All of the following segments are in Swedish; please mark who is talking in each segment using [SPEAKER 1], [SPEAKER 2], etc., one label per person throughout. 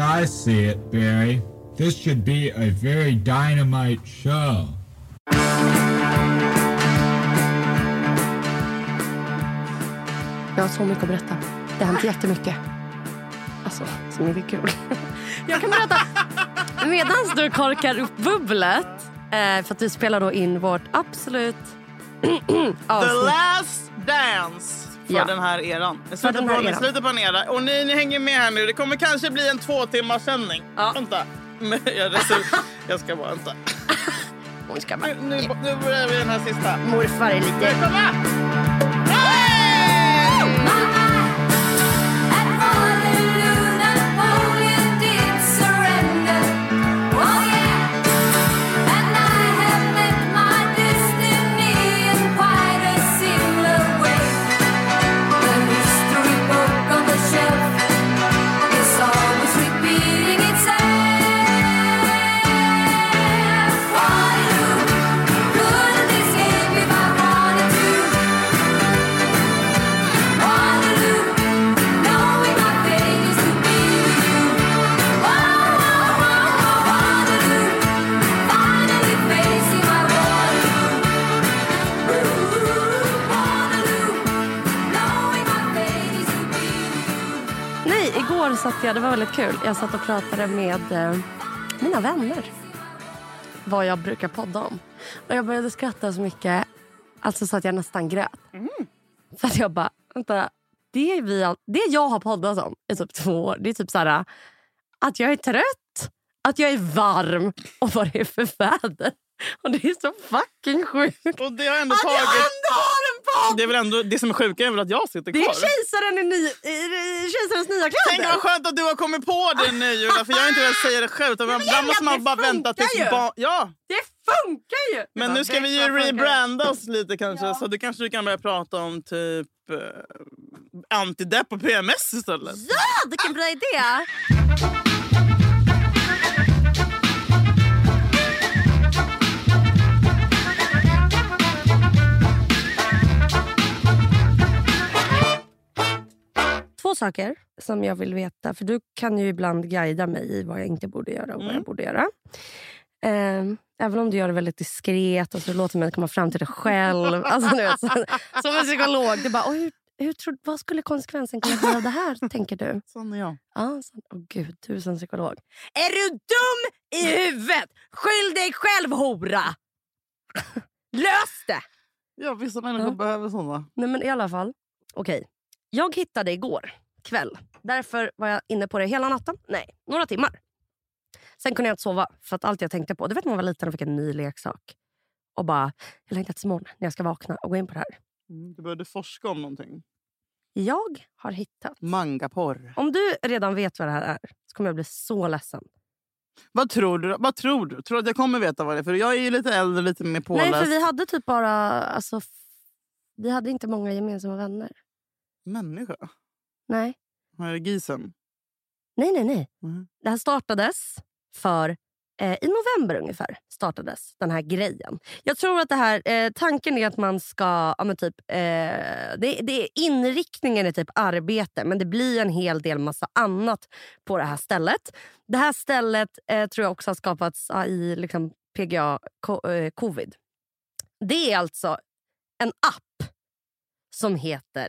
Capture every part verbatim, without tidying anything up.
[SPEAKER 1] I see it, Barry. This should be a very dynamite show.
[SPEAKER 2] Jag har så mycket att berätta. Det har hänt jättemycket. Alltså, så mycket kul. Jag kan berätta. Medan du korkar upp bubblet, eh, för att vi spelar då in vårt absolut
[SPEAKER 3] The last dance för ja. den här eran. Slutet på, eran. Slutet på en era. Och ni, ni hänger med här nu. Det kommer kanske bli en två timmars sändning. Ja. Vänta. Men jag, jag ska bara vänta.
[SPEAKER 2] Hon ska bara.
[SPEAKER 3] Nu, nu, nu börjar vi den här sista.
[SPEAKER 2] Morfar är lite.
[SPEAKER 3] Kom här!
[SPEAKER 2] Så att, ja, det var väldigt kul. Jag satt och pratade med eh, mina vänner. Vad jag brukar podda om. Och jag började skratta så mycket. Alltså så att jag nästan grät. Mm. För att jag bara, vänta. Det, är vi all, det jag har poddat om i typ två år. Det är typ så här att jag är trött. Att jag är varm. Och vad det är för väder. Och det är så fucking sjukt.
[SPEAKER 3] Och det har ändå
[SPEAKER 2] att
[SPEAKER 3] tagit...
[SPEAKER 2] jag ändå har en podd!
[SPEAKER 3] Det är väl ändå, det som är sjukt är väl att jag sitter kvar.
[SPEAKER 2] Det är kejsaren i, ny, i kejsarens nya kläder.
[SPEAKER 3] Tänk vad skönt att du har kommit på det nu, Julia. För jag är inte velat säga det själv. Ibland måste man bara vänta tills... Ba- ja.
[SPEAKER 2] Det funkar ju!
[SPEAKER 3] Men nu ska vi ju rebranda oss lite kanske. Ja. Så du kanske du kan börja prata om typ... Uh, antidepp och P M S istället.
[SPEAKER 2] Ja, det kan bli idé. Två saker som jag vill veta. För du kan ju ibland guida mig i vad jag inte borde göra och vad mm. jag borde göra. Eh, även om du gör det väldigt diskret och så låter mig komma fram till det själv. Alltså, nu vet, så, som en psykolog. Det bara, hur, hur tror, vad skulle konsekvensen kunna bli av det här, tänker du?
[SPEAKER 3] Sån är jag.
[SPEAKER 2] Ja, så, åh gud, tusen psykolog. Är du dum i huvudet? Skyll dig själv, hora! Lös det!
[SPEAKER 3] Ja, vissa människor ja. behöver sådana.
[SPEAKER 2] Nej, men i alla fall. Okej. Okay. Jag hittade igår kväll. Därför var jag inne på det hela natten. Nej, några timmar. Sen kunde jag inte sova. För att allt jag tänkte på. Du vet när man var liten och fick en ny leksak. Och bara, jag längtar till imorgon när jag ska vakna och gå in på det här.
[SPEAKER 3] Mm, du började forska om någonting.
[SPEAKER 2] Jag har hittat.
[SPEAKER 3] Mangaporr.
[SPEAKER 2] Om du redan vet vad det här är så kommer jag bli så ledsen.
[SPEAKER 3] Vad tror du? Vad tror du? Tror du att jag kommer veta vad det är? För jag är ju lite äldre, lite mer påläst.
[SPEAKER 2] Nej, för vi hade typ bara... Alltså, f- vi hade inte många gemensamma vänner.
[SPEAKER 3] Människa?
[SPEAKER 2] Nej.
[SPEAKER 3] Är det Gisen?
[SPEAKER 2] Nej, nej, nej.
[SPEAKER 3] Mm. Det
[SPEAKER 2] här startades för... Eh, I november ungefär startades den här grejen. Jag tror att det här... Eh, tanken är att man ska... Ja, men typ, eh, det, det är inriktningen är typ arbete. Men det blir en hel del massa annat på det här stället. Det här stället eh, tror jag också har skapats ah, i liksom, P G A co- eh, covid. Det är alltså en app som heter...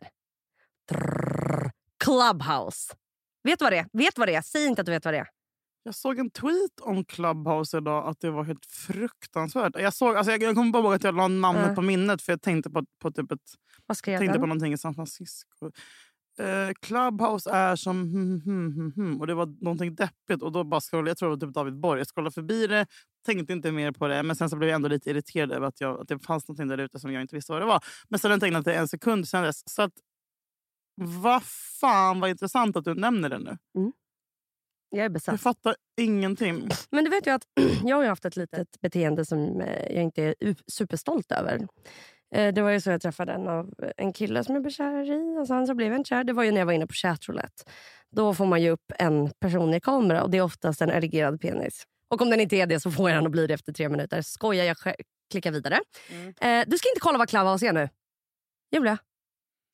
[SPEAKER 2] Clubhouse. Vet du vad det är? Vet vad det är? Säg inte att du vet vad det är.
[SPEAKER 3] Jag såg en tweet om Clubhouse idag att det var helt fruktansvärt. Jag såg, alltså jag, jag kommer bara ihåg att jag la namnet mm. på minnet för jag tänkte på, på typ ett...
[SPEAKER 2] Vad skrev
[SPEAKER 3] tänkte
[SPEAKER 2] den?
[SPEAKER 3] på någonting i San Francisco. Uh, Clubhouse är som... Hmm, hmm, hmm, hmm. Och det var någonting deppigt. Och då bara scrollade, jag tror det var typ David Borg. Jag scrollade förbi det, tänkte inte mer på det. Men sen så blev jag ändå lite irriterad över att, jag, att det fanns någonting där ute som jag inte visste vad det var. Men sen tänkte jag att det är en sekund sen dess. Så att... Vad fan, vad intressant att du nämner det nu.
[SPEAKER 2] Mm. Jag är besatt.
[SPEAKER 3] Jag fattar ingenting.
[SPEAKER 2] Men du vet ju att jag har haft ett litet beteende som jag inte är superstolt över. Det var ju så jag träffade en, av, en kille som jag blev kär i. Och sen så blev jag inte kär. Det var ju när jag var inne på chatroulette. Då får man ju upp en person i kamera. Och det är oftast en erigerad penis. Och om den inte är det så får jag den att bli det efter tre minuter. Skojar, jag klickar vidare. Mm. Du ska inte kolla vad Clubhouse är nu. Julia.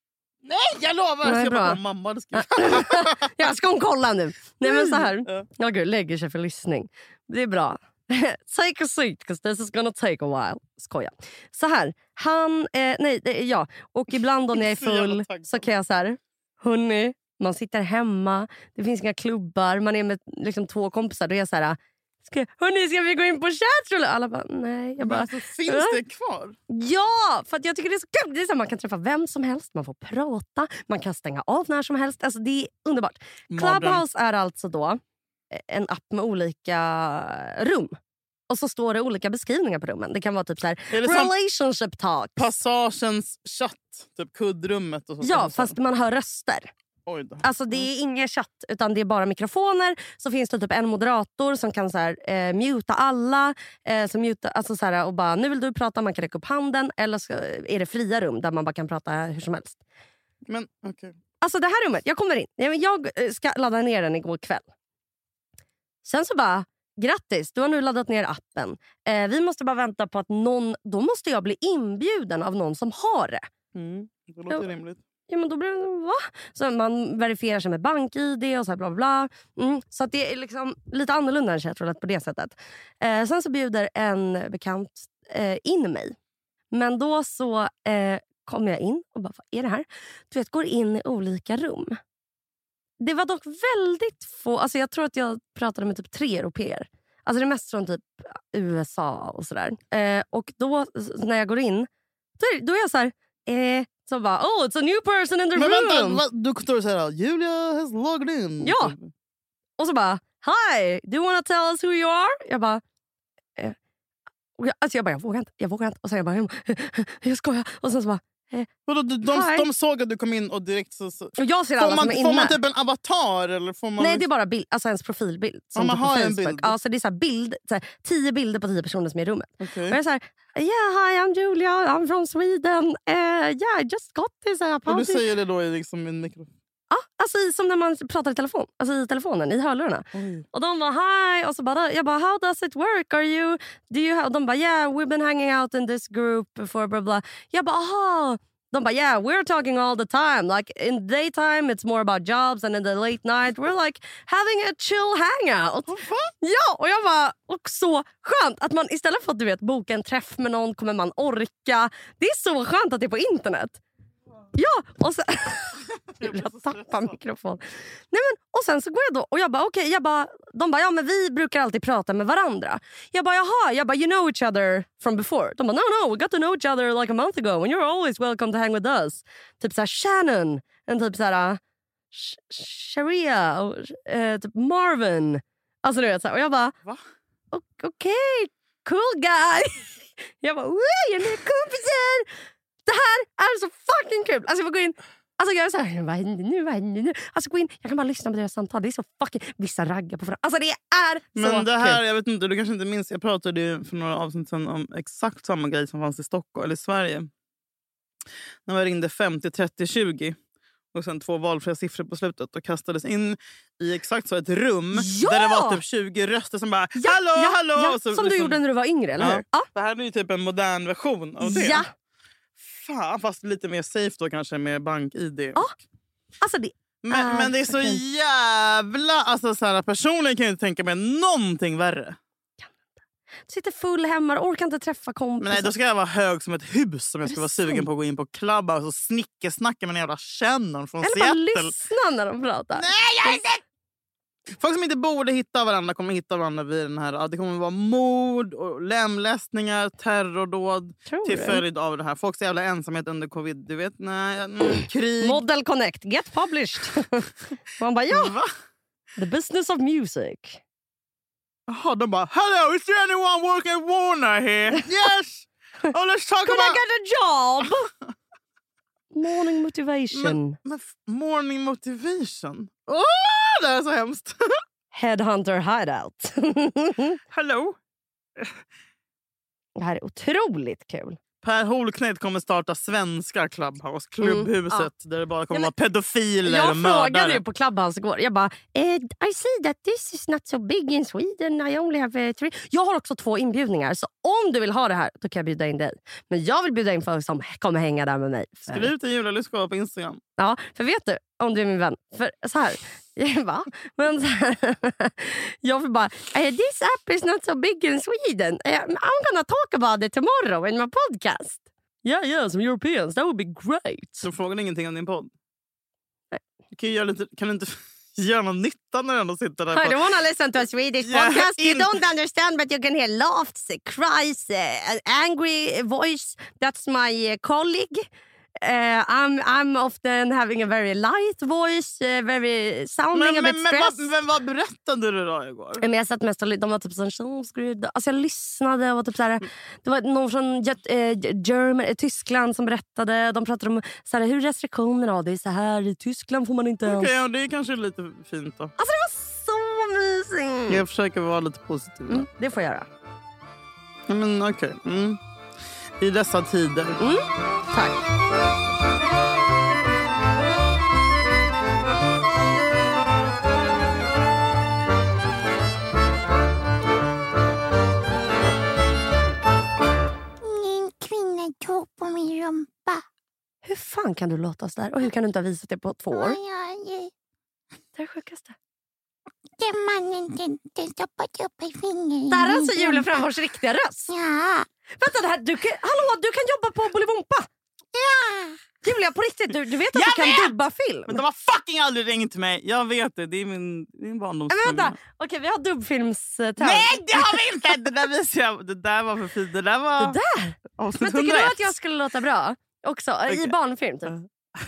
[SPEAKER 3] Nej, jag lovar!
[SPEAKER 2] Nej,
[SPEAKER 3] ska
[SPEAKER 2] bra.
[SPEAKER 3] bara mamma det ska...
[SPEAKER 2] Jag ska hon kolla nu. Nej men så här.
[SPEAKER 3] Ja.
[SPEAKER 2] Ja gud, lägger sig för lyssning. Det är bra. Take a seat because this is gonna take a while. Skoja. Så här. Han, eh, nej, det, ja. Och ibland då när jag är
[SPEAKER 3] Så jävla
[SPEAKER 2] full
[SPEAKER 3] taggad.
[SPEAKER 2] så kan jag så här. Hörrni, man sitter hemma. Det finns inga klubbar. Man är med liksom två kompisar. Då är jag så här. Ska, hörni, ska vi gå in på chatroulette? Alla bara, nej. Jag
[SPEAKER 3] Men
[SPEAKER 2] bara,
[SPEAKER 3] alltså, finns det kvar?
[SPEAKER 2] ja, för att jag tycker det är så kul. Det är så här, man kan träffa vem som helst, man får prata, man kan stänga av när som helst. Alltså det är underbart.
[SPEAKER 3] Mardröm.
[SPEAKER 2] Clubhouse är alltså då en app med olika rum. Och så står det olika beskrivningar på rummen. Det kan vara typ så här
[SPEAKER 3] Är det som
[SPEAKER 2] relationship talks.
[SPEAKER 3] Passagens chatt, typ kuddrummet och så.
[SPEAKER 2] Ja, fast man hör röster.
[SPEAKER 3] Oj då.
[SPEAKER 2] Alltså det är ingen chatt utan det är bara mikrofoner. Så finns det typ en moderator som kan så här, eh, muta alla. Eh, som muta, alltså så här, och bara, nu vill du prata, man kan räcka upp handen. Eller så är det fria rum där man bara kan prata hur som helst.
[SPEAKER 3] Men okej. Okay.
[SPEAKER 2] Alltså det här rummet, jag kommer in. Jag ska ladda ner den igår kväll. Sen så bara, grattis, du har nu laddat ner appen. Eh, vi måste bara vänta på att någon, då måste jag bli inbjuden av någon som har det.
[SPEAKER 3] Mm, det låter
[SPEAKER 2] Ja.
[SPEAKER 3] rimligt.
[SPEAKER 2] Ja, men då blir det, va? Så man verifierar sig med bank-I D och så här bla bla. Mm, så att det är liksom lite annorlunda än chatroulette på det sättet. Eh, sen så bjuder en bekant eh, in mig. Men då så eh, kommer jag in och bara, vad är det här? Du vet, går in i olika rum. Det var dock väldigt få, alltså jag tror att jag pratade med typ tre europeer. Alltså det är mest från typ U S A och sådär. Eh, och då när jag går in, då är, då är jag så här, eh, så bara, oh it's a new person in the
[SPEAKER 3] Men
[SPEAKER 2] room.
[SPEAKER 3] vänta, va? Du står så här, Julia has logged in.
[SPEAKER 2] Ja. Och så bara, hi, do you want to tell us who you are? Jag bara, eh. och jag, alltså jag bara, jag vågar inte, jag vågar inte. Och sen jag bara, jag skojar. Och sen så bara, eh.
[SPEAKER 3] Vadå, de, de,
[SPEAKER 2] Hi.
[SPEAKER 3] de såg att du kom in och direkt så... så.
[SPEAKER 2] Och jag ser
[SPEAKER 3] Får
[SPEAKER 2] alla
[SPEAKER 3] man,
[SPEAKER 2] som är
[SPEAKER 3] får
[SPEAKER 2] inne.
[SPEAKER 3] man typ en avatar? Eller får man
[SPEAKER 2] Nej,
[SPEAKER 3] liksom...
[SPEAKER 2] det är bara bild, alltså ens profilbild. Som
[SPEAKER 3] Ja, man
[SPEAKER 2] typ på
[SPEAKER 3] har en
[SPEAKER 2] Facebook.
[SPEAKER 3] bild.
[SPEAKER 2] Ja, så det är så här bild, så här, tio bilder på tio personer som är i rummet.
[SPEAKER 3] Okay.
[SPEAKER 2] Och jag är så här, yeah, hi, I'm Julia, I'm from Sweden. Uh, yeah, I just got this. Uh,
[SPEAKER 3] Och du säger det då i liksom en mikrofon?
[SPEAKER 2] Ja, alltså i, som när man pratar i telefon. Alltså i telefonen, i hörlurarna.
[SPEAKER 3] Oj.
[SPEAKER 2] Och de bara, hi. Och så bara, jag bara, how does it work? Are you, do you have... Och de bara, yeah, we've been hanging out in this group for blah blah. Jag bara, aha. De bara, yeah, we're talking all the time. Like in daytime it's more about jobs and in the late night we're like having a chill hangout.
[SPEAKER 3] Vad fan?
[SPEAKER 2] Ja, och jag bara, och så skönt att man istället för att du vet boka en träff med någon kommer man orka. Det är så skönt att det är på internet. Ja, och sen jag tappar mikrofon. Nej men och sen så går jag då och jag bara okej, okay, jag bara de bara ja men vi brukar alltid prata med varandra. Jag bara jaha, jag bara you know each other from before. De bara no no, we got to know each other like a month ago and you're always welcome to hang with us. Typ så här Shannon, en typ så här uh, Sharia och uh, typ Marvin. Alltså du vet så här, och jag bara
[SPEAKER 3] Va?
[SPEAKER 2] Okej, okay, cool guy. Jag bara jag är med kompisar. Det här är så fucking kul. Alltså jag får gå in. Alltså jag är så här, vad händer nu? Vad händer nu? Alltså gå in. Jag kan bara lyssna på deras samtal. Det är så fucking vissa raggar på varandra. Alltså det är så
[SPEAKER 3] Men det här,
[SPEAKER 2] kul.
[SPEAKER 3] jag vet inte, du kanske inte minns. Jag pratade ju för några avsnitt sedan om exakt samma grej som fanns i Stockholm eller i Sverige. När man ringde femtio trettio tjugo och sen två valfria siffror på slutet och kastades in i exakt så ett rum
[SPEAKER 2] Ja!
[SPEAKER 3] där det var typ tjugo röster som bara
[SPEAKER 2] Ja,
[SPEAKER 3] hallå,
[SPEAKER 2] ja,
[SPEAKER 3] hallå.
[SPEAKER 2] ja,
[SPEAKER 3] Och så,
[SPEAKER 2] som du
[SPEAKER 3] liksom,
[SPEAKER 2] gjorde när du var yngre, eller
[SPEAKER 3] ja.
[SPEAKER 2] hur? Ja.
[SPEAKER 3] Det här är ju typ en modern version av det.
[SPEAKER 2] Ja.
[SPEAKER 3] Fan, fast lite mer safe då kanske med bank-I D.
[SPEAKER 2] Ja. Alltså det
[SPEAKER 3] Men,
[SPEAKER 2] är
[SPEAKER 3] men det är så
[SPEAKER 2] verkligen-
[SPEAKER 3] jävla... Alltså så här, personligen kan jag inte tänka mig någonting värre.
[SPEAKER 2] Du sitter full hemma och orkar inte träffa kompisar.
[SPEAKER 3] Men nej, då ska jag vara hög som ett hus om jag
[SPEAKER 2] Är
[SPEAKER 3] ska
[SPEAKER 2] det
[SPEAKER 3] vara sugen
[SPEAKER 2] sant?
[SPEAKER 3] på att gå in på Clubhouse och snickesnacka med en jävla Shannon från
[SPEAKER 2] eller bara
[SPEAKER 3] Seattle.
[SPEAKER 2] lyssna när de pratar.
[SPEAKER 3] Nej, jag är inte... Folk som inte borde hitta varandra kommer hitta varandra vid den här... Ja, det kommer vara mord, och lemlästningar, terrordåd
[SPEAKER 2] Tror
[SPEAKER 3] till
[SPEAKER 2] du?
[SPEAKER 3] följd av det här. Folks jävla ensamhet under covid. Du vet, nej, mm, krig.
[SPEAKER 2] Model Connect, get published. Man bara ja,
[SPEAKER 3] Va?
[SPEAKER 2] the business of music.
[SPEAKER 3] Jaha, de bara, hello, is there anyone working at Warner here? Yes! Oh, let's talk
[SPEAKER 2] Could I
[SPEAKER 3] about...
[SPEAKER 2] get a job? Morning motivation.
[SPEAKER 3] Men, men f- morning motivation? Åh, det är så hemskt.
[SPEAKER 2] Headhunter hideout.
[SPEAKER 3] Hello?
[SPEAKER 2] Det här är otroligt kul.
[SPEAKER 3] Per Holknekt kommer starta svenska Clubhouse. Klubbhuset.
[SPEAKER 2] Mm, ja.
[SPEAKER 3] Där det bara kommer
[SPEAKER 2] Nej,
[SPEAKER 3] vara pedofiler
[SPEAKER 2] jag
[SPEAKER 3] och mördare.
[SPEAKER 2] frågade ju på Clubhouse igår. Jag bara, eh, I see that this is not so big in Sweden. I only have uh, three. Jag har också två inbjudningar. Så om du vill ha det här, då kan jag bjuda in dig. Men jag vill bjuda in folk som kommer hänga där med mig. För...
[SPEAKER 3] Skriv till Julia Lyskova på Instagram.
[SPEAKER 2] Ja, för vet du, om du är min vän. För så här, va? Men så här, jag får bara, this app is not so big in Sweden. I'm gonna talk about it tomorrow in my podcast. Yeah, yeah, some Europeans, that would be great.
[SPEAKER 3] Så frågar ingenting om din podd? Nej. Du kan, ju göra lite, kan du inte göra någon nytta när du ändå sitter där?
[SPEAKER 2] I don't want to listen to a Swedish
[SPEAKER 3] yeah,
[SPEAKER 2] podcast. You
[SPEAKER 3] in...
[SPEAKER 2] don't understand, but you can hear laughs, cries, uh, an angry voice. That's my uh, colleague. Uh, I'm I'm often having a very light voice, uh, very sounding
[SPEAKER 3] men,
[SPEAKER 2] a bit
[SPEAKER 3] men,
[SPEAKER 2] stressed.
[SPEAKER 3] Men, men vad berättade du då igår?
[SPEAKER 2] Men jag satt mest och de var typ sån alltså jag lyssnade och var typ så här, det var någon från äh, German, Tyskland som berättade, de pratade om så här, hur restriktionerna då, det är så här i Tyskland får man inte ens.
[SPEAKER 3] Okej, okay, ja, det är kanske lite fint då.
[SPEAKER 2] Alltså det var så mysigt.
[SPEAKER 3] Jag försöker vara lite positiv.
[SPEAKER 2] Mm, det får jag göra.
[SPEAKER 3] Ja, men okej. Okay. Mm. I dessa tider.
[SPEAKER 2] Mm. Tack.
[SPEAKER 4] Min kvinna tog på min rumpa.
[SPEAKER 2] Hur fan kan du låta så där? Och hur kan du inte ha visat det på två år? Det är det sjukaste.
[SPEAKER 4] Den mannen den, den stoppade upp i fingret.
[SPEAKER 2] Där är alltså Julia Fränfors riktiga röst.
[SPEAKER 4] Ja.
[SPEAKER 2] Vänta, det här, du kan, hallå, du kan jobba på Bolibompa.
[SPEAKER 4] Ja.
[SPEAKER 2] Julia, på riktigt, du, du vet att
[SPEAKER 3] jag
[SPEAKER 2] du kan
[SPEAKER 3] vet!
[SPEAKER 2] dubba film.
[SPEAKER 3] Men de har fucking aldrig ringt till mig. Jag vet det, det är min, min barndomsfilm.
[SPEAKER 2] Men vänta, okej, vi har dubbfilmstävling.
[SPEAKER 3] Nej, det har vi inte! Det där visar jag. Det där var för fint. Det där var...
[SPEAKER 2] Det där? Men tycker du att jag skulle låta bra? Också, okay. I barnfilm typ.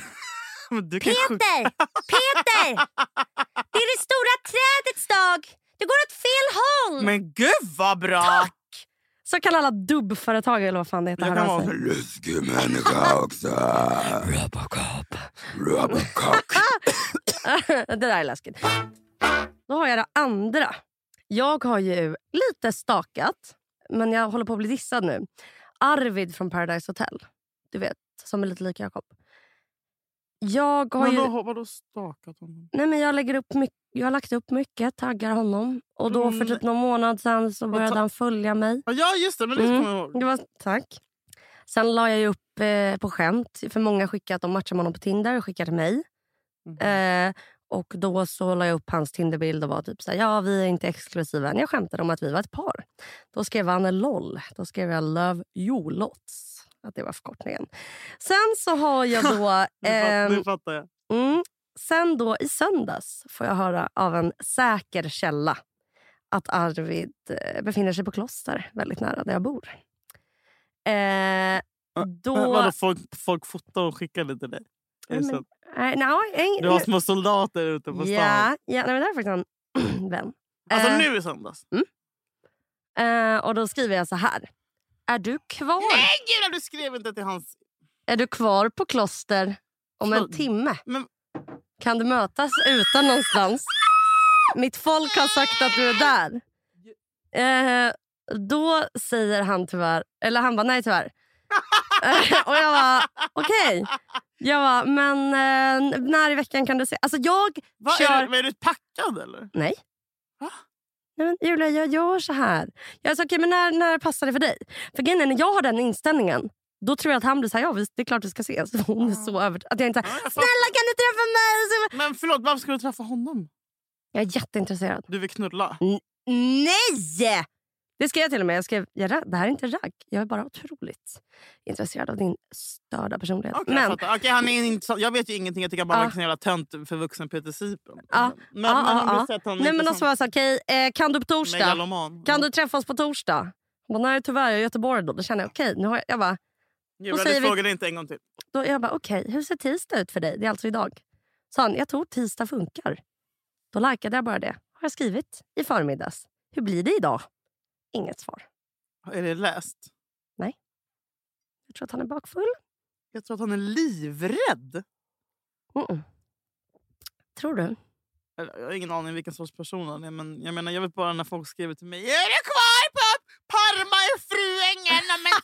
[SPEAKER 3] Du kan
[SPEAKER 2] Peter! Peter! Det är det stora trädets dag! Det går åt fel håll!
[SPEAKER 3] Men gud vad bra!
[SPEAKER 2] Tack! Så kan alla dubbföretag eller vad fan det heter.
[SPEAKER 3] Jag kan vara en
[SPEAKER 1] läskig människa också.
[SPEAKER 2] Robocop.
[SPEAKER 1] Robocop.
[SPEAKER 2] Det där är läskigt. Då har jag det andra. Jag har ju lite stakat, men jag håller på att bli dissad nu. Arvid från Paradise Hotel. Du vet, som är lite lik Jakob. Jag har
[SPEAKER 3] men
[SPEAKER 2] ju...
[SPEAKER 3] då, vadå stakat honom?
[SPEAKER 2] Nej, men jag, lägger upp mycket, jag har lagt upp mycket, taggar honom. Och då för typ någon månad sedan så började ta... han följa mig.
[SPEAKER 3] Ja, just det. Men det
[SPEAKER 2] mm,
[SPEAKER 3] kommer jag ihåg.
[SPEAKER 2] Det var, tack. Sen la jag ju upp eh, på skämt. För många skickade att de matchar med honom på Tinder och skickade till mig. Mm. Eh, och då så la jag upp hans Tinderbild och var typ så här, ja, vi är inte exklusiva. Jag skämtade om att vi var ett par. Då skrev han LOL. Då skrev jag Love You Lots. Att det var förkortningen. Sen så har jag då...
[SPEAKER 3] eh, nu fattar jag.
[SPEAKER 2] Mm, sen då i söndags får jag höra av en säker källa att Arvid eh, befinner sig på Kloster, väldigt nära där jag bor. Eh, då...
[SPEAKER 3] Men, vadå, folk, folk fotar och skickar det till dig?
[SPEAKER 2] Nej, men, nej, nej,
[SPEAKER 3] du har små soldater ute på stan.
[SPEAKER 2] Ja, ja nej, men det är faktiskt en vän.
[SPEAKER 3] Alltså
[SPEAKER 2] eh,
[SPEAKER 3] nu i söndags?
[SPEAKER 2] Mm. Eh, och då skriver jag så här. Är du kvar?
[SPEAKER 3] Nej, gud, du skrev inte till hans...
[SPEAKER 2] Är du kvar på Kloster om en timme?
[SPEAKER 3] Men...
[SPEAKER 2] Kan du mötas utan någonstans? Mitt folk har sagt att du är där. Eh, då säger han tyvärr... Eller han bara, nej tyvärr. eh, och jag var, okej. Okay. Jag var, men eh, när i veckan kan du se? Alltså jag
[SPEAKER 3] Va,
[SPEAKER 2] kör...
[SPEAKER 3] Är du, är du packad eller?
[SPEAKER 2] Nej.
[SPEAKER 3] Va?
[SPEAKER 2] Nej, men Julia, jag gör så här. Jag sa, okej, okay, men när, när passar det för dig? För grejen är, när jag har den inställningen, då tror jag att han blir så här, ja, det är klart vi ska ses. Hon är så över... Att jag inte säger, ja, snälla kan du träffa mig?
[SPEAKER 3] Men förlåt, varför ska du träffa honom?
[SPEAKER 2] Jag är jätteintresserad.
[SPEAKER 3] Du vill knulla?
[SPEAKER 2] N- nej! Det ska jag till och med. Jag skrev, jag, det här är inte ragg. Jag är bara otroligt intresserad av din störda personlighet.
[SPEAKER 3] Okay,
[SPEAKER 2] men,
[SPEAKER 3] jag, okay, han är inte, jag vet ju ingenting. Jag tycker bara
[SPEAKER 2] ja.
[SPEAKER 3] Han är tönt för vuxen Peter Sipen.
[SPEAKER 2] Ja.
[SPEAKER 3] Men,
[SPEAKER 2] ja,
[SPEAKER 3] men,
[SPEAKER 2] ja,
[SPEAKER 3] ja. Han
[SPEAKER 2] nej, men då sa jag så här, okej, eh, kan du på torsdag?
[SPEAKER 3] Megaloman.
[SPEAKER 2] Kan du träffas på torsdag? Men nej, tyvärr, jag är i Göteborg då. Då känner jag, okej, nu har jag, jag bara...
[SPEAKER 3] Julia, du frågade vi, inte en gång till.
[SPEAKER 2] Då jag bara, okej, okay, hur ser tisdag ut för dig? Det är alltså idag. Så han, jag tror tisdag funkar. Då likade jag bara det. Har jag skrivit i förmiddags. Hur blir det idag? Inget svar.
[SPEAKER 3] Är det läst?
[SPEAKER 2] Nej. Jag tror att han är bakfull.
[SPEAKER 3] Jag tror att han är livrädd.
[SPEAKER 2] Mm-mm. Tror du?
[SPEAKER 3] Jag har ingen aning vilken sorts person han är. Men jag menar, jag vet bara när folk skriver till mig. Är du kvar på Parma i Fruängen om en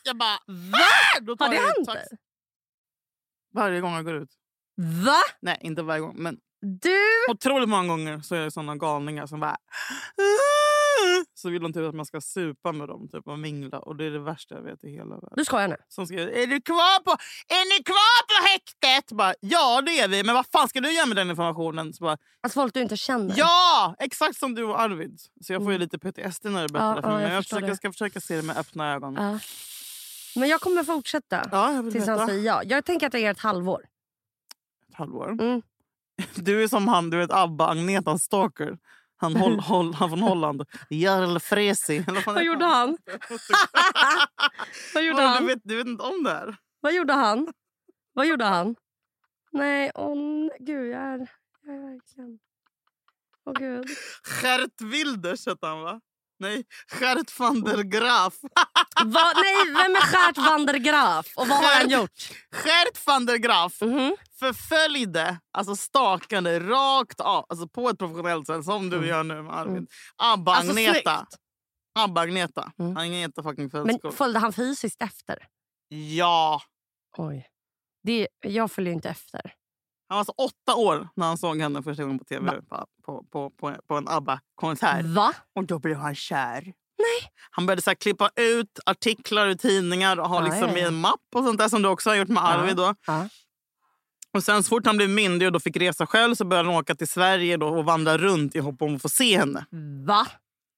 [SPEAKER 3] Jag bara, va? Då tar
[SPEAKER 2] Har det
[SPEAKER 3] jag
[SPEAKER 2] hänt
[SPEAKER 3] tax-
[SPEAKER 2] dig?
[SPEAKER 3] Varje gång jag går ut.
[SPEAKER 2] Va?
[SPEAKER 3] Nej, inte varje gång. Men
[SPEAKER 2] Du?
[SPEAKER 3] otroligt många gånger så är det såna galningar som bara... Så vill de typ att man ska supa med dem typ, och mingla. Och det är det värsta jag vet i hela världen.
[SPEAKER 2] Du skojar nu?
[SPEAKER 3] Som ska, är du kvar på Är ni kvar på häktet? Bara, ja, det är vi. Men vad fan ska du göra med den informationen? Så bara,
[SPEAKER 2] Alltså folk du inte känner?
[SPEAKER 3] ja! Exakt som du och Arvid. Så jag får ju
[SPEAKER 2] Mm.
[SPEAKER 3] lite P T S D när du berättar
[SPEAKER 2] Ja,
[SPEAKER 3] för
[SPEAKER 2] ja,
[SPEAKER 3] mig.
[SPEAKER 2] jag
[SPEAKER 3] Men jag,
[SPEAKER 2] förstår
[SPEAKER 3] försöker,
[SPEAKER 2] det.
[SPEAKER 3] jag ska försöka se det med öppna ögon.
[SPEAKER 2] Ja. Men jag kommer fortsätta.
[SPEAKER 3] Ja, jag vill
[SPEAKER 2] Tills han
[SPEAKER 3] veta.
[SPEAKER 2] säger ja. Jag tänker att det är ett halvår.
[SPEAKER 3] Ett halvår.
[SPEAKER 2] Mm.
[SPEAKER 3] Du är som han, du vet Abba, Agnetas stalker. Han, håll, håll, han från Holland. Jarl Fresi. Eller
[SPEAKER 2] Vad gjorde han? Vad gjorde
[SPEAKER 3] Oh,
[SPEAKER 2] han?
[SPEAKER 3] du, vet, du vet inte om det här.
[SPEAKER 2] Vad gjorde han? Vad gjorde han? Nej, åh oh, gud, jag är, jag är verkligen... Åh oh, gud.
[SPEAKER 3] Gert Wilders heter han, va? Nej, Gert van der Graaf.
[SPEAKER 2] Va? Nej, vem är Gert van der Graaf? Och vad har han gjort?
[SPEAKER 3] Gert van der Graaf
[SPEAKER 2] Mhm.
[SPEAKER 3] förföljde, alltså stakande rakt av, alltså på ett professionellt sätt som du gör nu med Arvid.
[SPEAKER 2] Mm.
[SPEAKER 3] Abba
[SPEAKER 2] Alltså,
[SPEAKER 3] Agneta.
[SPEAKER 2] snyggt.
[SPEAKER 3] Abba Agneta.
[SPEAKER 2] Mm.
[SPEAKER 3] Agneta fucking
[SPEAKER 2] Men
[SPEAKER 3] Fältskog.
[SPEAKER 2] följde han fysiskt efter?
[SPEAKER 3] Ja.
[SPEAKER 2] Oj. Det, jag följer inte efter.
[SPEAKER 3] Han var alltså åtta år när han såg henne första gången på tv.
[SPEAKER 2] Va?
[SPEAKER 3] På, på, på, på, på en ABBA-konsert.
[SPEAKER 2] Va?
[SPEAKER 3] Och då blev han kär.
[SPEAKER 2] Nej.
[SPEAKER 3] Han började så här, klippa ut artiklar ur tidningar och ha
[SPEAKER 2] Ja,
[SPEAKER 3] liksom
[SPEAKER 2] ja,
[SPEAKER 3] i
[SPEAKER 2] ja.
[SPEAKER 3] en mapp och sånt där som du också har gjort med Arvid då.
[SPEAKER 2] Ja.
[SPEAKER 3] Och sen så fort han blev myndig och då fick resa själv så började han åka till Sverige då och vandra runt i hopp om att få se henne.
[SPEAKER 2] Va?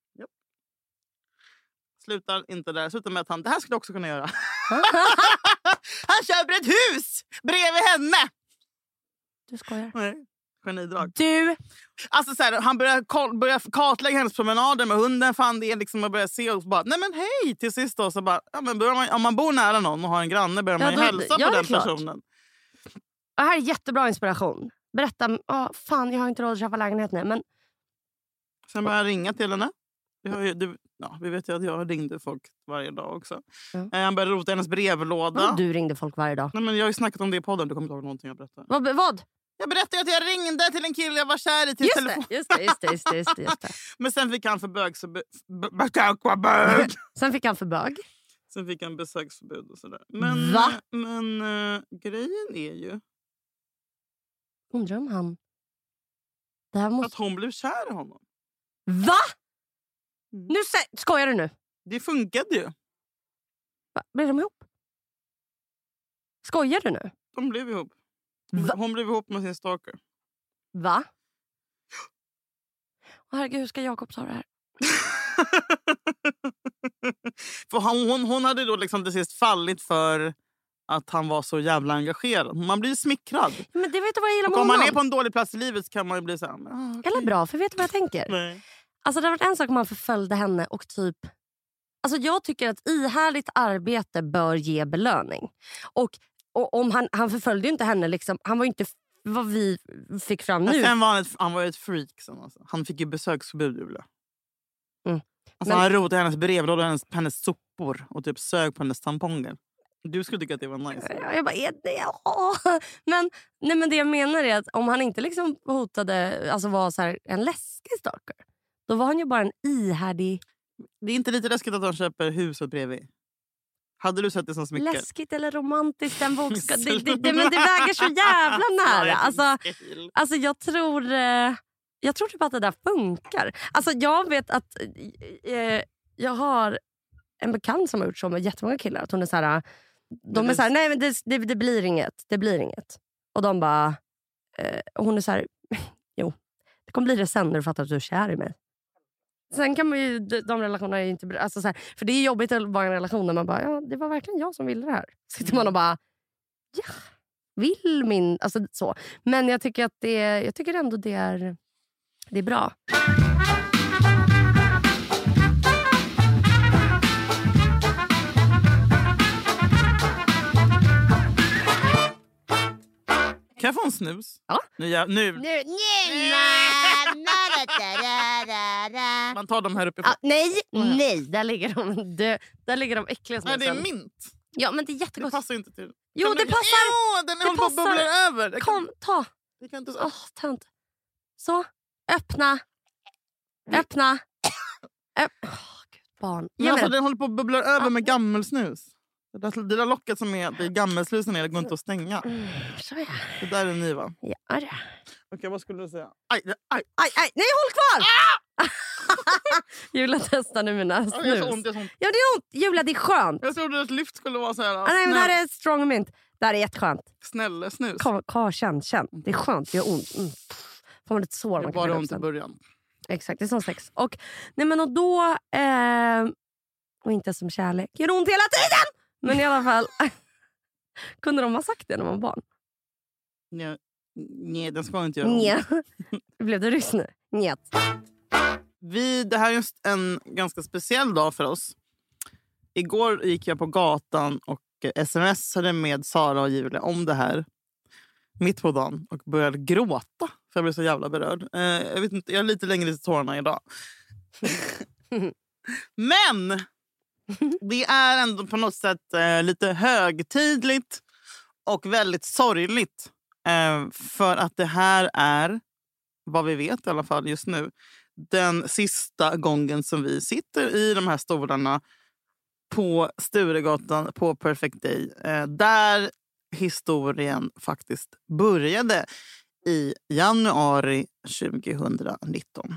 [SPEAKER 3] Slutar inte där. Slutar med att han, det här skulle jag också kunna göra. Han köper ett hus bredvid henne.
[SPEAKER 2] Du skojar.
[SPEAKER 3] Nej, genidrag.
[SPEAKER 2] Du...
[SPEAKER 3] Alltså så här, han börjar, kol- börjar kartlägga hennes promenader med hunden. Fan, det är liksom att börja se och bara, nej men hej, till sist då så bara, ja, men börjar man, om man bor nära någon och har en granne börjar
[SPEAKER 2] Ja,
[SPEAKER 3] man ju
[SPEAKER 2] då-
[SPEAKER 3] hälsa
[SPEAKER 2] ja,
[SPEAKER 3] på
[SPEAKER 2] det är
[SPEAKER 3] den
[SPEAKER 2] klart.
[SPEAKER 3] personen.
[SPEAKER 2] Det här är jättebra inspiration. Berätta. Oh, fan, jag har inte råd att köpa lägenhet nu. Men
[SPEAKER 3] Sen börjar jag ringa till henne. Vi, har ju, du, ja, vi vet ju att jag ringde folk varje dag också.
[SPEAKER 2] Mm.
[SPEAKER 3] Eh, Han började rota i hennes brevlåda.
[SPEAKER 2] vadå, du ringde folk varje dag.
[SPEAKER 3] Nej, men jag har ju snackat om det i podden. Du kommer inte ihåg någonting jag berättade.
[SPEAKER 2] Vad? vad?
[SPEAKER 3] Jag berättade att jag ringde till en kille jag var kär i till
[SPEAKER 2] Just
[SPEAKER 3] telefon.
[SPEAKER 2] det, just det, just det, just det, just det, just det.
[SPEAKER 3] Men sen fick han för bögsförbud. Bög.
[SPEAKER 2] Sen fick han för bög.
[SPEAKER 3] Sen fick han besöksförbud och sådär. Men,
[SPEAKER 2] Va?
[SPEAKER 3] men uh, grejen är ju
[SPEAKER 2] Undrar om han... Det här måste...
[SPEAKER 3] att hon blev kär i honom.
[SPEAKER 2] Va?
[SPEAKER 3] Mm.
[SPEAKER 2] Nu sä... Skojar du nu?
[SPEAKER 3] Det funkade ju.
[SPEAKER 2] Va? Blev de ihop? Skojar du nu?
[SPEAKER 3] De blev ihop. Hon,
[SPEAKER 2] Va?
[SPEAKER 3] hon blev ihop med sin stalker.
[SPEAKER 2] Va? Åh, herregud, hur ska Jakob ta det här?
[SPEAKER 3] För hon, hon, hon hade då liksom till sist fallit för att han var så jävla engagerad. Man blir smickrad.
[SPEAKER 2] Men det vet du vad jag gillar
[SPEAKER 3] Och
[SPEAKER 2] med
[SPEAKER 3] om man
[SPEAKER 2] honom?
[SPEAKER 3] är på en dålig plats i livet så kan man ju bli så här. men, ah, okej.
[SPEAKER 2] Eller bra, för vet du vad jag tänker?
[SPEAKER 3] Nej.
[SPEAKER 2] Alltså det har varit en sak om man förföljde henne och typ... Alltså jag tycker att ihärdigt arbete bör ge belöning. Och, och om han, han förföljde ju inte henne liksom... Han var ju inte f- vad vi fick fram
[SPEAKER 3] Men
[SPEAKER 2] nu.
[SPEAKER 3] sen var han, ett, han var ju ett freak. Sen, alltså. Han fick ju besöksförbud, Julia.
[SPEAKER 2] Mm.
[SPEAKER 3] Alltså,
[SPEAKER 2] Men-
[SPEAKER 3] han rotade i hennes brevlåda och hennes, hennes sopor och typ sög på hennes tamponger. Du skulle tycka att det var nice.
[SPEAKER 2] Ja, jag bara, är det? Ja. Men, nej, men det jag menar är att om han inte liksom hotade, alltså var så här, en läskig stalker, då var han ju bara en ihärdig...
[SPEAKER 3] Det är inte lite läskigt att de köper huset bredvid. Hade du sett det som smicker?
[SPEAKER 2] Läskigt eller romantiskt, den bok ska, det, det, det, men det väger så jävla nära. Alltså, alltså jag tror eh, jag tror typ att det där funkar. Alltså jag vet att eh, jag har en bekant som har gjort så med jättemånga killar. Att hon är så här, de är
[SPEAKER 3] det-
[SPEAKER 2] så här, nej men det, det, det blir inget, det blir inget. Och de bara, eh, och hon är så här, jo, det kommer bli det sen när du fattar att du är kär i mig. Sen kan man ju, de, de relationerna är ju inte bra. Alltså så här, för det är jobbigt att vara i en relation där man bara, ja, det var verkligen jag som ville det här. Sitter man och bara, ja, vill min, alltså så. Men jag tycker att det, jag tycker ändå det är, det är bra.
[SPEAKER 3] Kan jag få en snus?
[SPEAKER 2] Ja.
[SPEAKER 3] Nu, ja, nu.
[SPEAKER 4] Nu, nej, na, na, da, da, da, da.
[SPEAKER 3] Man tar de här uppifrån.
[SPEAKER 2] Ah, nej,
[SPEAKER 3] Mm.
[SPEAKER 2] nej, där ligger de, dö, där ligger de äckliga
[SPEAKER 3] Nej, det är
[SPEAKER 2] snusen.
[SPEAKER 3] mint.
[SPEAKER 2] Ja, men det är
[SPEAKER 3] Det
[SPEAKER 2] jättegott.
[SPEAKER 3] passar inte till.
[SPEAKER 2] Jo,
[SPEAKER 3] Kan
[SPEAKER 2] det
[SPEAKER 3] du-
[SPEAKER 2] passar.
[SPEAKER 3] Jo, den
[SPEAKER 2] Det
[SPEAKER 3] håller på att
[SPEAKER 2] passar.
[SPEAKER 3] bubbla över. Jag kan,
[SPEAKER 2] Kom, ta.
[SPEAKER 3] jag kan inte...
[SPEAKER 2] Åh, tönt. Så, öppna. Öppna. Öpp- oh, Gud, barn.
[SPEAKER 3] Men
[SPEAKER 2] Ge mig
[SPEAKER 3] alltså,
[SPEAKER 2] den.
[SPEAKER 3] den håller på att bubbla över med gammelsnus. Det där, det där locket som är, det är gammelslusen är, det går inte att stänga.
[SPEAKER 2] Mm, så är
[SPEAKER 3] Det där är ny, va?
[SPEAKER 2] ja, det.
[SPEAKER 3] Okej, vad skulle du säga? Aj, aj,
[SPEAKER 2] Aj, aj, nej, håll kvar! Ah! Julia testar nu mina snus.
[SPEAKER 3] aj, jag har så ont, jag har så ont.
[SPEAKER 2] Ja, det är ont. Julia, det är skönt.
[SPEAKER 3] Jag trodde att lyft skulle vara så här.
[SPEAKER 2] Ah, nej, men det här är strong mint. Det här är jätteskönt.
[SPEAKER 3] Snälla snus.
[SPEAKER 2] Ka, ka, känn, känn. Det är skönt, det gör ont. Mm. Får man lite sår.
[SPEAKER 3] Det
[SPEAKER 2] Man
[SPEAKER 3] är
[SPEAKER 2] kan
[SPEAKER 3] bara
[SPEAKER 2] fylla upp
[SPEAKER 3] ont i
[SPEAKER 2] sen.
[SPEAKER 3] början.
[SPEAKER 2] Exakt, det är som sex. Och, nej, men och då... Eh, och inte som kärlek. Gör ont hela tiden! Men i alla fall... kunde de ha sagt det när man var barn?
[SPEAKER 3] Nej, nej, den ska inte göra ont.
[SPEAKER 2] Nej. Blev det ryss nu? Njet.
[SPEAKER 3] Vi, det här är just en ganska speciell dag för oss. Igår gick jag på gatan och smsade med Sara och Julia om det här. Mitt på dagen. Och började gråta. För jag blev så jävla berörd. Eh, jag, vet inte, jag är lite längre till tårarna idag. Men det är ändå på något sätt eh, lite högtidligt. Och väldigt sorgligt. Eh, för att det här är, vad vi vet i alla fall just nu, den sista gången som vi sitter i de här stolarna på Sturegatan på Perfect Day. Eh, där historien faktiskt började i januari tjugonitton.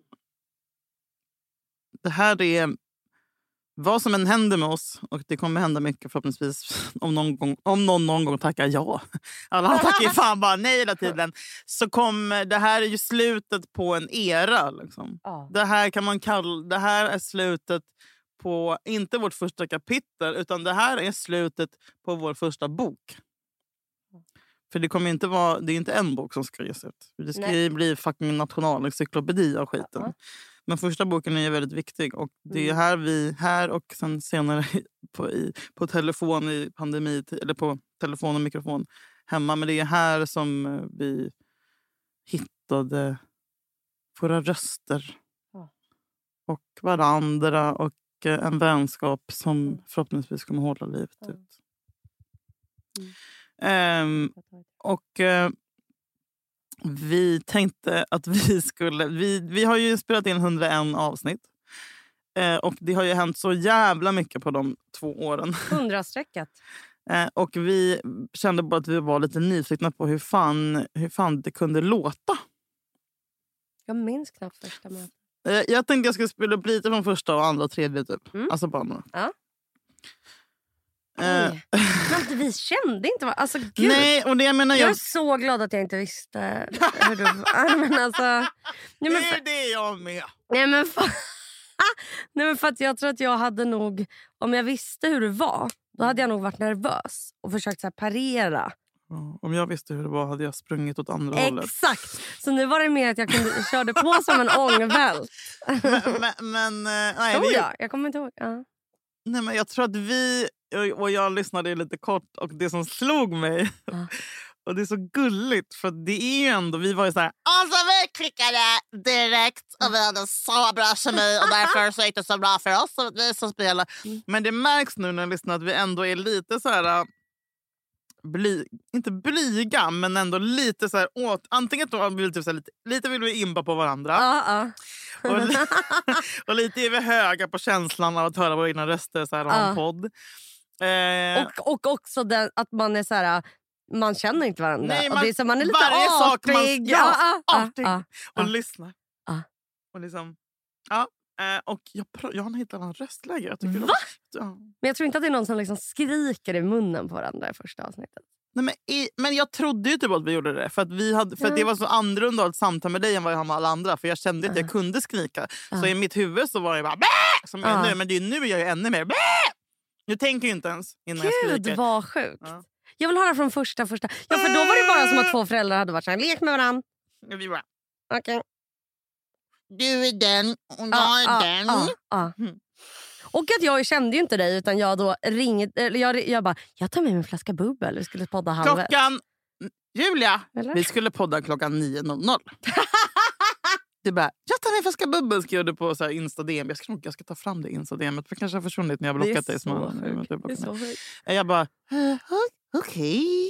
[SPEAKER 3] Det här är vad som än händer med oss, och det kommer hända mycket förhoppningsvis om någon gång, om någon någon gång tackar ja. Alla tackar ju fan bara nej hela tiden. Så kommer det här är ju slutet på en era liksom.
[SPEAKER 2] Ja.
[SPEAKER 3] Det här kan man kalla, det här är slutet på inte vårt första kapitel, utan det här är slutet på vår första bok. För det kommer inte vara, det är inte en bok som ska ges ut. Det ska
[SPEAKER 2] Nej.
[SPEAKER 3] ju bli fucking nationalencyklopedi av skiten.
[SPEAKER 2] Ja.
[SPEAKER 3] Men första boken är ju väldigt viktig. Och det är här vi, här och sen senare på, i, på telefon i pandemi, eller på telefon och mikrofon hemma. Men det är här som vi hittade våra röster.
[SPEAKER 2] Ja.
[SPEAKER 3] Och varandra och en vänskap som förhoppningsvis kommer hålla livet
[SPEAKER 2] Ja.
[SPEAKER 3] ut. Um, och uh, vi tänkte att vi skulle... Vi, vi har ju spelat in hundraen avsnitt. Uh, och det har ju hänt så jävla mycket på de två åren.
[SPEAKER 2] Hundrastrecket.
[SPEAKER 3] Uh, och vi kände bara att vi var lite nyfikna på hur fan, hur fan det kunde låta.
[SPEAKER 2] Jag minns knappt första mötet.
[SPEAKER 3] Uh, jag tänkte jag skulle spela upp lite från första och andra och tredje typ.
[SPEAKER 2] Mm.
[SPEAKER 3] Alltså bara några.
[SPEAKER 2] Ja.
[SPEAKER 3] Uh,
[SPEAKER 2] Oj. Men vi kände inte... vad- Alltså, gud.
[SPEAKER 3] nej, och det jag menar...
[SPEAKER 2] Jag är
[SPEAKER 3] Jag,
[SPEAKER 2] så glad att jag inte visste hur du var. Men alltså, nej,
[SPEAKER 3] det
[SPEAKER 2] men för,
[SPEAKER 3] är det jag med.
[SPEAKER 2] nej, men för, nej, men för att jag tror att jag hade nog... Om jag visste hur du var, då hade jag nog varit nervös och försökt så här parera.
[SPEAKER 3] Ja, om jag visste hur det var hade jag sprungit åt andra hållet.
[SPEAKER 2] Exakt! Så nu var det mer att jag kunde, körde på som en ångvält.
[SPEAKER 3] Men, men, men, eh, nej,
[SPEAKER 2] Tror
[SPEAKER 3] det,
[SPEAKER 2] jag. Jag kommer inte ihåg. Ja.
[SPEAKER 3] nej, men jag tror att vi... Och jag lyssnade lite kort och det som slog mig...
[SPEAKER 2] Ja.
[SPEAKER 3] Och det är så gulligt för det är ju ändå... Vi var ju så här...
[SPEAKER 4] Alltså vi klickade direkt och vi hade så bra kemi och därför så gick det så bra för oss och vi som spelar.
[SPEAKER 3] Men det märks nu när jag lyssnar att vi ändå är lite så här... äh, Bly, inte blyga, men ändå lite så här... Åt, antingen då vill vi typ så här, lite, lite vill vi imba på varandra.
[SPEAKER 2] Ja, ja.
[SPEAKER 3] Och, li- och lite är vi höga på känslan av att höra våra egna röster så här, och ha en
[SPEAKER 2] Ja.
[SPEAKER 3] podd. Eh,
[SPEAKER 2] Och, och också den, att man är så här... Man känner inte varandra.
[SPEAKER 3] Nej,
[SPEAKER 2] och
[SPEAKER 3] man-
[SPEAKER 2] det är så, man är lite
[SPEAKER 3] varje sak man-
[SPEAKER 2] artig.
[SPEAKER 3] ja,
[SPEAKER 2] ja, ja,
[SPEAKER 3] artig.
[SPEAKER 2] ja.
[SPEAKER 3] och
[SPEAKER 2] Ja.
[SPEAKER 3] lyssnar.
[SPEAKER 2] Ja.
[SPEAKER 3] Och liksom... Ja. Eh, och jag, pr- jag har en helt annan röstläge. Jag tycker
[SPEAKER 2] Va?
[SPEAKER 3] det- ja.
[SPEAKER 2] Men jag tror inte att det är någon som liksom skriker i munnen på varandra i första avsnittet.
[SPEAKER 3] Nej, men, i, men jag trodde ju typ att vi gjorde det. För att, vi hade, för att
[SPEAKER 2] Ja.
[SPEAKER 3] det var så annorlunda att ha ett samtal med dig än vad jag har med alla andra. För jag kände att jag
[SPEAKER 2] Ja.
[SPEAKER 3] kunde skrika. Så
[SPEAKER 2] Ja.
[SPEAKER 3] i mitt huvud så var jag bara... Bäh! Som jag är
[SPEAKER 2] Ja.
[SPEAKER 3] nu. Men det är nu jag är ännu mer... Bäh! Nu tänker jag inte ens innan jag
[SPEAKER 2] Gud
[SPEAKER 3] skriker.
[SPEAKER 2] vad sjukt.
[SPEAKER 3] Ja.
[SPEAKER 2] Jag vill höra från första första. Ja, för då var det bara som att två föräldrar hade varit så här, lek med varandra.
[SPEAKER 3] Vi bara...
[SPEAKER 2] Okej.
[SPEAKER 4] Du är den och jag
[SPEAKER 2] Ja,
[SPEAKER 4] är
[SPEAKER 2] ja,
[SPEAKER 4] den.
[SPEAKER 2] ja, ja.
[SPEAKER 3] Mm.
[SPEAKER 2] Och att jag kände ju inte dig utan jag då ringde, eller jag, jag bara, jag tar med mig en flaska bubbel. Vi skulle podda halv ett.
[SPEAKER 3] Klockan... Julia,
[SPEAKER 2] Eller?
[SPEAKER 3] vi skulle podda klockan nio noll noll. Det bara, jag tar med en flaska bubbel, skrev du på så här Insta-D M. Jag ska, nog- jag ska ta fram det Insta-D M. För kanske har försvunnit när jag har
[SPEAKER 2] Det är
[SPEAKER 3] blockat dig. som
[SPEAKER 2] så
[SPEAKER 3] har-
[SPEAKER 2] sjukt.
[SPEAKER 3] jag har
[SPEAKER 2] Det är så sjukt.
[SPEAKER 3] Jag bara, eh, okej.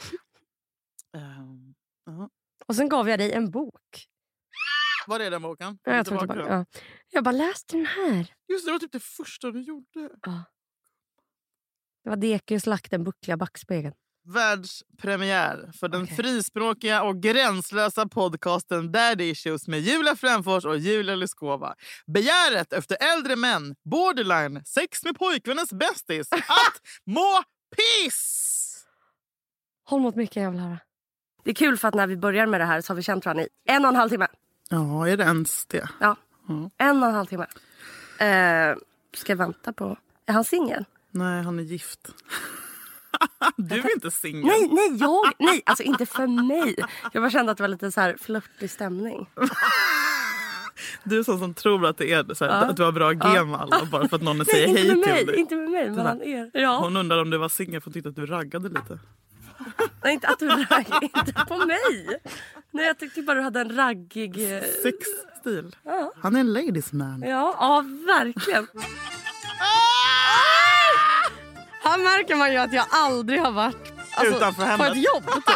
[SPEAKER 3] Ehm, ja.
[SPEAKER 2] Och sen gav jag dig en bok.
[SPEAKER 3] Var är den boken?
[SPEAKER 2] Ja, jag
[SPEAKER 3] Lite
[SPEAKER 2] tror inte
[SPEAKER 3] bakgrund.
[SPEAKER 2] bara, ja. Jag bara, läste den här.
[SPEAKER 3] Just det, det var typ det första du gjorde.
[SPEAKER 2] Ja. Det var Dekus lagt den buckliga backspegeln.
[SPEAKER 3] Världspremiär för den
[SPEAKER 2] Okej.
[SPEAKER 3] frispråkiga och gränslösa podcasten Daddy Issues med Julia Fränfors och Julia Lyskova. Begäret efter äldre män, borderline, sex med pojkvännens bästis, att må piss!
[SPEAKER 2] Håll mot mycket, jag vill höra. Det är kul för att när vi börjar med det här så har vi känt varandra i en och en halv timme.
[SPEAKER 3] Ja, är det ens det?
[SPEAKER 2] Ja,
[SPEAKER 3] Mm.
[SPEAKER 2] en och en halv timme. Eh, ska jag vänta på... Är han singel?
[SPEAKER 3] Nej, han är gift. Du är inte singel.
[SPEAKER 2] Nej, nej, jag... Nej, alltså inte för mig. Jag bara kände att det var lite så här flörtig stämning.
[SPEAKER 3] Du är sån som tror att det är så här,
[SPEAKER 2] Ja.
[SPEAKER 3] att du har bra gen med alla bara för att någon säger
[SPEAKER 2] Nej,
[SPEAKER 3] hej
[SPEAKER 2] inte med
[SPEAKER 3] till
[SPEAKER 2] mig,
[SPEAKER 3] dig.
[SPEAKER 2] inte med mig, men han är... Ja.
[SPEAKER 3] Hon undrar om du var singel för att tyckte att du raggade lite.
[SPEAKER 2] Nej, inte att du ragg, inte på mig. Nej, jag tyckte bara du hade en raggig... eh,
[SPEAKER 3] Sexstil.
[SPEAKER 2] Ja,
[SPEAKER 3] Han är en ladies man.
[SPEAKER 2] ja, ja verkligen. Här märker man ju att jag aldrig har varit alltså,
[SPEAKER 3] Utanför
[SPEAKER 2] på
[SPEAKER 3] hemmet.
[SPEAKER 2] ett jobb. Typ.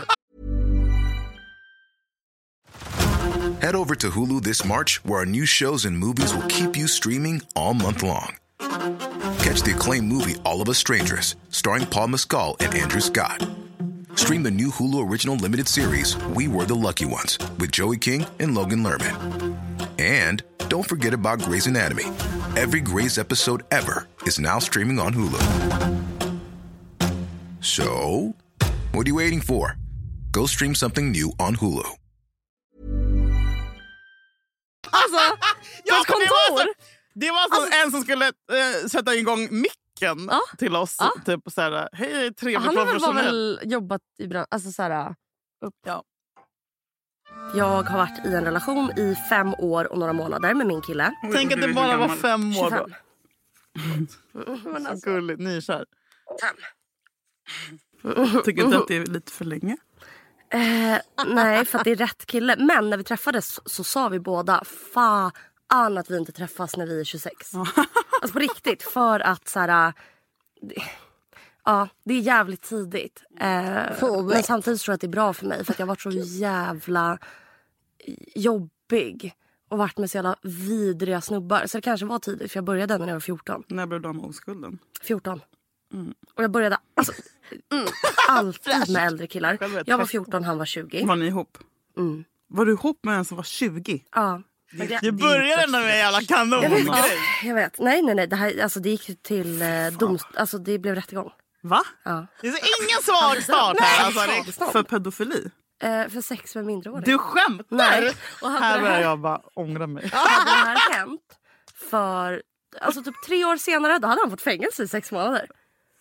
[SPEAKER 5] Head over to Hulu this March, where our new shows and movies will keep you streaming all month long. Catch the acclaimed movie All of Us Strangers, starring Paul Mescal and Andrew Scott. Stream the new Hulu original limited series We Were the Lucky Ones with Joey King and Logan Lerman. And don't forget about Grey's Anatomy. Every Grey's episode ever is now streaming on Hulu. So, what are you waiting for? Go stream something new on Hulu.
[SPEAKER 2] Alltså,
[SPEAKER 3] Ja,
[SPEAKER 2] på ett
[SPEAKER 3] det var,
[SPEAKER 2] kontor.
[SPEAKER 3] så, det var som
[SPEAKER 2] Alltså-
[SPEAKER 3] en som skulle äh, sätta igång micken
[SPEAKER 2] Ja.
[SPEAKER 3] till oss.
[SPEAKER 2] Ja.
[SPEAKER 3] Typ så här, hej, jag är trevlig
[SPEAKER 2] Han har väl, var
[SPEAKER 3] professionell.
[SPEAKER 2] väl jobbat i branschen. Alltså så här, upp.
[SPEAKER 3] Ja.
[SPEAKER 2] Jag har varit i en relation i fem år och några månader med min kille.
[SPEAKER 3] Tänk att det bara var fem år då.
[SPEAKER 2] tjugofem. Men
[SPEAKER 3] Så
[SPEAKER 2] alltså,
[SPEAKER 3] gulligt, nykär.
[SPEAKER 2] fem.
[SPEAKER 3] Tycker inte att det är lite för länge?
[SPEAKER 2] Eh, nej, för att det är rätt kille. Men när vi träffades så, så sa vi båda fan att vi inte träffas när vi är tjugosex. Alltså på riktigt. För att så här... Det, ja, det är jävligt tidigt. Eh, men samtidigt tror jag att det är bra för mig. För att jag har varit så jävla jobbig. Och varit med så jävla vidriga snubbar. Så det kanske var tidigt, för jag började när jag var fjorton.
[SPEAKER 3] När blev du av med oskulden?
[SPEAKER 2] fjorton. Mm. Och jag började alltså, mm, alltid med äldre killar.
[SPEAKER 3] Själv vet
[SPEAKER 2] Jag var
[SPEAKER 3] jag.
[SPEAKER 2] fjorton, han var tjugo.
[SPEAKER 3] Var ni ihop?
[SPEAKER 2] Mm.
[SPEAKER 3] Var du ihop med en som var tjugo?
[SPEAKER 2] Ja. Men det-
[SPEAKER 3] Det började ändå med en jävla kanon.
[SPEAKER 2] Jag vet, ja, jag vet. Nej, nej, nej. Det, här, alltså, det gick till eh, dom... Alltså det blev rättegång.
[SPEAKER 3] Va?
[SPEAKER 2] Ja.
[SPEAKER 3] Det är så ingen svag start här. Alltså, det är
[SPEAKER 2] Skadestånd.
[SPEAKER 3] för pedofili.
[SPEAKER 2] Eh, för sex med minderårig.
[SPEAKER 3] Du skämtar?
[SPEAKER 2] Nej. Och hade
[SPEAKER 3] Här
[SPEAKER 2] det
[SPEAKER 3] börjar
[SPEAKER 2] här,
[SPEAKER 3] jag bara ångra mig.
[SPEAKER 2] hade det här hänt för... Alltså typ tre år senare, då hade han fått fängelse i sex månader.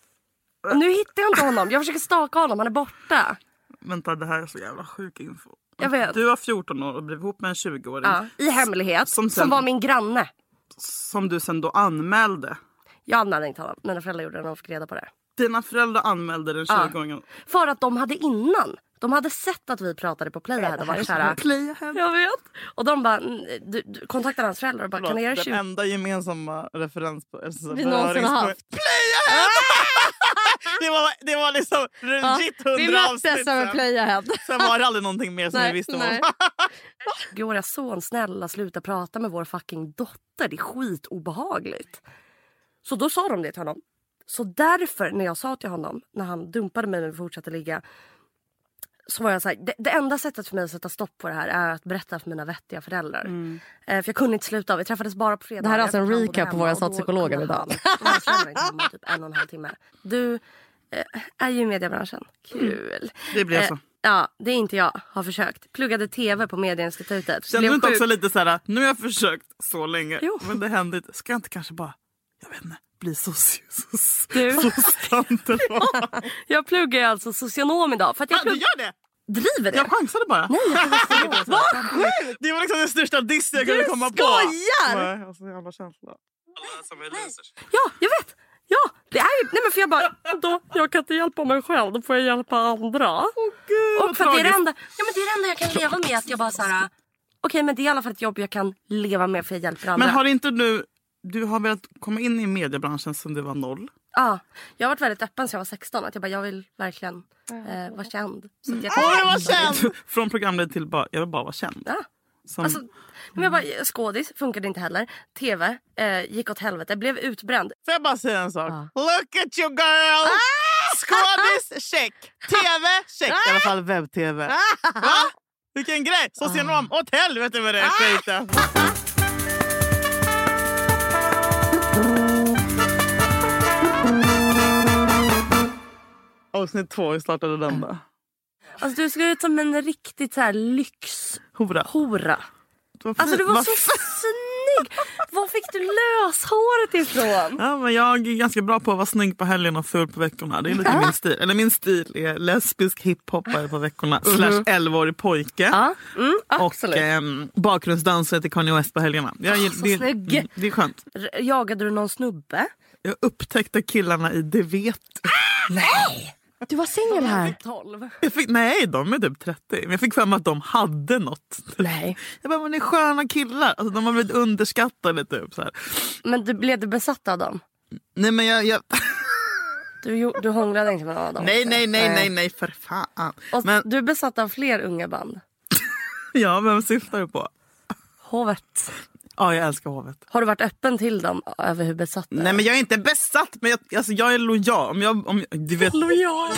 [SPEAKER 2] Och nu hittar jag inte honom. Jag försöker staka honom, han är borta.
[SPEAKER 3] Vänta, det här är så jävla sjuk info.
[SPEAKER 2] Jag vet.
[SPEAKER 3] Du var fjorton år och blev ihop med en tjugoåring.
[SPEAKER 2] Ja, i hemlighet.
[SPEAKER 3] Som
[SPEAKER 2] Som,
[SPEAKER 3] sen-
[SPEAKER 2] var min granne.
[SPEAKER 3] Som du sen då anmälde.
[SPEAKER 2] Jag anmälde inte honom. Mina föräldrar gjorde det när de fick reda på det.
[SPEAKER 3] Dina föräldrar anmälde den
[SPEAKER 2] Ja.
[SPEAKER 3] tjugoåringen.
[SPEAKER 2] För att de hade innan. De hade sett att vi pratade på Playahead och varit såhär...
[SPEAKER 3] Playahead.
[SPEAKER 2] Jag vet. Och de bara, mm, du, du kontaktade hans föräldrar och bara, kan ni göra
[SPEAKER 3] Den
[SPEAKER 2] tjugo...
[SPEAKER 3] enda gemensamma referens på... Alltså,
[SPEAKER 2] Vi någonsin har haft.
[SPEAKER 3] Playahead! det, var, det var liksom legit
[SPEAKER 2] Vi
[SPEAKER 3] hundra avsnitt
[SPEAKER 2] möttes över
[SPEAKER 3] sen.
[SPEAKER 2] Playahead.
[SPEAKER 3] Sen var det aldrig någonting mer som
[SPEAKER 2] Nej,
[SPEAKER 3] vi visste om.
[SPEAKER 2] nej. Gloria, son, snälla sluta prata med vår fucking dotter. Det är skitobehagligt. Så då sa de det till honom. Så därför när jag sa till honom, när han dumpade mig när vi fortsatte ligga, så var jag så här, det, det enda sättet för mig att sätta stopp på det här är att berätta för mina vettiga föräldrar.
[SPEAKER 3] Mm.
[SPEAKER 2] Eh, för jag kunde inte sluta. Vi träffades bara på fredag.
[SPEAKER 6] Det här är alltså en
[SPEAKER 2] Jag bodde
[SPEAKER 6] recap på
[SPEAKER 2] hemma
[SPEAKER 6] vad jag
[SPEAKER 2] och
[SPEAKER 6] sa
[SPEAKER 2] då
[SPEAKER 6] till psykologen
[SPEAKER 2] kunde
[SPEAKER 6] idag.
[SPEAKER 2] han- och hans föräldrar inte hemma typ en och en halv timme. Du eh, är ju i mediebranschen. Kul.
[SPEAKER 3] Det blev
[SPEAKER 2] Eh,
[SPEAKER 3] så.
[SPEAKER 2] Ja, det är inte jag. Har försökt. Pluggade tv på Medieinstitutet.
[SPEAKER 3] Kände
[SPEAKER 2] Blev
[SPEAKER 3] du inte
[SPEAKER 2] sjuk.
[SPEAKER 3] också lite så här, nu har jag försökt så länge,
[SPEAKER 2] Jo.
[SPEAKER 3] men det hände inte. Ska jag inte kanske bara, jag vet inte, bli soci... soc-
[SPEAKER 2] Du.
[SPEAKER 3] Soc-tant eller vad?
[SPEAKER 2] Jag pluggar alltså socionom idag. För att jag
[SPEAKER 3] Ja, du
[SPEAKER 2] plugg...
[SPEAKER 3] gör det!
[SPEAKER 2] driver det.
[SPEAKER 3] Jag chansade bara.
[SPEAKER 2] Nej, jag pluggar socionom. Vad sjukt!
[SPEAKER 3] Det var liksom den största diss jag kunde komma på.
[SPEAKER 2] skojar!
[SPEAKER 3] Nej, alltså jävla känsla. Alla som är losers.
[SPEAKER 2] Ja, jag vet. Ja, det är ju... Nej, men för jag bara... Då, jag kan inte hjälpa mig själv. Då får jag hjälpa andra.
[SPEAKER 3] Åh gud, vad
[SPEAKER 2] Och för att det är det
[SPEAKER 3] tragiskt.
[SPEAKER 2] enda... Ja, men det är det enda jag kan leva med. Att jag bara så här... Okej, men det är i alla fall ett jobb jag kan leva med för jag hjälper andra.
[SPEAKER 3] Men har inte du... Du har velat komma in i mediebranschen sen du var noll.
[SPEAKER 2] Ja, jag har varit väldigt öppen sen jag var sexton. Att jag bara, jag vill verkligen eh, vara känd. Så att jag kan...
[SPEAKER 3] Åh, jag var känd! Från programledare till bara, jag vill bara vara känd.
[SPEAKER 2] Ja.
[SPEAKER 3] Som...
[SPEAKER 2] Alltså, men jag bara, skådis funkade inte heller. T V eh, gick åt helvete. Blev utbränd.
[SPEAKER 3] Får jag bara säga en sak?
[SPEAKER 2] Ja.
[SPEAKER 3] Look at you girl!
[SPEAKER 2] Ah!
[SPEAKER 3] Skådis, check. T V, check. I alla fall webb-tv. Va? Vilken grej! Så ser
[SPEAKER 2] Ah.
[SPEAKER 3] om åt helvete med det skiten. Avsnitt två, vi startade den då.
[SPEAKER 2] Alltså du skulle ut som en riktigt så här lyx
[SPEAKER 3] Hora.
[SPEAKER 2] hora.
[SPEAKER 3] Vad
[SPEAKER 2] Alltså du
[SPEAKER 3] fint.
[SPEAKER 2] var
[SPEAKER 3] Vad
[SPEAKER 2] så
[SPEAKER 3] fint.
[SPEAKER 2] snygg. Var fick du löshåret ifrån?
[SPEAKER 3] Ja, men jag är ganska bra på att vara snygg på helgen och ful på veckorna. Det är lite min stil. Eller min stil är lesbisk hiphoppare på veckorna. Slash elvaårig pojke.
[SPEAKER 2] Ja, mm,
[SPEAKER 3] Och
[SPEAKER 2] absolut.
[SPEAKER 3] eh, bakgrundsdansare till Kanye West på helgerna. Jag,
[SPEAKER 2] Ah, så
[SPEAKER 3] det,
[SPEAKER 2] snygg.
[SPEAKER 3] mm, det är skönt.
[SPEAKER 2] R- Jagade du någon snubbe?
[SPEAKER 3] Jag upptäckte killarna i Det vet.
[SPEAKER 2] Nej. Du var singel här. tolv.
[SPEAKER 3] Jag fick, nej, de är typ trettio. Men jag fick för mig att de hade något.
[SPEAKER 2] Nej.
[SPEAKER 3] Jag bara, men det är sköna killar. Alltså, de har blivit underskattade typ. Så här.
[SPEAKER 2] Men du, blev du besatt av dem?
[SPEAKER 3] Nej, men jag... jag...
[SPEAKER 2] Du, gjo- du hånglade inte med någon av dem?
[SPEAKER 3] nej, nej, nej, nej, nej, för fan.
[SPEAKER 2] Och
[SPEAKER 3] Men,
[SPEAKER 2] du är besatt av fler unga band?
[SPEAKER 3] ja, vem syftar du på?
[SPEAKER 2] Hovet.
[SPEAKER 3] Ja, jag älskar hovet.
[SPEAKER 2] Har du varit öppen till dem över hur besatt du är?
[SPEAKER 3] Nej, men jag är inte besatt, men jag, alltså, jag är lojal. Om jag, om jag, du vet...
[SPEAKER 2] Lojal.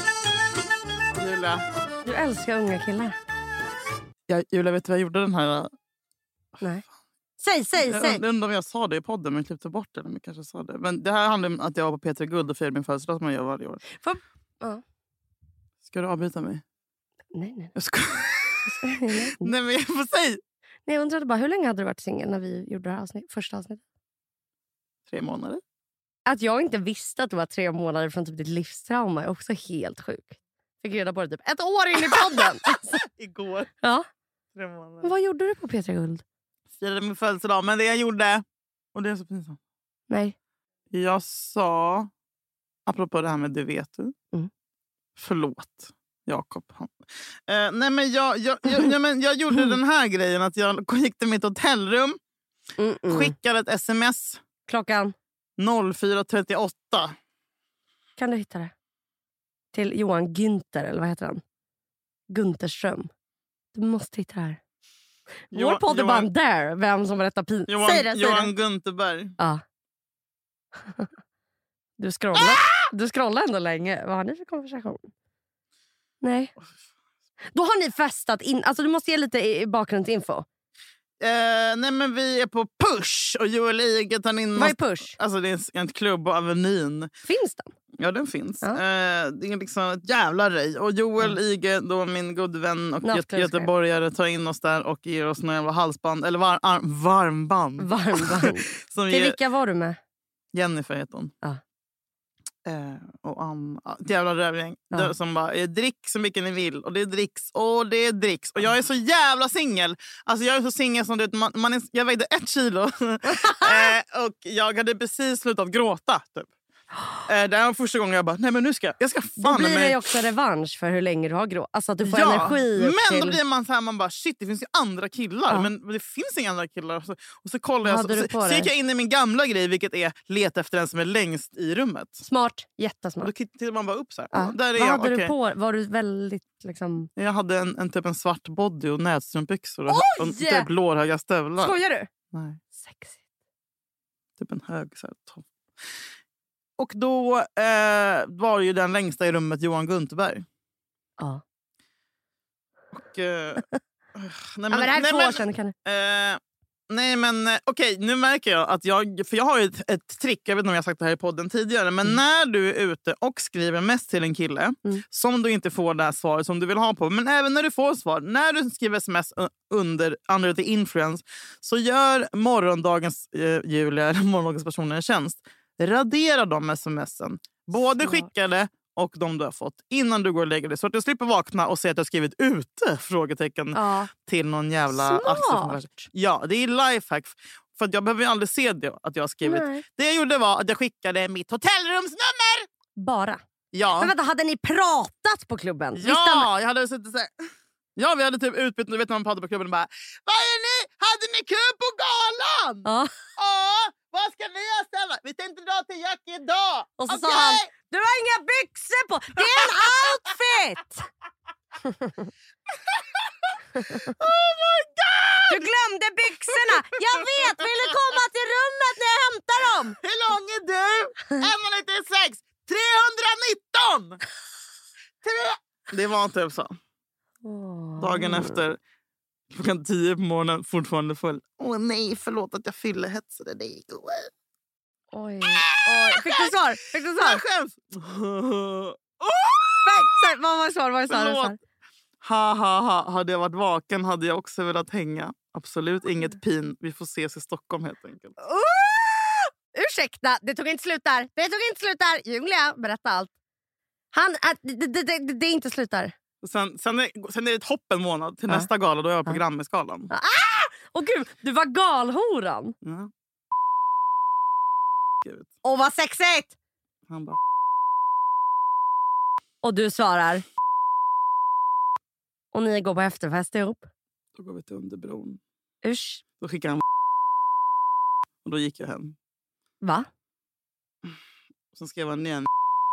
[SPEAKER 3] Julia.
[SPEAKER 2] Du älskar unga killar.
[SPEAKER 3] Jag, Julia, vet du vad jag gjorde den här...
[SPEAKER 2] Nej. Säg, säg,
[SPEAKER 3] Jag
[SPEAKER 2] säg.
[SPEAKER 3] undrar om jag sa det i podden, men jag klippte bort det. Men jag kanske sa det. Men det här handlar om att jag var på P tre Guld och firade min födelsedag som jag gör varje år.
[SPEAKER 2] Får... Ja.
[SPEAKER 3] Ska du avbryta mig?
[SPEAKER 2] Nej, nej.
[SPEAKER 3] Jag ska...
[SPEAKER 2] nej, nej.
[SPEAKER 3] Nej, men jag får säga.
[SPEAKER 2] Nej, jag undrade bara, hur länge hade du varit singel när vi gjorde det här avsnitt, första avsnittet?
[SPEAKER 3] Tre månader.
[SPEAKER 2] Att jag inte visste att det var tre månader från typ ditt livstrauma är också helt sjukt. Fick reda på det typ ett år in i podden. Alltså,
[SPEAKER 3] Igår.
[SPEAKER 2] ja.
[SPEAKER 3] Tre
[SPEAKER 2] Men
[SPEAKER 3] månader.
[SPEAKER 2] vad gjorde du på P tre Guld?
[SPEAKER 3] Firade min födelsedag. Men det jag gjorde... Och det är så pinsamt.
[SPEAKER 2] Nej.
[SPEAKER 3] Jag sa... Apropå det här med det vet du.
[SPEAKER 2] Mm.
[SPEAKER 3] Förlåt, Jakob. Han- Eh, nej, men jag, jag, jag, jag, men jag gjorde den här grejen. Att jag gick till mitt hotellrum.
[SPEAKER 2] Mm -mm.
[SPEAKER 3] Skickade ett sms.
[SPEAKER 2] Klockan.
[SPEAKER 3] fyra trettioåtta.
[SPEAKER 2] Kan du hitta det? Till Johan Günther, eller vad heter han? Gunterström. Du måste hitta det här. Vår
[SPEAKER 3] Johan-
[SPEAKER 2] podd är bara
[SPEAKER 3] Johan-
[SPEAKER 2] en där. Vem som berättar pin.
[SPEAKER 3] Johan,
[SPEAKER 2] säg det, säg
[SPEAKER 3] Johan
[SPEAKER 2] det.
[SPEAKER 3] Gunterberg.
[SPEAKER 2] Ja. Du scrollar, du scrollar ändå länge. Vad har ni för konversation? Nej. Då har ni festat in. Alltså du måste ge lite i- bakgrundsinfo.
[SPEAKER 3] Eh, nej, men vi är på Push. Och Joel Ige tar in...
[SPEAKER 2] Vad är Push?
[SPEAKER 3] Alltså det är en, en klubb på Avenyn.
[SPEAKER 2] Finns den?
[SPEAKER 3] Ja, den finns.
[SPEAKER 2] Ja.
[SPEAKER 3] Eh, det är liksom ett jävla rej. Och Joel
[SPEAKER 2] Mm.
[SPEAKER 3] Ige, då min god vän och
[SPEAKER 2] Nattklubbschef.
[SPEAKER 3] göte- göteborgare, tar in oss där och ger oss några jävla halsband. Eller var, ar, varmband.
[SPEAKER 2] Varmband.
[SPEAKER 3] Som
[SPEAKER 2] Till
[SPEAKER 3] ger,
[SPEAKER 2] vilka var du med?
[SPEAKER 3] Jennifer heter hon.
[SPEAKER 2] Ja.
[SPEAKER 3] Eh, och Anna. Ja, ett jävla rövgäng.
[SPEAKER 2] Ja.
[SPEAKER 3] Där Som bara, eh, drick så mycket ni vill. Och det dricks och det dricks. Och jag är så jävla singel. Alltså jag är så singel som du vet, man, man är, jag vägde ett kilo. eh, och jag hade precis slutat gråta. Typ. Eh, det här var första gången jag bara, nej men nu ska jag. Jag ska
[SPEAKER 2] Då
[SPEAKER 3] fan
[SPEAKER 2] blir det
[SPEAKER 3] med
[SPEAKER 2] ju också revansch för hur länge du har grå. Alltså att du får
[SPEAKER 3] ja,
[SPEAKER 2] energi upp
[SPEAKER 3] men
[SPEAKER 2] till...
[SPEAKER 3] då blir man så här, man bara shit, det finns ju andra killar.
[SPEAKER 2] Ja.
[SPEAKER 3] Men det finns inga andra killar. Och så, och så kollar jag, så,
[SPEAKER 2] Hade du
[SPEAKER 3] så,
[SPEAKER 2] på
[SPEAKER 3] så
[SPEAKER 2] dig?
[SPEAKER 3] gick jag in i min gamla grej, vilket är leta efter den som är längst i rummet.
[SPEAKER 2] Smart,
[SPEAKER 3] Och
[SPEAKER 2] jättesmart.
[SPEAKER 3] då tittar man bara upp så här.
[SPEAKER 2] Ja.
[SPEAKER 3] Ja, där är
[SPEAKER 2] Vad
[SPEAKER 3] jag.
[SPEAKER 2] hade
[SPEAKER 3] Okej.
[SPEAKER 2] du på? Var du väldigt liksom...
[SPEAKER 3] Jag hade en, en typ en svart body och nätstrumpbyxor och,
[SPEAKER 2] Oj!
[SPEAKER 3] och typ lårhöga stövlar.
[SPEAKER 2] Skojar du?
[SPEAKER 3] Nej,
[SPEAKER 2] Sexigt.
[SPEAKER 3] typ en hög så här, topp. Och då eh, var ju den längsta i rummet Johan Gunterberg.
[SPEAKER 2] Ja.
[SPEAKER 3] Och, eh, nej,
[SPEAKER 2] Men, ja, men det här är
[SPEAKER 3] nej,
[SPEAKER 2] två
[SPEAKER 3] men-
[SPEAKER 2] år sedan. Kan...
[SPEAKER 3] Eh, nej men eh, okej, nu märker jag att jag, för jag har ju ett, ett trick, jag vet inte om jag har sagt det här i podden tidigare, men
[SPEAKER 2] Mm.
[SPEAKER 3] när du är ute och skriver mest till en kille
[SPEAKER 2] Mm.
[SPEAKER 3] som du inte får det här svaret som du vill ha på, men även när du får svar, när du skriver sms u- under under the influence, så gör morgondagens eh, Julia, eller morgondagens personer en tjänst. Radera de smsen, både
[SPEAKER 2] Smart.
[SPEAKER 3] skickade och de du har fått, innan du går och lägger dig, så att du slipper vakna och se att du har skrivit ute frågetecken
[SPEAKER 2] Ja.
[SPEAKER 3] till någon jävla
[SPEAKER 2] Smart.
[SPEAKER 3] Ja, det är lifehack. För att jag behöver ju aldrig se det att jag har skrivit.
[SPEAKER 2] Nej.
[SPEAKER 3] Det jag gjorde var att jag skickade mitt hotellrumsnummer.
[SPEAKER 2] Bara.
[SPEAKER 3] Ja,
[SPEAKER 2] Men vänta, hade ni pratat på klubben? Visste han-
[SPEAKER 3] ja jag hade suttit så här. Ja, vi hade typ utbytt, du vet när man pratar på klubben och bara, vad är ni? Hade ni kul på galan?
[SPEAKER 2] Ja.
[SPEAKER 3] Ja, vad ska ni ha ställt? Vi tänkte dra till Jack idag.
[SPEAKER 2] Och så
[SPEAKER 3] Okej.
[SPEAKER 2] sa han, du har inga byxor på. Det är en outfit!
[SPEAKER 3] Oh my god!
[SPEAKER 2] Du glömde byxorna. Jag vet, vill du komma till rummet när jag hämtar dem?
[SPEAKER 3] Hur lång är du? ett nittiosex. trehundranitton! Tre... Det var typ så. Dagen efter, klockan tio på morgonen, fortfarande full. Åh nej, förlåt att jag fyllehetsade dig.
[SPEAKER 2] Oj, oj. Fick du svar? Fick du svar?
[SPEAKER 3] Jag skäms.
[SPEAKER 2] Nej, vad var svar? Vad var svar?
[SPEAKER 3] Förlåt. Ha, ha, ha. Hade jag varit vaken hade jag också velat hänga. Absolut inget pin. Vi får ses i Stockholm helt enkelt.
[SPEAKER 2] Uh! Ursäkta, det tog inte slut där. Det tog inte slut där. Julia, berätta allt. Han, äh, det, det, det, det är inte slut där.
[SPEAKER 3] Sen, sen, är, sen är det ett hopp en månad till
[SPEAKER 2] Ja.
[SPEAKER 3] nästa gala. Då är jag på
[SPEAKER 2] Ja.
[SPEAKER 3] Grammisgalan.
[SPEAKER 2] Ah! Åh gud, du var galhoran.
[SPEAKER 3] Ja. Gud.
[SPEAKER 2] Och vad sexigt.
[SPEAKER 3] Han bara...
[SPEAKER 2] Och du svarar. Och ni går på efterfest ihop.
[SPEAKER 3] Då går vi till Underbron.
[SPEAKER 2] Usch.
[SPEAKER 3] Då skickade han... Och då gick jag hem.
[SPEAKER 2] Va?
[SPEAKER 3] Sen skrev han igen.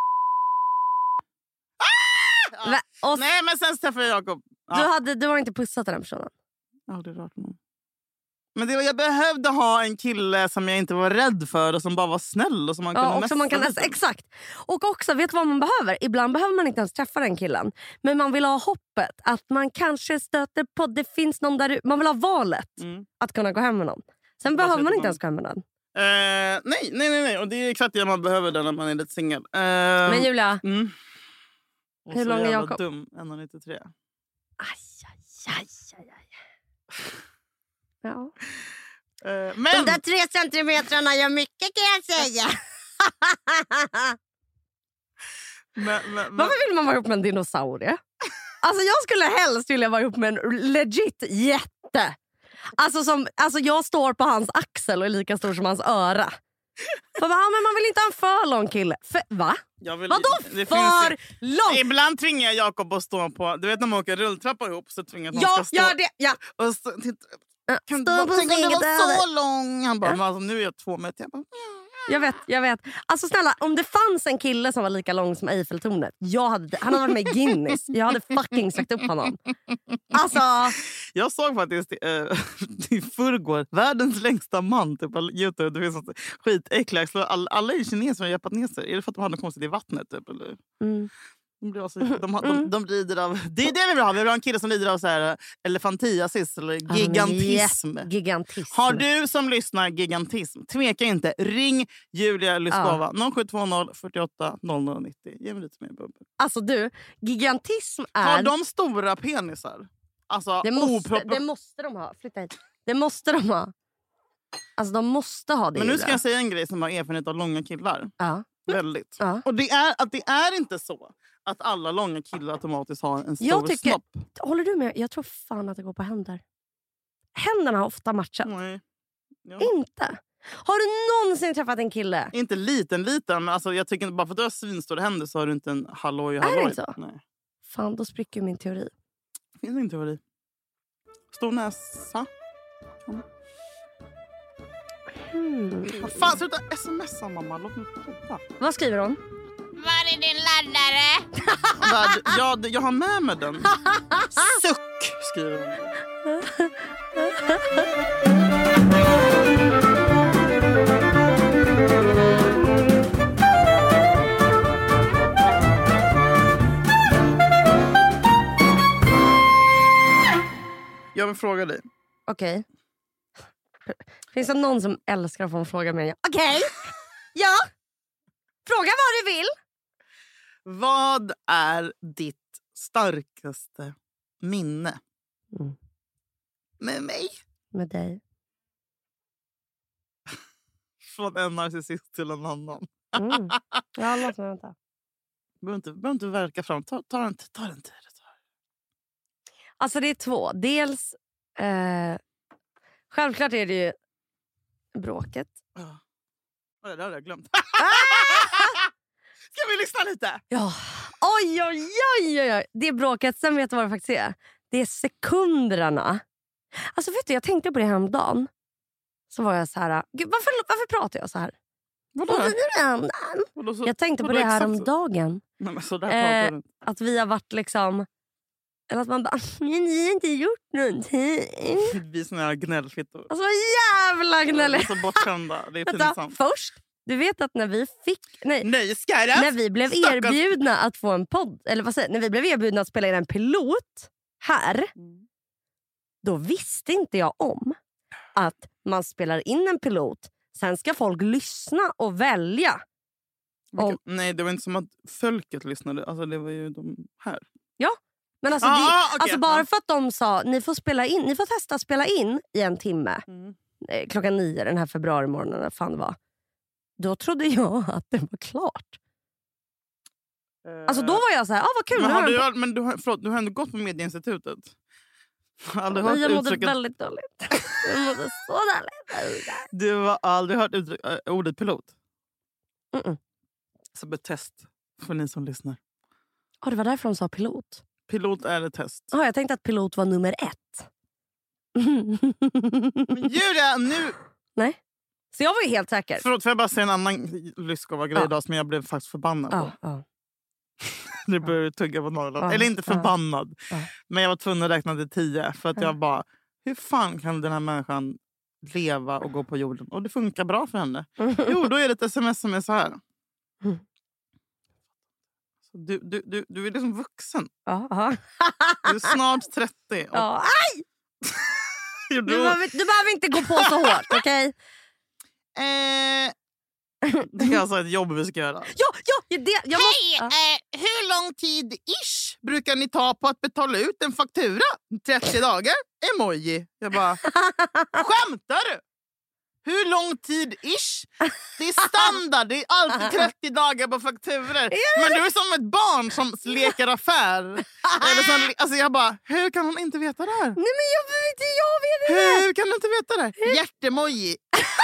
[SPEAKER 3] Ah!
[SPEAKER 2] Va? Och
[SPEAKER 3] Nej, men sen träffade jag Jakob. Ja.
[SPEAKER 2] du, hade, du har inte pussat den här personen?
[SPEAKER 3] Ja, det är rart nog. Men det var, jag behövde ha en kille som jag inte var rädd för och som bara var snäll och som man kunde
[SPEAKER 2] Ja, och som man kan,
[SPEAKER 3] messa.
[SPEAKER 2] exakt. Och också, vet du vad man behöver? Ibland behöver man inte ens träffa den killen. Men man vill ha hoppet. Att man kanske stöter på, det finns någon där. Man vill ha valet
[SPEAKER 3] Mm.
[SPEAKER 2] att kunna gå hem med någon. Sen
[SPEAKER 3] Bara
[SPEAKER 2] behöver
[SPEAKER 3] sätta
[SPEAKER 2] man
[SPEAKER 3] på
[SPEAKER 2] inte ens gå hem med den.
[SPEAKER 3] Eh, nej, nej, nej, nej. Och det är exakt det man behöver där när man är lite singel. Eh,
[SPEAKER 2] Men Julia,
[SPEAKER 3] mm. Och
[SPEAKER 2] hur
[SPEAKER 3] så
[SPEAKER 2] lång är
[SPEAKER 3] jävla
[SPEAKER 2] Jakob?
[SPEAKER 3] dum, ett nittiotre.
[SPEAKER 2] aj, aj, aj, aj, aj. Ja.
[SPEAKER 3] Eh,
[SPEAKER 2] De
[SPEAKER 3] men...
[SPEAKER 2] där tre centimetrarna gör mycket, kan jag säga.
[SPEAKER 3] men, men, men
[SPEAKER 2] Varför vill man vara ihop med en dinosaurie? Alltså jag skulle helst vilja vara ihop med en legit jätte. Alltså, som, alltså jag står på hans axel och är lika stor som hans öra. För, ja, men man vill inte ha en för lång kille. För, va?
[SPEAKER 3] jag vill,
[SPEAKER 2] Vadå
[SPEAKER 3] det
[SPEAKER 2] för
[SPEAKER 3] finns,
[SPEAKER 2] lång?
[SPEAKER 3] ibland tvingar jag Jakob att stå på... Du vet när man åker rulltrappa ihop så tvingar man
[SPEAKER 2] Ja,
[SPEAKER 3] ska stå...
[SPEAKER 2] gör det. Ja.
[SPEAKER 3] Och stå, titta, kan
[SPEAKER 2] Stå
[SPEAKER 3] du
[SPEAKER 2] på
[SPEAKER 3] tänk om det
[SPEAKER 2] sängen
[SPEAKER 3] var så
[SPEAKER 2] där.
[SPEAKER 3] lång? Han bara,
[SPEAKER 2] Ja.
[SPEAKER 3] men alltså, nu är jag två meter. Jag bara,
[SPEAKER 2] Jag vet, jag vet. Alltså snälla, om det fanns en kille som var lika lång som Eiffeltornet, jag hade, han hade varit med i Guinness. Jag hade fucking sökt upp honom. Alltså,
[SPEAKER 3] jag såg faktiskt äh, i förrgår världens längsta man typ, på YouTube. Det finns sånt skitäckligt. Alla, alla är kineser och japaneser. Är det för att de hade konstigt i vattnet? Typ, eller?
[SPEAKER 2] mm.
[SPEAKER 3] De, blir alltså, de, de, de, de rider av... Det är det vi vill ha. Vi vill ha en kille som lider av så här, elefantiasis eller gigantism.
[SPEAKER 2] Ja, gigantism.
[SPEAKER 3] Har du som lyssnar gigantism, tveka inte. Ring Julia Lyskova. noll sju två noll fyrtioåtta noll noll nittio. Ge mig lite mer bubbel.
[SPEAKER 2] Alltså du, gigantism är...
[SPEAKER 3] Har de stora penisar? Alltså,
[SPEAKER 2] det, måste,
[SPEAKER 3] opropor-
[SPEAKER 2] det måste de ha. Flytta hit. Det måste de ha. Alltså de måste ha det.
[SPEAKER 3] Men nu ska
[SPEAKER 2] Julia.
[SPEAKER 3] jag säga en grej som har erfarenhet av långa killar.
[SPEAKER 2] Ja.
[SPEAKER 3] Väldigt.
[SPEAKER 2] Ja.
[SPEAKER 3] Och det är att det är inte så att alla långa killar automatiskt har en stor
[SPEAKER 2] Jag tycker-
[SPEAKER 3] snopp.
[SPEAKER 2] Håller du med? Jag tror fan att det går på händer. Händerna har ofta matchat.
[SPEAKER 3] Nej. Ja.
[SPEAKER 2] Inte. Har du någonsin träffat en kille?
[SPEAKER 3] Inte liten, liten. Men alltså, jag tycker inte bara för att du har svinstora händer så har du inte en halloj,
[SPEAKER 2] det
[SPEAKER 3] halloj.
[SPEAKER 2] inte så?
[SPEAKER 3] Nej.
[SPEAKER 2] Fan, då spricker ju min teori.
[SPEAKER 3] Finns inte teori. Stor näsa.
[SPEAKER 2] Hmm.
[SPEAKER 3] Vad fan, sluta smsa mamma. Låt mig prata.
[SPEAKER 2] Vad skriver hon?
[SPEAKER 4] Var är din laddare?
[SPEAKER 3] Där, jag, jag har med mig den. Suck, skriver hon. Jag vill fråga dig.
[SPEAKER 2] Okej. Finns det någon som älskar att få en fråga med? Okej. Ja. Fråga vad du vill.
[SPEAKER 3] Vad är ditt starkaste minne?
[SPEAKER 2] Mm.
[SPEAKER 3] Med mig?
[SPEAKER 2] Med dig.
[SPEAKER 3] Från en narcissist till en annan.
[SPEAKER 2] Mm. Ja, låt mig vänta.
[SPEAKER 3] Behöver inte, behöver inte verka fram. Ta, ta, en, ta en tid.
[SPEAKER 2] Alltså det är två. Dels... Eh, självklart är det ju bråket.
[SPEAKER 3] Ja. Oh, det har jag glömt. Ska vi lyssna lite?
[SPEAKER 2] Ja. Oj, oj, oj, oj, oj. Det är bråket. Sen vet du vad det faktiskt är. Det är sekunderna. Alltså vet du, jag tänkte på det här om dagen. Så var jag så här... Gud, varför, varför pratar jag så här?
[SPEAKER 3] Vadå? Vadå så,
[SPEAKER 2] Jag tänkte på
[SPEAKER 3] vadå
[SPEAKER 2] det här
[SPEAKER 3] exakt
[SPEAKER 2] om
[SPEAKER 3] så?
[SPEAKER 2] dagen.
[SPEAKER 3] Nej, men så där
[SPEAKER 2] Eh,
[SPEAKER 3] pratar du inte.
[SPEAKER 2] Att vi har varit liksom... Eller att man bara, ni har inte gjort någonting.
[SPEAKER 3] Vi är såna här gnällfittor.
[SPEAKER 2] Alltså jävla gnäll.
[SPEAKER 3] Vi är så bortskämda. Det är pinsamt.
[SPEAKER 2] Först, du vet att när vi fick... Nej,
[SPEAKER 3] Nej Skarra!
[SPEAKER 2] när vi blev
[SPEAKER 3] Stackars.
[SPEAKER 2] erbjudna att få en podd, eller vad säger, när vi blev erbjudna att spela in en pilot här,
[SPEAKER 3] Mm.
[SPEAKER 2] då visste inte jag om att man spelar in en pilot, sen ska folk lyssna och välja.
[SPEAKER 3] Vilka-
[SPEAKER 2] Om,
[SPEAKER 3] Nej, det var inte som att folket lyssnade. Alltså det var ju de här.
[SPEAKER 2] men alltså,
[SPEAKER 3] Ah,
[SPEAKER 2] det,
[SPEAKER 3] ah, okej.
[SPEAKER 2] alltså bara
[SPEAKER 3] Ja.
[SPEAKER 2] för att de sa ni får spela in, ni får testa spela in i en timme
[SPEAKER 3] Mm.
[SPEAKER 2] eh, klockan nio den här februari morgonen, när fan det var. Då trodde jag att det var klart. Alltså då var jag så här, ah, vad kul.
[SPEAKER 3] Men,
[SPEAKER 2] nu
[SPEAKER 3] har
[SPEAKER 2] har jag
[SPEAKER 3] du, men du, har, förlåt, du har ändå gått på Medieinstitutet. Jag har aldrig
[SPEAKER 2] Men
[SPEAKER 3] hört
[SPEAKER 2] jag mådde
[SPEAKER 3] uttrycket,
[SPEAKER 2] väldigt dåligt. Jag mådde så dåligt.
[SPEAKER 3] du har aldrig hört uttryck, äh, ordet pilot.
[SPEAKER 2] Mm-mm.
[SPEAKER 3] Så ett test för ni som lyssnar.
[SPEAKER 2] Oh, det var därför de sa pilot.
[SPEAKER 3] Pilot är ett test.
[SPEAKER 2] Oh, jag tänkte att pilot var nummer ett.
[SPEAKER 3] Men Julia, nu...
[SPEAKER 2] Nej. Så jag var ju helt säker.
[SPEAKER 3] Förlåt, får jag bara säga en annan Lyskova-grej
[SPEAKER 2] Ja.
[SPEAKER 3] idag som jag blev faktiskt förbannad på.
[SPEAKER 2] Ja, ja.
[SPEAKER 3] Nu börjar jag tugga på naglarna.
[SPEAKER 2] Ja,
[SPEAKER 3] Eller inte
[SPEAKER 2] ja.
[SPEAKER 3] förbannad.
[SPEAKER 2] Ja.
[SPEAKER 3] Men jag var tvungen att räkna till tio. För att
[SPEAKER 2] Ja.
[SPEAKER 3] jag bara, hur fan kan den här människan leva och gå på jorden? Och det funkar bra för henne. Jo, då är det ett sms som är så här.
[SPEAKER 2] Mm.
[SPEAKER 3] Så du, du, du, du är liksom vuxen.
[SPEAKER 2] Ja, ja.
[SPEAKER 3] Du är snart trettio. Och,
[SPEAKER 2] Ja.
[SPEAKER 3] Jo,
[SPEAKER 2] Du,
[SPEAKER 3] då,
[SPEAKER 2] behöver, du behöver inte gå på så hårt, okej?
[SPEAKER 3] eh, det är alltså ett jobb vi ska göra.
[SPEAKER 2] Ja, ja, det, jag
[SPEAKER 4] Hej!
[SPEAKER 2] måste... Ja.
[SPEAKER 4] Eh, hur lång tid
[SPEAKER 3] Ish brukar ni ta på att betala ut en faktura? trettio dagar? Emoji. Jag bara, skämtar du? Hur lång tid ish? Det är standard. Det är alltid trettio dagar på fakturer. Men du är som ett barn som leker affär. Eller som, alltså jag bara, hur kan hon inte veta det här?
[SPEAKER 2] Nej, men jag behöver inte, jag vet inte.
[SPEAKER 3] Hur kan du inte veta det här? Hjärtemoji.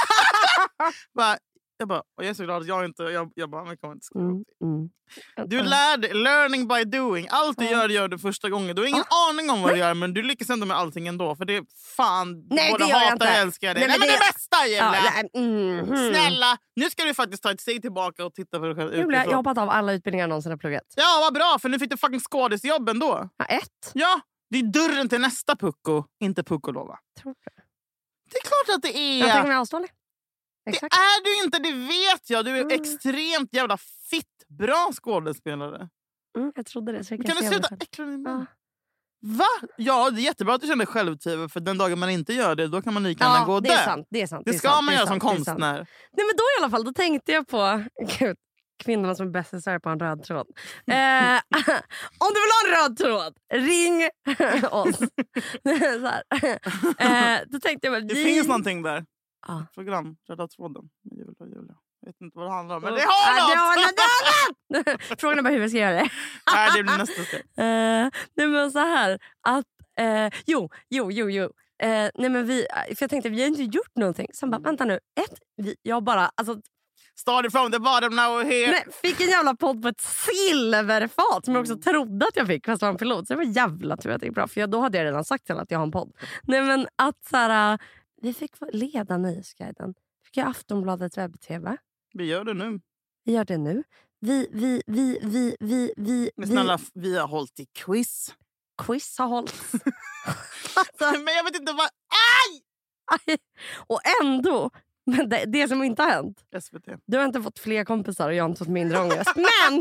[SPEAKER 3] bara, jag bara, och jag är så glad att jag inte... Jag, jag bara, men jag kommer inte skriva.
[SPEAKER 2] Mm, mm.
[SPEAKER 3] Du lär dig, learning by doing. Allt du
[SPEAKER 2] Ja.
[SPEAKER 3] gör, gör du första gången. Du har ingen aning om vad du gör, men du lyckas ändå med allting ändå. För det är fan,
[SPEAKER 2] Nej,
[SPEAKER 3] både
[SPEAKER 2] det gör jag
[SPEAKER 3] hatar och
[SPEAKER 2] inte.
[SPEAKER 3] älskar dig.
[SPEAKER 2] Nej,
[SPEAKER 3] Nej,
[SPEAKER 2] men
[SPEAKER 3] men det,
[SPEAKER 2] det-
[SPEAKER 3] bästa, Julia!
[SPEAKER 2] Ja, nej, mm, mm.
[SPEAKER 3] Snälla, nu ska du faktiskt ta ett steg tillbaka och titta på dig själv
[SPEAKER 2] Julia, jag har
[SPEAKER 3] utifrån.
[SPEAKER 2] hoppat av alla utbildningar jag någonsin har pluggat.
[SPEAKER 3] Ja, vad bra, för nu fick du fucking skådisjobb ändå.
[SPEAKER 2] Ja, ett.
[SPEAKER 3] Ja, det är dörren till nästa pucko, inte puckolova.
[SPEAKER 2] Tror jag.
[SPEAKER 3] Det är klart att det är.
[SPEAKER 2] Jag tänker mig avstående.
[SPEAKER 3] Det
[SPEAKER 2] Exakt.
[SPEAKER 3] är du inte, det vet jag. Du är
[SPEAKER 2] Mm.
[SPEAKER 3] extremt jävla fitt bra skådespelare.
[SPEAKER 2] Mm, jag trodde det. Så jag
[SPEAKER 3] Kan du
[SPEAKER 2] se
[SPEAKER 3] sluta
[SPEAKER 2] mig själv.
[SPEAKER 3] äckla din
[SPEAKER 2] Ja.
[SPEAKER 3] mun? Va? Ja, det är jättebra att du känner självtvivel. För den dagen man inte gör det, då kan man lika gärna gå
[SPEAKER 2] Ja,
[SPEAKER 3] och
[SPEAKER 2] det
[SPEAKER 3] dö.
[SPEAKER 2] är sant. Det, är sant,
[SPEAKER 3] Det
[SPEAKER 2] är
[SPEAKER 3] ska
[SPEAKER 2] sant,
[SPEAKER 3] man
[SPEAKER 2] det är
[SPEAKER 3] göra som
[SPEAKER 2] sant, det är sant.
[SPEAKER 3] konstnär.
[SPEAKER 2] Nej, men då i alla fall, då tänkte jag på gud, kvinnorna som är bäst i Sverige på en röd tråd. Eh, om du vill ha en röd tråd, ring oss. Så här. Eh, då tänkte jag,
[SPEAKER 3] Det
[SPEAKER 2] vi...
[SPEAKER 3] finns någonting där.
[SPEAKER 2] Ja.
[SPEAKER 3] Program, Röda tråden. Med Julia och Julia. Jag vet inte vad det handlar om, men det
[SPEAKER 2] Ja,
[SPEAKER 3] har
[SPEAKER 2] det har
[SPEAKER 3] något!
[SPEAKER 2] något, det har något! Frågan är bara hur vi ska göra det.
[SPEAKER 3] Nej, det blir nästa steg.
[SPEAKER 2] Eh, nej men så här att eh, jo, jo, jo, jo. Eh, nej men vi, för jag tänkte vi har inte gjort någonting. Sen bara vänta nu, ett, vi, jag bara alltså,
[SPEAKER 3] Started from the bottom, now we're here.
[SPEAKER 2] nej, fick en jävla podd på ett silverfat som jag också trodde att jag fick fast det var en pilot. Så det var jävla tur att det gick bra, för jag, då hade jag redan sagt till henne att jag har en podd. Nej men att så här, vi fick leda Nöjesguiden. Fick jag Aftonbladets webb-tv.
[SPEAKER 3] Vi gör det nu.
[SPEAKER 2] Vi gör det nu. Vi, vi, vi, vi, vi, vi,
[SPEAKER 3] Men
[SPEAKER 2] vi
[SPEAKER 3] snälla, vi har hållit i quiz.
[SPEAKER 2] quiz har hållits. alltså,
[SPEAKER 3] Men jag vet inte vad...
[SPEAKER 2] aj! Och ändå, men det, det som inte har hänt.
[SPEAKER 3] S V T.
[SPEAKER 2] Du har inte fått fler kompisar och jag har inte fått mindre ångest. Men!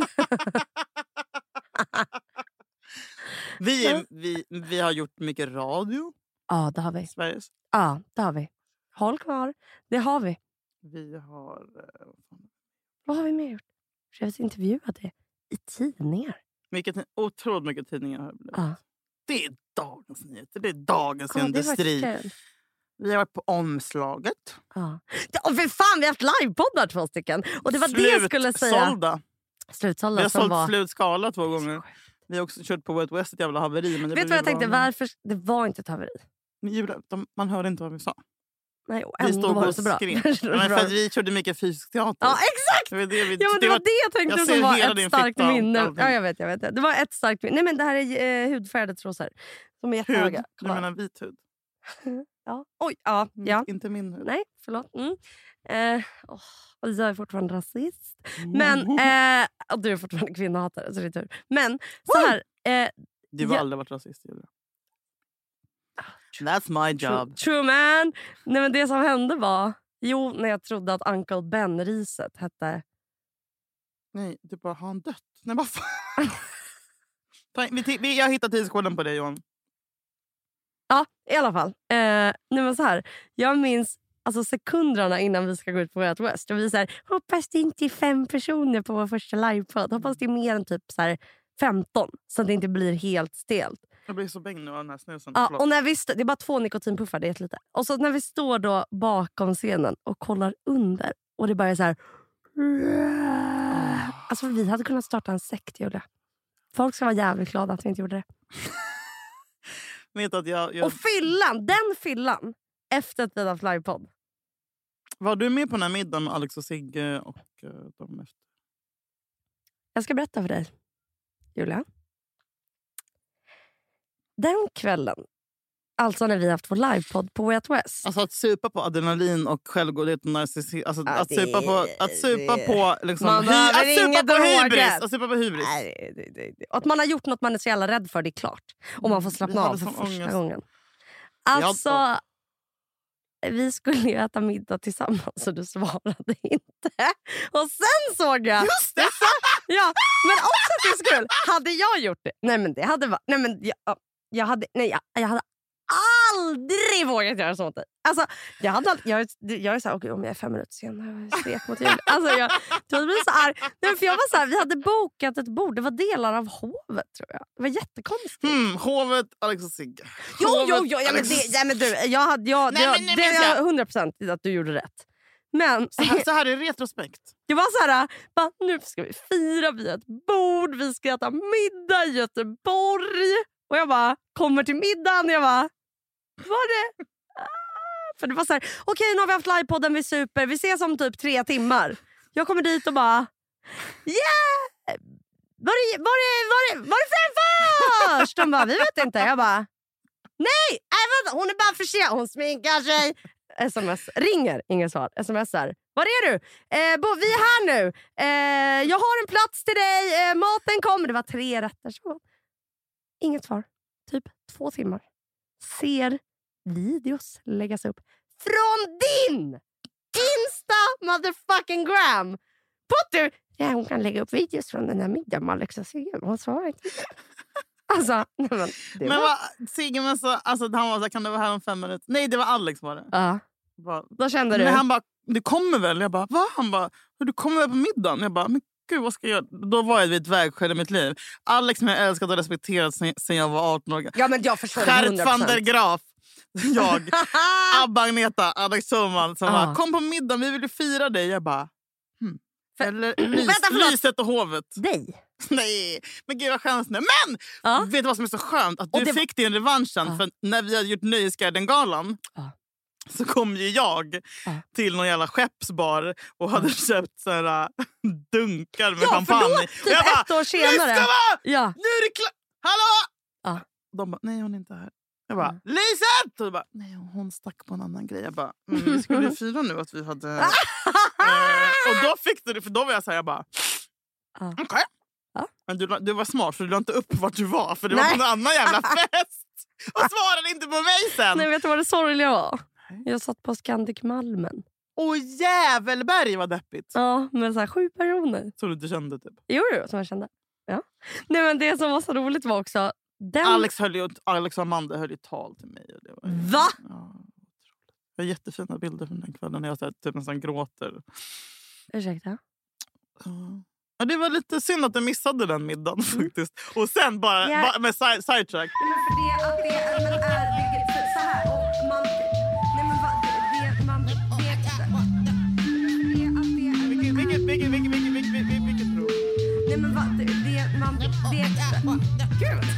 [SPEAKER 3] vi, vi, vi har gjort mycket radio.
[SPEAKER 2] Ja, det har vi.
[SPEAKER 3] Sveriges.
[SPEAKER 2] Ja, det har vi. Håll kvar. Det har vi.
[SPEAKER 3] Vi har... eh,
[SPEAKER 2] Vad har vi mer gjort? Jag har intervjuat det i tidningar.
[SPEAKER 3] Mycket, otroligt mycket tidningar har det blivit.
[SPEAKER 2] Ja.
[SPEAKER 3] Det är dagens nyheter. Det är dagens
[SPEAKER 2] Ja, det var
[SPEAKER 3] industri.
[SPEAKER 2] kul.
[SPEAKER 3] Vi har varit på omslaget.
[SPEAKER 2] Ja. Och för fan, vi har haft livepoddar två stycken. Och det var det jag skulle säga.
[SPEAKER 3] Slutsålda.
[SPEAKER 2] Slutsålda
[SPEAKER 3] Vi har
[SPEAKER 2] som
[SPEAKER 3] sålt
[SPEAKER 2] var...
[SPEAKER 3] slut skala två gånger. Vi har också kört på Wet West, ett jävla haveri. Men det
[SPEAKER 2] Vet du
[SPEAKER 3] blev
[SPEAKER 2] vad jag
[SPEAKER 3] bra.
[SPEAKER 2] tänkte? Varför? Det var inte ett haveri.
[SPEAKER 3] Men Julia, de, man hörde inte vad vi sa.
[SPEAKER 2] Nej, och
[SPEAKER 3] Vi
[SPEAKER 2] ändå
[SPEAKER 3] stod
[SPEAKER 2] var det
[SPEAKER 3] och
[SPEAKER 2] så bra.
[SPEAKER 3] skrev.
[SPEAKER 2] Det var
[SPEAKER 3] Men
[SPEAKER 2] bra.
[SPEAKER 3] för att vi körde mycket fysisk teater.
[SPEAKER 2] Ja, exakt!
[SPEAKER 3] Det var det, vi,
[SPEAKER 2] Ja, men det var det jag tänkte
[SPEAKER 3] jag
[SPEAKER 2] som
[SPEAKER 3] ser
[SPEAKER 2] var
[SPEAKER 3] hela
[SPEAKER 2] ett
[SPEAKER 3] din
[SPEAKER 2] starkt
[SPEAKER 3] fitta och
[SPEAKER 2] minne.
[SPEAKER 3] allting.
[SPEAKER 2] Ja, jag vet, jag vet. Det var ett starkt minne. Nej, men det här är eh, hudfärgade trosor. De är
[SPEAKER 3] Hud.
[SPEAKER 2] jättehöga.
[SPEAKER 3] Du
[SPEAKER 2] Kolla.
[SPEAKER 3] menar vit hud?
[SPEAKER 2] Ja. Oj, ja.
[SPEAKER 3] Mm,
[SPEAKER 2] ja.
[SPEAKER 3] Inte min hud.
[SPEAKER 2] Nej, förlåt. Mm. Eh, oh, och jag är fortfarande rasist. Men, eh, och du är fortfarande kvinnohatare, så det är tur. Men så här, eh,
[SPEAKER 3] Du har
[SPEAKER 2] Ja.
[SPEAKER 3] aldrig varit rasist, Julia. That's my job.
[SPEAKER 2] True, true man. Nej, men det som hände var... Jo, när jag trodde att Uncle Ben-riset hette...
[SPEAKER 3] Nej, du bara, har han dött? Nej, vad fan? Ta- vi, vi, jag hittar tidskoden på dig, Johan.
[SPEAKER 2] Ja, i alla fall. Eh, nej, men så här, jag minns alltså, sekunderna innan vi ska gå ut på Way Out West. Och vi så här, hoppas det inte är fem personer på vår första livepodd. Hoppas det är mer än typ så här, femton. Så att det inte blir helt stelt.
[SPEAKER 3] Jag blir så bäng nu av den här snusen.
[SPEAKER 2] Ja,
[SPEAKER 3] Förlåt.
[SPEAKER 2] och när vi st- det är bara två nikotinpuffar, det är lite. Och så när vi står då bakom scenen och kollar under. Och det bara är så här... Alltså vi hade kunnat starta en sekt, Julia. Folk ska vara jävligt glada att vi inte gjorde det.
[SPEAKER 3] Vet att jag, jag...
[SPEAKER 2] Och fyllan, den fyllan. Efter att vi hade haft livepodd.
[SPEAKER 3] Var du med på den här middagen med Alex och Sigge och uh, de efter?
[SPEAKER 2] Jag ska berätta för dig, Julia. Den kvällen, alltså när vi haft vår livepodd på Way Out West.
[SPEAKER 3] Alltså att supa på adrenalin och självgodhet och narcissism. Alltså
[SPEAKER 2] Ja,
[SPEAKER 3] att
[SPEAKER 2] det-
[SPEAKER 3] supa på... Att supa
[SPEAKER 2] det-
[SPEAKER 3] på liksom...
[SPEAKER 2] Man
[SPEAKER 3] hy-
[SPEAKER 2] behöver
[SPEAKER 3] att supa
[SPEAKER 2] inget
[SPEAKER 3] på
[SPEAKER 2] droger.
[SPEAKER 3] hybris! Att supa på hybris.
[SPEAKER 2] Nej, det, det, det. Och att man har gjort något man är så jävla rädd för, det är klart. Och man får
[SPEAKER 3] Vi
[SPEAKER 2] slappna
[SPEAKER 3] hade
[SPEAKER 2] av för
[SPEAKER 3] sån
[SPEAKER 2] första
[SPEAKER 3] ångest.
[SPEAKER 2] gången. Alltså, vi skulle ju äta middag tillsammans och du svarade inte. Och sen såg jag...
[SPEAKER 3] Just det!
[SPEAKER 2] Ja, men också att det är så kul. Hade jag gjort det? Nej, men det hade varit... Nej, men jag, jag hade... Nej, jag, jag hade aldrig vågat göra sånt. Alltså, jag hade aldrig, jag, jag är så här, okej, om jag är fem minuter sen, jag svek mot jul. Alltså, jag, jag blir så arg. Nej, för jag var så här, vi hade bokat ett bord, det var delar av hovet, tror jag. Det var jättekonstigt.
[SPEAKER 3] Hmm, hovet, Alex och Sigge.
[SPEAKER 2] Jo,
[SPEAKER 3] Hovet,
[SPEAKER 2] jo, jo, ja, men
[SPEAKER 3] Alex-
[SPEAKER 2] det, ja, men du, jag hade, jag,
[SPEAKER 3] Nej,
[SPEAKER 2] det,
[SPEAKER 3] men- nej,
[SPEAKER 2] det
[SPEAKER 3] men
[SPEAKER 2] är
[SPEAKER 3] så-
[SPEAKER 2] hundra procent att du gjorde rätt. Men
[SPEAKER 3] Så här, så här är retrospekt.
[SPEAKER 2] jag var så här, bara, nu ska vi fira, vi har ett bord, vi ska äta middag i Göteborg. Och jag bara kommer till middagen, jag bara, var det? Ah, för det var så här, okej, nu har vi haft livepodden, vi super, vi ses om typ tre timmar. Jag kommer dit och bara, yeah! Var det, var det, var det, var det fem först? De bara, vi vet inte. Jag bara, nej, nej vänta, hon är bara för sen, hon sminkar sig. Sms, ringer, inget svar. Smsar, var är du? Eh, bo, vi är här nu. Eh, jag har en plats till dig, eh, maten kommer. Det var tre rätter. Så. Inget svar. Typ två timmar. Ser videos läggas upp från din Insta motherfucking gram. Potter, ja, hon kan lägga upp videos från den här middagen med Alex och Sigge. Hon svarar inte. Alltså, nej, men det
[SPEAKER 3] Men
[SPEAKER 2] var...
[SPEAKER 3] vad, Sigge, men så, alltså, han var så här, kan du vara här om fem minuter? Nej, det var Alex var det.
[SPEAKER 2] Ja,
[SPEAKER 3] Bara,
[SPEAKER 2] då kände du.
[SPEAKER 3] men han bara, du kommer väl? Jag bara, va? Han bara, du kommer väl på middagen? Jag bara, men gud, vad ska jag göra? Då var jag vid ett vägskäl i mitt liv. Alex som jag älskat och respekterat sen, sen jag var arton år.
[SPEAKER 2] Ja, men jag förstår det
[SPEAKER 3] Gert
[SPEAKER 2] hundra
[SPEAKER 3] van der
[SPEAKER 2] procent.
[SPEAKER 3] Graaf. Jag, Abba Agneta, Alex Schulman som
[SPEAKER 2] Ah.
[SPEAKER 3] bara, kom på middagen, vi vill ju fira dig. Jag bara, hmm.
[SPEAKER 2] För-
[SPEAKER 3] Eller lys,
[SPEAKER 2] Vänta, förlåt.
[SPEAKER 3] Lyset och hovet.
[SPEAKER 2] Dig?
[SPEAKER 3] Nej, men gud vad skönt nu. Men
[SPEAKER 2] Ja.
[SPEAKER 3] vet du vad som är så skönt? Att
[SPEAKER 2] Och
[SPEAKER 3] du
[SPEAKER 2] det-
[SPEAKER 3] fick din revansch sen.
[SPEAKER 2] Ja.
[SPEAKER 3] För när vi hade gjort Nöjesguiden-galan
[SPEAKER 2] Ja.
[SPEAKER 3] så kom ju jag
[SPEAKER 2] Ja.
[SPEAKER 3] till någon jävla skeppsbar och hade köpt så här, äh, dunkar med
[SPEAKER 2] Ja, för
[SPEAKER 3] champagne.
[SPEAKER 2] då,
[SPEAKER 3] Och
[SPEAKER 2] typ
[SPEAKER 3] jag bara,
[SPEAKER 2] ett år senare.
[SPEAKER 3] Lyssna va!
[SPEAKER 2] Ja.
[SPEAKER 3] Nu är det klart! Hallå!
[SPEAKER 2] Ja.
[SPEAKER 3] De bara, nej hon är inte här. Jag bara,
[SPEAKER 2] Mm.
[SPEAKER 3] Lyset! Och de bara, nej hon stack på en annan grej. Jag bara, mm, vi skulle ju fira nu att vi hade... eh, och då fick du det, för då var jag så här, jag bara,
[SPEAKER 2] Ja.
[SPEAKER 3] okej.
[SPEAKER 2] Ja.
[SPEAKER 3] Men du, du var smart för du la inte upp vart du var. För det
[SPEAKER 2] Nej.
[SPEAKER 3] var på en annan jävla fest. Och svarade inte på mig sen.
[SPEAKER 2] Nej, vet du vad det sorgliga var?
[SPEAKER 3] Nej.
[SPEAKER 2] Jag satt på Scandic Malmen.
[SPEAKER 3] Och Jävelberg var deppigt.
[SPEAKER 2] Ja, med så här sju personer.
[SPEAKER 3] Så du inte kände typ.
[SPEAKER 2] Jo, jo, som jag kände. Ja. Nej, men det som var så roligt var också... Den...
[SPEAKER 3] Alex, höll ju, Alex och Amanda höll ju tal till mig. Och det var, ju-
[SPEAKER 2] Va?
[SPEAKER 3] Ja, otroligt. Jag har jättefina bilder från den kvällen när jag så här, typ nästan gråter.
[SPEAKER 2] Ursäkta?
[SPEAKER 3] Ja. Ja, det var lite synd att jag missade den middagen faktiskt. Och sen bara,
[SPEAKER 2] Ja.
[SPEAKER 3] bara med side, sidetrack.
[SPEAKER 2] Nej, men för det att det är, men är det, för så här och man nej men vad det, det man det det att det
[SPEAKER 3] Vilket, vilket, vilket, vilket, vilket, vilket, vilket, vilket prov?
[SPEAKER 2] nej men vad det, det man det gud.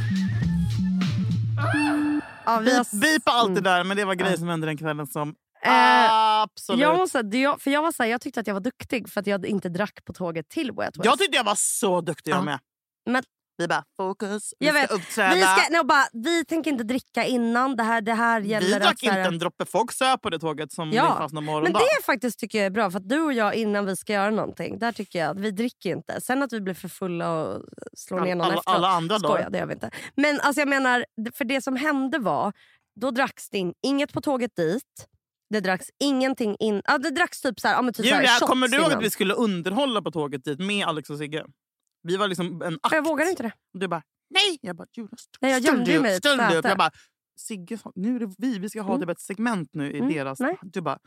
[SPEAKER 2] Ja, vi har
[SPEAKER 3] Bipa allt det
[SPEAKER 2] mm.
[SPEAKER 3] där, men det var grejer
[SPEAKER 2] Ja.
[SPEAKER 3] som hände den kvällen som
[SPEAKER 2] Eh,
[SPEAKER 3] absolut.
[SPEAKER 2] Jag måste det jag, för jag var så här, jag tyckte att jag var duktig för att jag inte drack på tåget till Way Out West.
[SPEAKER 3] Jag tyckte jag var så duktig jag
[SPEAKER 2] Ja.
[SPEAKER 3] med.
[SPEAKER 2] Men
[SPEAKER 3] Vi bara, fokus. Vi
[SPEAKER 2] Jag
[SPEAKER 3] ska
[SPEAKER 2] vet.
[SPEAKER 3] uppträda.
[SPEAKER 2] Vi, ska, no, bara, vi tänker inte dricka innan. Det här, det här gäller
[SPEAKER 3] Vi drack
[SPEAKER 2] att, så här,
[SPEAKER 3] inte en droppe. Folk söp på det tåget som
[SPEAKER 2] Ja,
[SPEAKER 3] det fanns någon morgondag.
[SPEAKER 2] men det är faktiskt tycker jag är bra. För att du och jag innan vi ska göra någonting, där tycker jag att vi dricker inte. Sen att vi blir för fulla och slår ner någon
[SPEAKER 3] alla,
[SPEAKER 2] efteråt.
[SPEAKER 3] alla andra
[SPEAKER 2] Skoja,
[SPEAKER 3] dagar.
[SPEAKER 2] det gör vi inte. Men alltså jag menar, för det som hände var, då dracks det in, inget på tåget dit. Det dracks ingenting in. Ja, det dracks typ så här, ja, men typ
[SPEAKER 3] Julia,
[SPEAKER 2] så här,
[SPEAKER 3] kommer du ihåg
[SPEAKER 2] innan.
[SPEAKER 3] att vi skulle underhålla på tåget dit med Alex och Sigge? Vi var liksom en akt.
[SPEAKER 2] Jag vågar inte det.
[SPEAKER 3] Och du bara, nej! Jag bara, Julia, st-
[SPEAKER 2] Nej, jag
[SPEAKER 3] ställ
[SPEAKER 2] gömde
[SPEAKER 3] dig upp,
[SPEAKER 2] mig i ett
[SPEAKER 3] ställ dig upp.
[SPEAKER 2] säte.
[SPEAKER 3] Jag bara, Sigge, sa, nu är det vi. Vi ska ha
[SPEAKER 2] Mm.
[SPEAKER 3] typ ett segment nu i
[SPEAKER 2] Mm,
[SPEAKER 3] deras...
[SPEAKER 2] nej.
[SPEAKER 3] Du bara...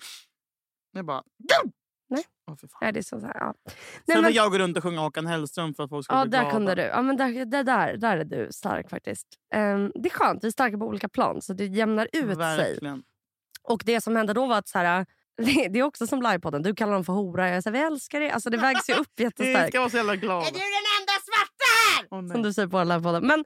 [SPEAKER 3] Jag bara...
[SPEAKER 2] Nej.
[SPEAKER 3] Åh, för fan.
[SPEAKER 2] Nej, det är så, så här, ja.
[SPEAKER 3] Sen
[SPEAKER 2] Nej,
[SPEAKER 3] fick
[SPEAKER 2] men,
[SPEAKER 3] jag gå runt och sjunga Håkan Hellström för att folk skulle
[SPEAKER 2] ja,
[SPEAKER 3] bli
[SPEAKER 2] där
[SPEAKER 3] glada.
[SPEAKER 2] kunde du. Ja, men där, där, där, där är du stark faktiskt. Um, det är skönt, vi är starka på olika plan. Så det jämnar ut sig.
[SPEAKER 3] Verkligen.
[SPEAKER 2] Och det som hände då var att så här, det, det är också som livepodden. Du kallar dem för hora. Jag säger vi älskar det. Alltså det vägs ju upp
[SPEAKER 3] Vi
[SPEAKER 2] jättestarkt.
[SPEAKER 3] ska vara så jävla glada.
[SPEAKER 4] Är du den enda svarta här?
[SPEAKER 3] Åh, nej.
[SPEAKER 2] Som du säger på livepodden. Men,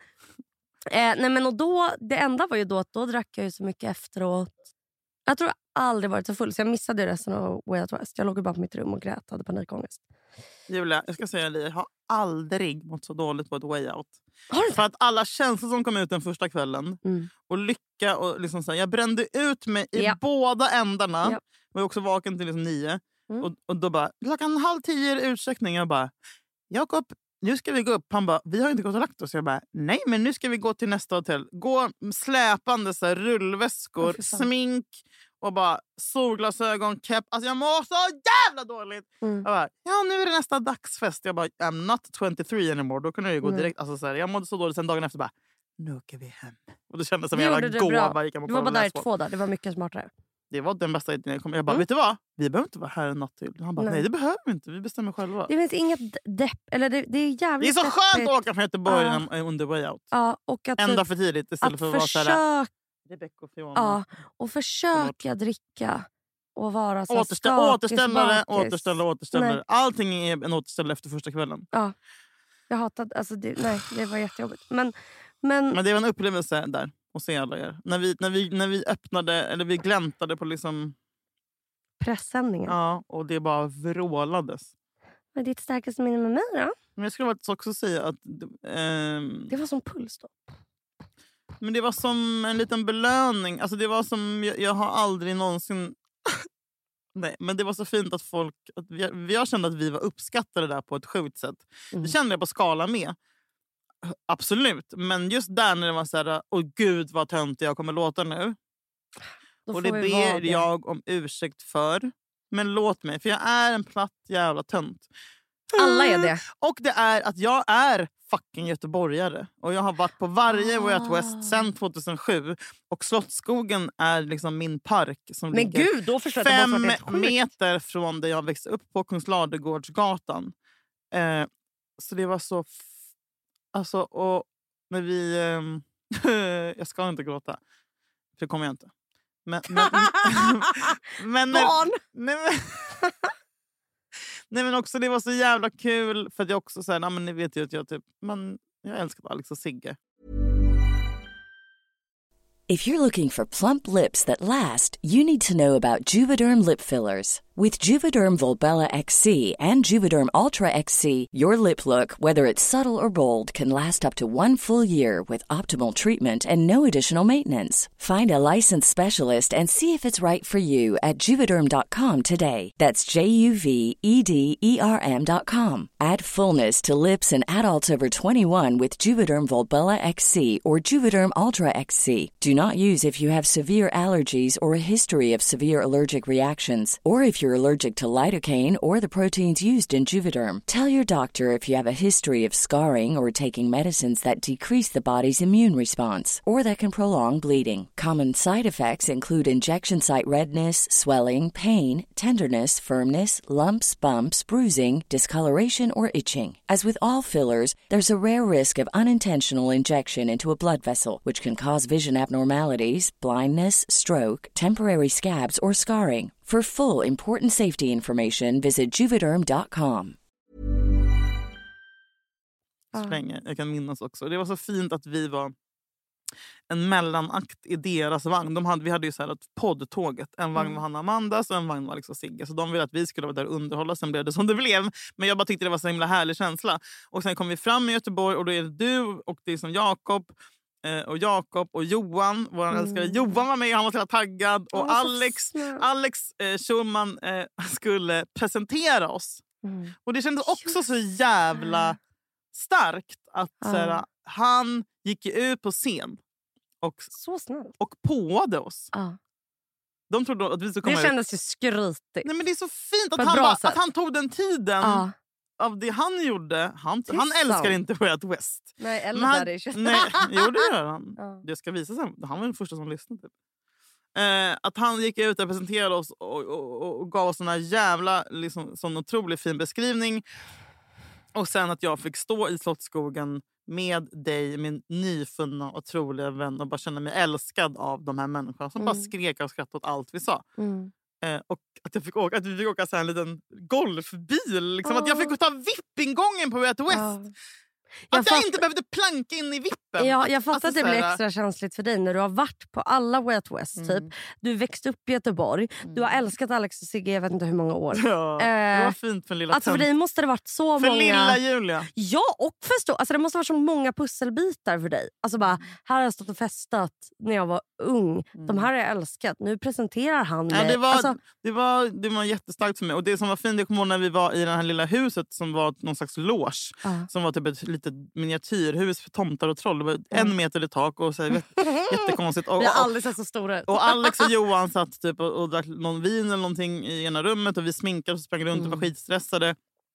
[SPEAKER 2] eh, nej, men och då, det enda var ju då att då drack jag ju så mycket efteråt. Jag tror jag aldrig varit så full. Så jag missade ju resten av Way Out West. Jag låg ju bara på mitt rum och grät och hade panikångest.
[SPEAKER 3] Julia, jag ska säga dig, jag har aldrig mått så dåligt på ett way out.
[SPEAKER 2] Har du?
[SPEAKER 3] För att alla känslor som kom ut den första kvällen
[SPEAKER 2] Mm.
[SPEAKER 3] och lycka och liksom så här, jag brände ut mig i
[SPEAKER 2] Ja.
[SPEAKER 3] båda ändarna.
[SPEAKER 2] Ja.
[SPEAKER 3] Jag var också vaken till liksom nio.
[SPEAKER 2] Mm.
[SPEAKER 3] Och, och då bara, klockan halv tio är det utsträckning. Jag bara, Jakob, nu ska vi gå upp. Han bara, vi har inte gått och lagt oss. Jag bara, nej men nu ska vi gå till nästa hotell. Gå släpande så här, rullväskor,
[SPEAKER 2] Åh, fy fan.
[SPEAKER 3] smink och bara solglasögon, kepp. Alltså jag mår så jävla dåligt.
[SPEAKER 2] Mm.
[SPEAKER 3] Jag bara, ja nu är det nästa dagsfest. Jag bara, I'm not twenty-three anymore. Då kunde jag ju gå
[SPEAKER 2] Nej.
[SPEAKER 3] direkt. Alltså, så här, jag mådde så dåligt. Sen dagen efter bara, nu åker vi hem. Och det kändes som
[SPEAKER 2] Det
[SPEAKER 3] en
[SPEAKER 2] gjorde
[SPEAKER 3] jävla
[SPEAKER 2] du bra.
[SPEAKER 3] gåva. Gick jag på
[SPEAKER 2] Du var bara
[SPEAKER 3] kolla
[SPEAKER 2] där i
[SPEAKER 3] läsvåld.
[SPEAKER 2] två dagar. Det var mycket smartare.
[SPEAKER 3] Det var den bästa idén jag kom. Jag bara,
[SPEAKER 2] Mm.
[SPEAKER 3] vet du vad? Vi behöver inte vara här en natt till. Han bara,
[SPEAKER 2] Nej.
[SPEAKER 3] nej, det behöver vi inte. Vi bestämmer själva.
[SPEAKER 2] Det finns inget depp. Eller det, det är
[SPEAKER 3] Det är
[SPEAKER 2] jävligt
[SPEAKER 3] så skönt
[SPEAKER 2] deppigt.
[SPEAKER 3] att åka från Göteborg
[SPEAKER 2] Ja.
[SPEAKER 3] när- under way out.
[SPEAKER 2] Ja, och att,
[SPEAKER 3] Ända
[SPEAKER 2] typ,
[SPEAKER 3] för tidigt istället
[SPEAKER 2] att
[SPEAKER 3] för att vara så här.
[SPEAKER 2] försöka,
[SPEAKER 3] Rebecca och Fiona.
[SPEAKER 2] ja, och försöka dricka och vara så här
[SPEAKER 3] Återstä-
[SPEAKER 2] skakis,
[SPEAKER 3] återställare,
[SPEAKER 2] bakis.
[SPEAKER 3] återställare, återställare.
[SPEAKER 2] Nej.
[SPEAKER 3] Allting är en återställare efter första kvällen.
[SPEAKER 2] Jag hatade, alltså det, nej, det var jättejobbigt. Men, men,
[SPEAKER 3] Men det var en upplevelse där att se alla er. När vi, när vi, när vi öppnade, eller vi gläntade på liksom,
[SPEAKER 2] pressändningen.
[SPEAKER 3] ja, och det bara vrålades.
[SPEAKER 2] Vad är ditt starkaste minne med mig då?
[SPEAKER 3] Men jag skulle faktiskt också säga att ehm,
[SPEAKER 2] Det var som puls då.
[SPEAKER 3] men det var som en liten belöning. Alltså det var som, jag, jag har aldrig någonsin... Nej, men det var så fint att folk... Att vi, jag kände att vi var uppskattade där på ett sjukt sätt.
[SPEAKER 2] Mm.
[SPEAKER 3] Det kände jag på skala med. Absolut. Men just där när det var så här, åh gud vad tönt jag kommer låta nu.
[SPEAKER 2] Då
[SPEAKER 3] Och det
[SPEAKER 2] får vi vara
[SPEAKER 3] ber jag om ursäkt för. Men låt mig, för jag är en platt jävla tönt.
[SPEAKER 2] Alla är det.
[SPEAKER 3] Och det är att jag är fucking göteborgare. Och jag har varit på varje Way Out West sedan tjugohundrasju. Och Slottsskogen är liksom min park som
[SPEAKER 2] Men
[SPEAKER 3] ligger
[SPEAKER 2] gud, då förstår jag att det
[SPEAKER 3] fem
[SPEAKER 2] måste vara helt sjukt.
[SPEAKER 3] meter från där jag växte upp på Kungsladugårdsgatan. Eh, så det var så... F- alltså, och när vi... ehm, jag ska inte gråta. För det kommer jag inte. Men... men, men när-
[SPEAKER 2] Barn!
[SPEAKER 3] Nej men, nej men också det var så jävla kul för att jag också säger, nej men ni vet ju att jag typ man jag älskar Alex och Sigge.
[SPEAKER 6] If you're looking for plump lips that last, you need to know about Juvederm lip fillers. With Juvederm Volbella X C and Juvederm Ultra X C, your lip look, whether it's subtle or bold, can last up to one full year with optimal treatment and no additional maintenance. Find a licensed specialist and see if it's right for you at juvederm dot com today. That's J U V E D E R M dot com. Add fullness to lips in adults over twenty-one with Juvederm Volbella X C or Juvederm Ultra X C. Do not use if you have severe allergies or a history of severe allergic reactions, or if you're allergic to lidocaine or the proteins used in Juvederm. Tell your doctor if you have a history of scarring or taking medicines that decrease the body's immune response or that can prolong bleeding. Common side effects include injection site redness, swelling, pain, tenderness, firmness, lumps, bumps, bruising, discoloration, or itching. As with all fillers, there's a rare risk of unintentional injection into a blood vessel, which can cause vision abnormalities, blindness, stroke, temporary scabs, or scarring. For full, important safety information, visit juvederm dot com.
[SPEAKER 3] Så länge jag kan minnas också. Det var så fint att vi var en mellanakt i deras vagn. De hade, vi hade ju så här ett poddtåget. En vagn var Hanna Amandas och en vagn var Alex och Sigge. Så de ville att vi skulle vara där och underhålla. Sen blev det som det blev. Men jag bara tyckte det var så himla härlig känsla. Och sen kom vi fram i Göteborg och då är det du och det är som Jakob. Och Jakob och Johan, vår mm. älskade Johan var med, han var så taggad. Och Alex, Alex eh, Schulman eh, skulle presentera oss. Mm. Och det kändes också Just. så jävla starkt att mm. såhär, han gick ut på scen och,
[SPEAKER 2] så snällt.
[SPEAKER 3] och påade oss.
[SPEAKER 2] Mm.
[SPEAKER 3] De trodde att vi skulle komma
[SPEAKER 2] det kändes ju skrytigt.
[SPEAKER 3] Nej, men det är så fint att han, bara, att han tog den tiden mm. av det han gjorde. Han, han älskar inte Way Out West.
[SPEAKER 2] Nej, eller han, där är
[SPEAKER 3] nej, jo, det gör han. Ja. Det ska visa sig. Han var den första som lyssnade. Typ. Eh, att han gick ut och presenterade oss och, och, och, och gav oss en jävla liksom, sån otroligt fin beskrivning. Och sen att jag fick stå i Slottsskogen med dig, min nyfunna och troliga vän, och bara känna mig älskad av de här människorna som mm. bara skrek och skrattade åt allt vi sa. Mm. Eh, och att, jag fick åka, att vi fick åka så här en liten golfbil. Liksom. Oh. Att jag fick ta vippingången på Way Out West. Oh. Jag att jag fatt... inte behövde planka in i vippen.
[SPEAKER 2] Ja, jag fattar
[SPEAKER 3] alltså,
[SPEAKER 2] att det blir extra känsligt för dig när du har varit på alla Way Out West. Mm. Typ. Du växte upp i Göteborg. Mm. Du har älskat Alex och Sigge jag vet inte hur många år.
[SPEAKER 3] Ja, eh, det var fint för lilla
[SPEAKER 2] alltså för dig måste det varit så
[SPEAKER 3] för
[SPEAKER 2] många...
[SPEAKER 3] lilla Julia.
[SPEAKER 2] Ja, och förstå. Alltså det måste ha varit så många pusselbitar för dig. Alltså bara, här har jag stått och festat när jag var ung. Mm. De här har jag älskat. Nu presenterar han mig.
[SPEAKER 3] Ja, det, var,
[SPEAKER 2] alltså...
[SPEAKER 3] det, var, det var jättestarkt för mig. Och det som var fint, jag kommer ihåg när vi var i det här lilla huset som var någon slags loge. Uh. Som var typ ett litet miniatyrhus för tomtar och troll. Det var mm. en meter i tak och så här, jättekonstigt. Och,
[SPEAKER 2] vi har aldrig sett så stora.
[SPEAKER 3] Och Alex och Johan satt typ och, och drack någon vin eller någonting i ena rummet. Och vi sminkade och sprang runt mm. och var skitstressade.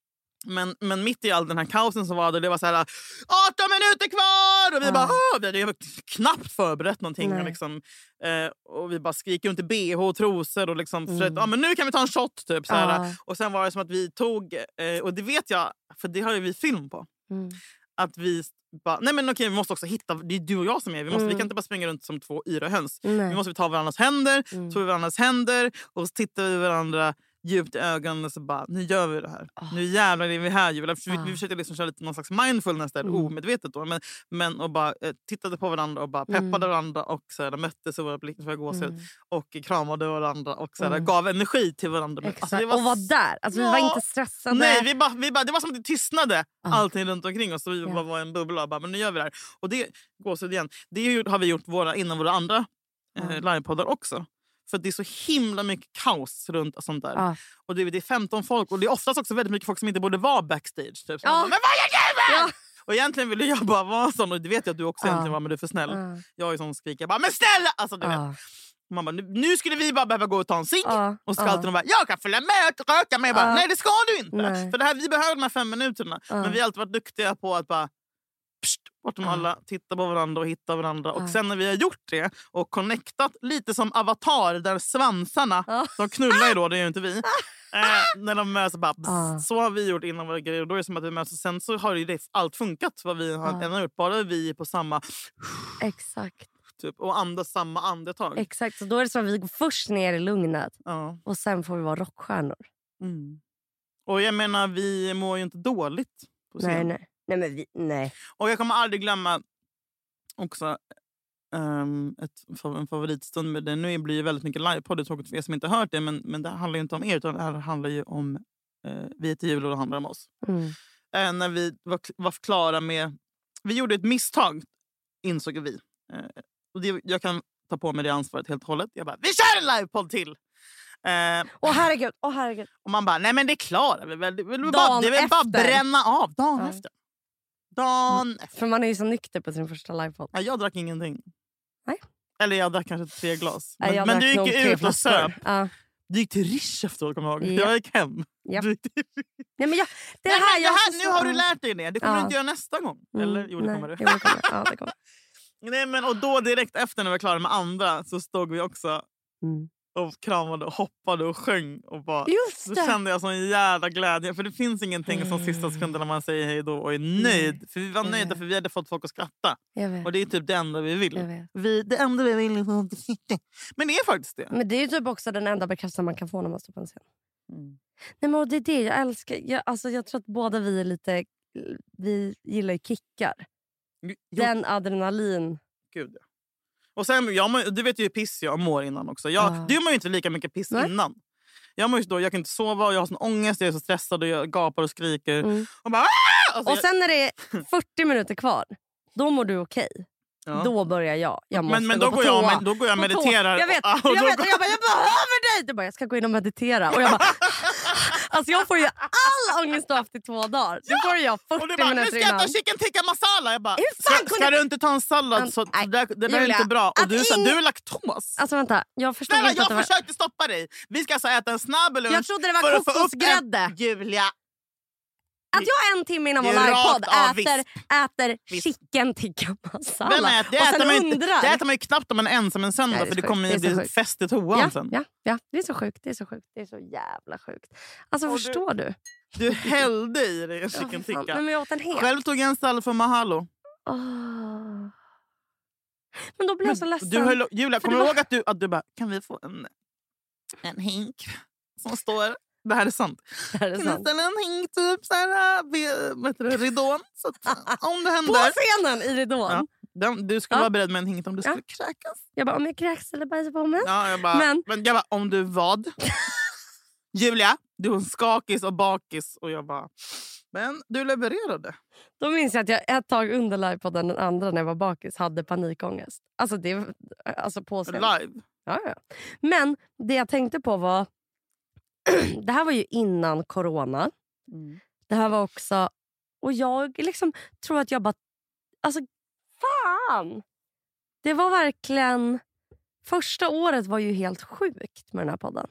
[SPEAKER 3] Men, men mitt i all den här kaosen som var det, det var så här arton minuter kvar! Och vi ja. bara, Åh! vi hade knappt förberett någonting. Och, liksom, eh, och vi bara skriker runt i B H och trosor och liksom, mm. för, ah, men nu kan vi ta en shot typ. Så här. Ja. Och sen var det som att vi tog, eh, och det vet jag, för det har ju vi film på. Mm. Att vi bara, nej men okej, vi måste också hitta, det är du och jag som är, vi, måste, mm. vi kan inte bara springa runt som två yra höns. Nej. Vi måste ta varandras händer, mm. ta varandras händer och så tittar vi varandra djupt i ögonen och så bara, nu gör vi det här. Oh. Nu jävlar är vi här. Julia. Vi, oh. vi försökte liksom köra lite någon slags mindfulness där, mm. omedvetet då. Men, men och bara eh, tittade på varandra och bara peppade mm. varandra och så här, möttes och våra blickar för gåshud mm. och kramade varandra och så här, mm. gav energi till varandra.
[SPEAKER 2] Alltså, det var, och var där. Alltså, ja. Vi var inte stressade.
[SPEAKER 3] Nej, vi bara, vi bara, det var som att det tystnade oh. allting runt omkring oss. Så vi yeah. bara var en bubbla och bara, men nu gör vi det här. Och det, gåshud igen, det har vi gjort våra, innan våra andra eh, mm. livepoddar också. För det är så himla mycket kaos runt och sånt där. Ah. Och det är, det är femton folk. Och det är oftast också väldigt mycket folk som inte borde vara backstage. Typ. Ah. Bara, men vad är det? Ja. Och egentligen ville jag bara vara sån. Och det vet jag att du också ah. egentligen var, men du är för snäll. Ah. Jag är sån skrik. Jag bara, men snälla! Alltså, du ah. vet. Man bara, nu, nu skulle vi bara behöva gå och ta en cigg. Ah. Och så ska ah. alltid de bara, jag kan följa med och röka med. Bara, ah. nej, det ska du inte. Nej. För det här, vi behöver de här fem minuterna. Ah. Men vi har alltid varit duktiga på att bara... Vart de alla tittar på varandra och hittar varandra. Och sen när vi har gjort det och connectat lite som Avatar, där svansarna, de knullar ju då, det är ju inte vi. Eh, när de möts bara, pss, så har vi gjort innan våra grejer. Och då är det som att vi möts och sen så har ju det allt funkat vad vi har än gjort. Bara vi är på samma...
[SPEAKER 2] Exakt.
[SPEAKER 3] Typ, och andas samma andetag.
[SPEAKER 2] Exakt, så då är det som att vi går först ner i lugnet. Ja. Och sen får vi vara rockstjärnor. Mm.
[SPEAKER 3] Och jag menar, vi mår ju inte dåligt på scen.
[SPEAKER 2] Nej, nej. Nej, men vi, nej.
[SPEAKER 3] Och jag kommer aldrig glömma också um, ett, en favoritstund med det. Nu blir det väldigt mycket livepodd för er som inte har hört det. Men, men det handlar ju inte om er, utan det här handlar ju om uh, Vi heter Jul och det handlar om oss. Mm. Uh, när vi var, var klara med... Vi gjorde ett misstag, insåg vi. Uh, och det, jag kan ta på mig det ansvaret helt och hållet. Jag bara, vi kör en livepodd till! Åh
[SPEAKER 2] uh, oh, herregud, oh, herregud.
[SPEAKER 3] Och man bara, nej men det klarar vi väl. Det vill bara, det vill bara bränna av dagen ja. efter. Dagen mm. efter.
[SPEAKER 2] För man är ju så nykter på sin första livepodd.
[SPEAKER 3] Ja, jag drack ingenting.
[SPEAKER 2] Nej.
[SPEAKER 3] Eller jag drack kanske tre glas.
[SPEAKER 2] Nej,
[SPEAKER 3] men men du gick ut och söp.
[SPEAKER 2] Ja.
[SPEAKER 3] Du gick till Rish efteråt, kommer jag ihåg. Ja. Jag gick hem.
[SPEAKER 2] Ja.
[SPEAKER 3] Du gick till...
[SPEAKER 2] Nej, men jag, det
[SPEAKER 3] nej,
[SPEAKER 2] här,
[SPEAKER 3] men det här, nu har du lärt dig det. Det kommer ja. du inte göra nästa gång. Mm. Eller? Jo, det
[SPEAKER 2] nej.
[SPEAKER 3] kommer du.
[SPEAKER 2] Jo, det kommer. Ja, det kommer.
[SPEAKER 3] Nej, men, och då direkt efter när vi var klara med andra så stod vi också... Mm. Och kramade och hoppade och sjöng. Och bara,
[SPEAKER 2] just det.
[SPEAKER 3] Så kände jag sån jävla glädje. För det finns ingenting mm. som sista sekunden när man säger hej då och är nöjd. Mm. För vi var nöjda för vi hade fått folk att skratta. Och det är typ det enda vi vill. Vi, det enda vi vill är men det är faktiskt det.
[SPEAKER 2] Men det är ju typ också den enda bekräftelsen man kan få när man står på en scen. Mm. Nej, men det är det jag älskar. Jag, alltså, jag tror att båda vi är lite... Vi gillar ju kickar. Jo. Den adrenalin...
[SPEAKER 3] gud ja. Och sen, jag mår, du vet ju hur piss jag mår innan också. Jag,
[SPEAKER 2] Ah.
[SPEAKER 3] Du mår ju inte lika mycket piss
[SPEAKER 2] Nej.
[SPEAKER 3] innan. Jag mår ju då, jag kan inte sova och jag har sån ångest, jag är så stressad och jag gapar och skriker.
[SPEAKER 2] Mm.
[SPEAKER 3] Och bara, "Aah!" alltså,
[SPEAKER 2] Och sen när det är fyrtio minuter kvar, då mår du okej.
[SPEAKER 3] ja.
[SPEAKER 2] Då börjar jag. Jag måste
[SPEAKER 3] men, men
[SPEAKER 2] gå
[SPEAKER 3] då,
[SPEAKER 2] på
[SPEAKER 3] går jag,
[SPEAKER 2] toa.
[SPEAKER 3] men, då går jag och
[SPEAKER 2] På toa.
[SPEAKER 3] mediterar.
[SPEAKER 2] Jag vet,
[SPEAKER 3] och,
[SPEAKER 2] jag,
[SPEAKER 3] och då
[SPEAKER 2] vet
[SPEAKER 3] går-
[SPEAKER 2] och jag bara, jag behöver dig! Du bara, jag ska gå in och meditera. Och jag bara, alltså jag får ju all ångest du har haft i två dagar. Då får jag
[SPEAKER 3] och du
[SPEAKER 2] fyrtio
[SPEAKER 3] bara, nu
[SPEAKER 2] minuter
[SPEAKER 3] ska jag
[SPEAKER 2] innan.
[SPEAKER 3] ta chicken tikka masala. Jag bara,
[SPEAKER 2] Hur fan
[SPEAKER 3] ska,
[SPEAKER 2] kunde-
[SPEAKER 3] ska du inte ta en sallad?
[SPEAKER 2] Men,
[SPEAKER 3] Så,
[SPEAKER 2] nej,
[SPEAKER 3] det, det där är
[SPEAKER 2] Julia,
[SPEAKER 3] inte bra. Och
[SPEAKER 2] att
[SPEAKER 3] du, är så,
[SPEAKER 2] ing-
[SPEAKER 3] du är laktos.
[SPEAKER 2] Alltså vänta, jag förstod
[SPEAKER 3] Snälla,
[SPEAKER 2] inte att
[SPEAKER 3] jag
[SPEAKER 2] det var...
[SPEAKER 3] försökte stoppa dig. Vi ska alltså äta en snabbelunch.
[SPEAKER 2] Jag trodde det var
[SPEAKER 3] för att få upp
[SPEAKER 2] kokosgrädde.
[SPEAKER 3] en- Julia.
[SPEAKER 2] Att jag en timme innan vår
[SPEAKER 3] Det är
[SPEAKER 2] livepodd
[SPEAKER 3] rakt av
[SPEAKER 2] äter, äter
[SPEAKER 3] Visst.
[SPEAKER 2] chicken tikka masala.
[SPEAKER 3] Vem äter? Det,
[SPEAKER 2] och
[SPEAKER 3] äter
[SPEAKER 2] sen
[SPEAKER 3] man ju inte,
[SPEAKER 2] undrar...
[SPEAKER 3] det äter man ju knappt om en ensam en söndag.
[SPEAKER 2] Nej, det är
[SPEAKER 3] för det
[SPEAKER 2] så
[SPEAKER 3] kommer
[SPEAKER 2] sjukt.
[SPEAKER 3] ju
[SPEAKER 2] Det är så
[SPEAKER 3] bli
[SPEAKER 2] sjukt.
[SPEAKER 3] fest i toan
[SPEAKER 2] ja,
[SPEAKER 3] sen.
[SPEAKER 2] ja, ja, det är så sjukt. Det är så sjukt. Det är så jävla sjukt. Alltså
[SPEAKER 3] Och du-
[SPEAKER 2] förstår du?
[SPEAKER 3] Du hällde i dig en
[SPEAKER 2] Ja,
[SPEAKER 3] chicken
[SPEAKER 2] fan.
[SPEAKER 3] tikka.
[SPEAKER 2] Men jag åt en hel.
[SPEAKER 3] Själv tog jag en sallad för mahalo.
[SPEAKER 2] Åh. Men då blev jag så ledsen.
[SPEAKER 3] Du höll, Julia,
[SPEAKER 2] För
[SPEAKER 3] kommer
[SPEAKER 2] det
[SPEAKER 3] du
[SPEAKER 2] var-
[SPEAKER 3] ihåg att du, att du bara, kan vi få en, en hink som står... Det här är sant.
[SPEAKER 2] Det här är
[SPEAKER 3] Kan vi
[SPEAKER 2] sant.
[SPEAKER 3] ställa en hink typ så här vid, vad heter det, ridån? Så att, om det
[SPEAKER 2] På
[SPEAKER 3] händer...
[SPEAKER 2] scenen i ridån.
[SPEAKER 3] Ja. Den, du skulle
[SPEAKER 2] Ja.
[SPEAKER 3] vara beredd med en hink om du skulle
[SPEAKER 2] Ja.
[SPEAKER 3] kräkas.
[SPEAKER 2] Jag bara, om jag kräks eller bajsar på mig.
[SPEAKER 3] Ja, jag bara, men...
[SPEAKER 2] Men-
[SPEAKER 3] jag bara, om du vad? Julia, du var skakis och bakis. Och jag bara, men du levererade.
[SPEAKER 2] Då minns jag att jag ett tag under livepodden, den andra när jag var bakis, hade panikångest. Alltså, det, alltså på scen.
[SPEAKER 3] Live.
[SPEAKER 2] Ja, ja. Men det jag tänkte på var... det här var ju innan corona.
[SPEAKER 3] Mm.
[SPEAKER 2] Det här var också... Och jag liksom tror att jag bara... Alltså, fan! Det var verkligen... Första året var ju helt sjukt med den här podden.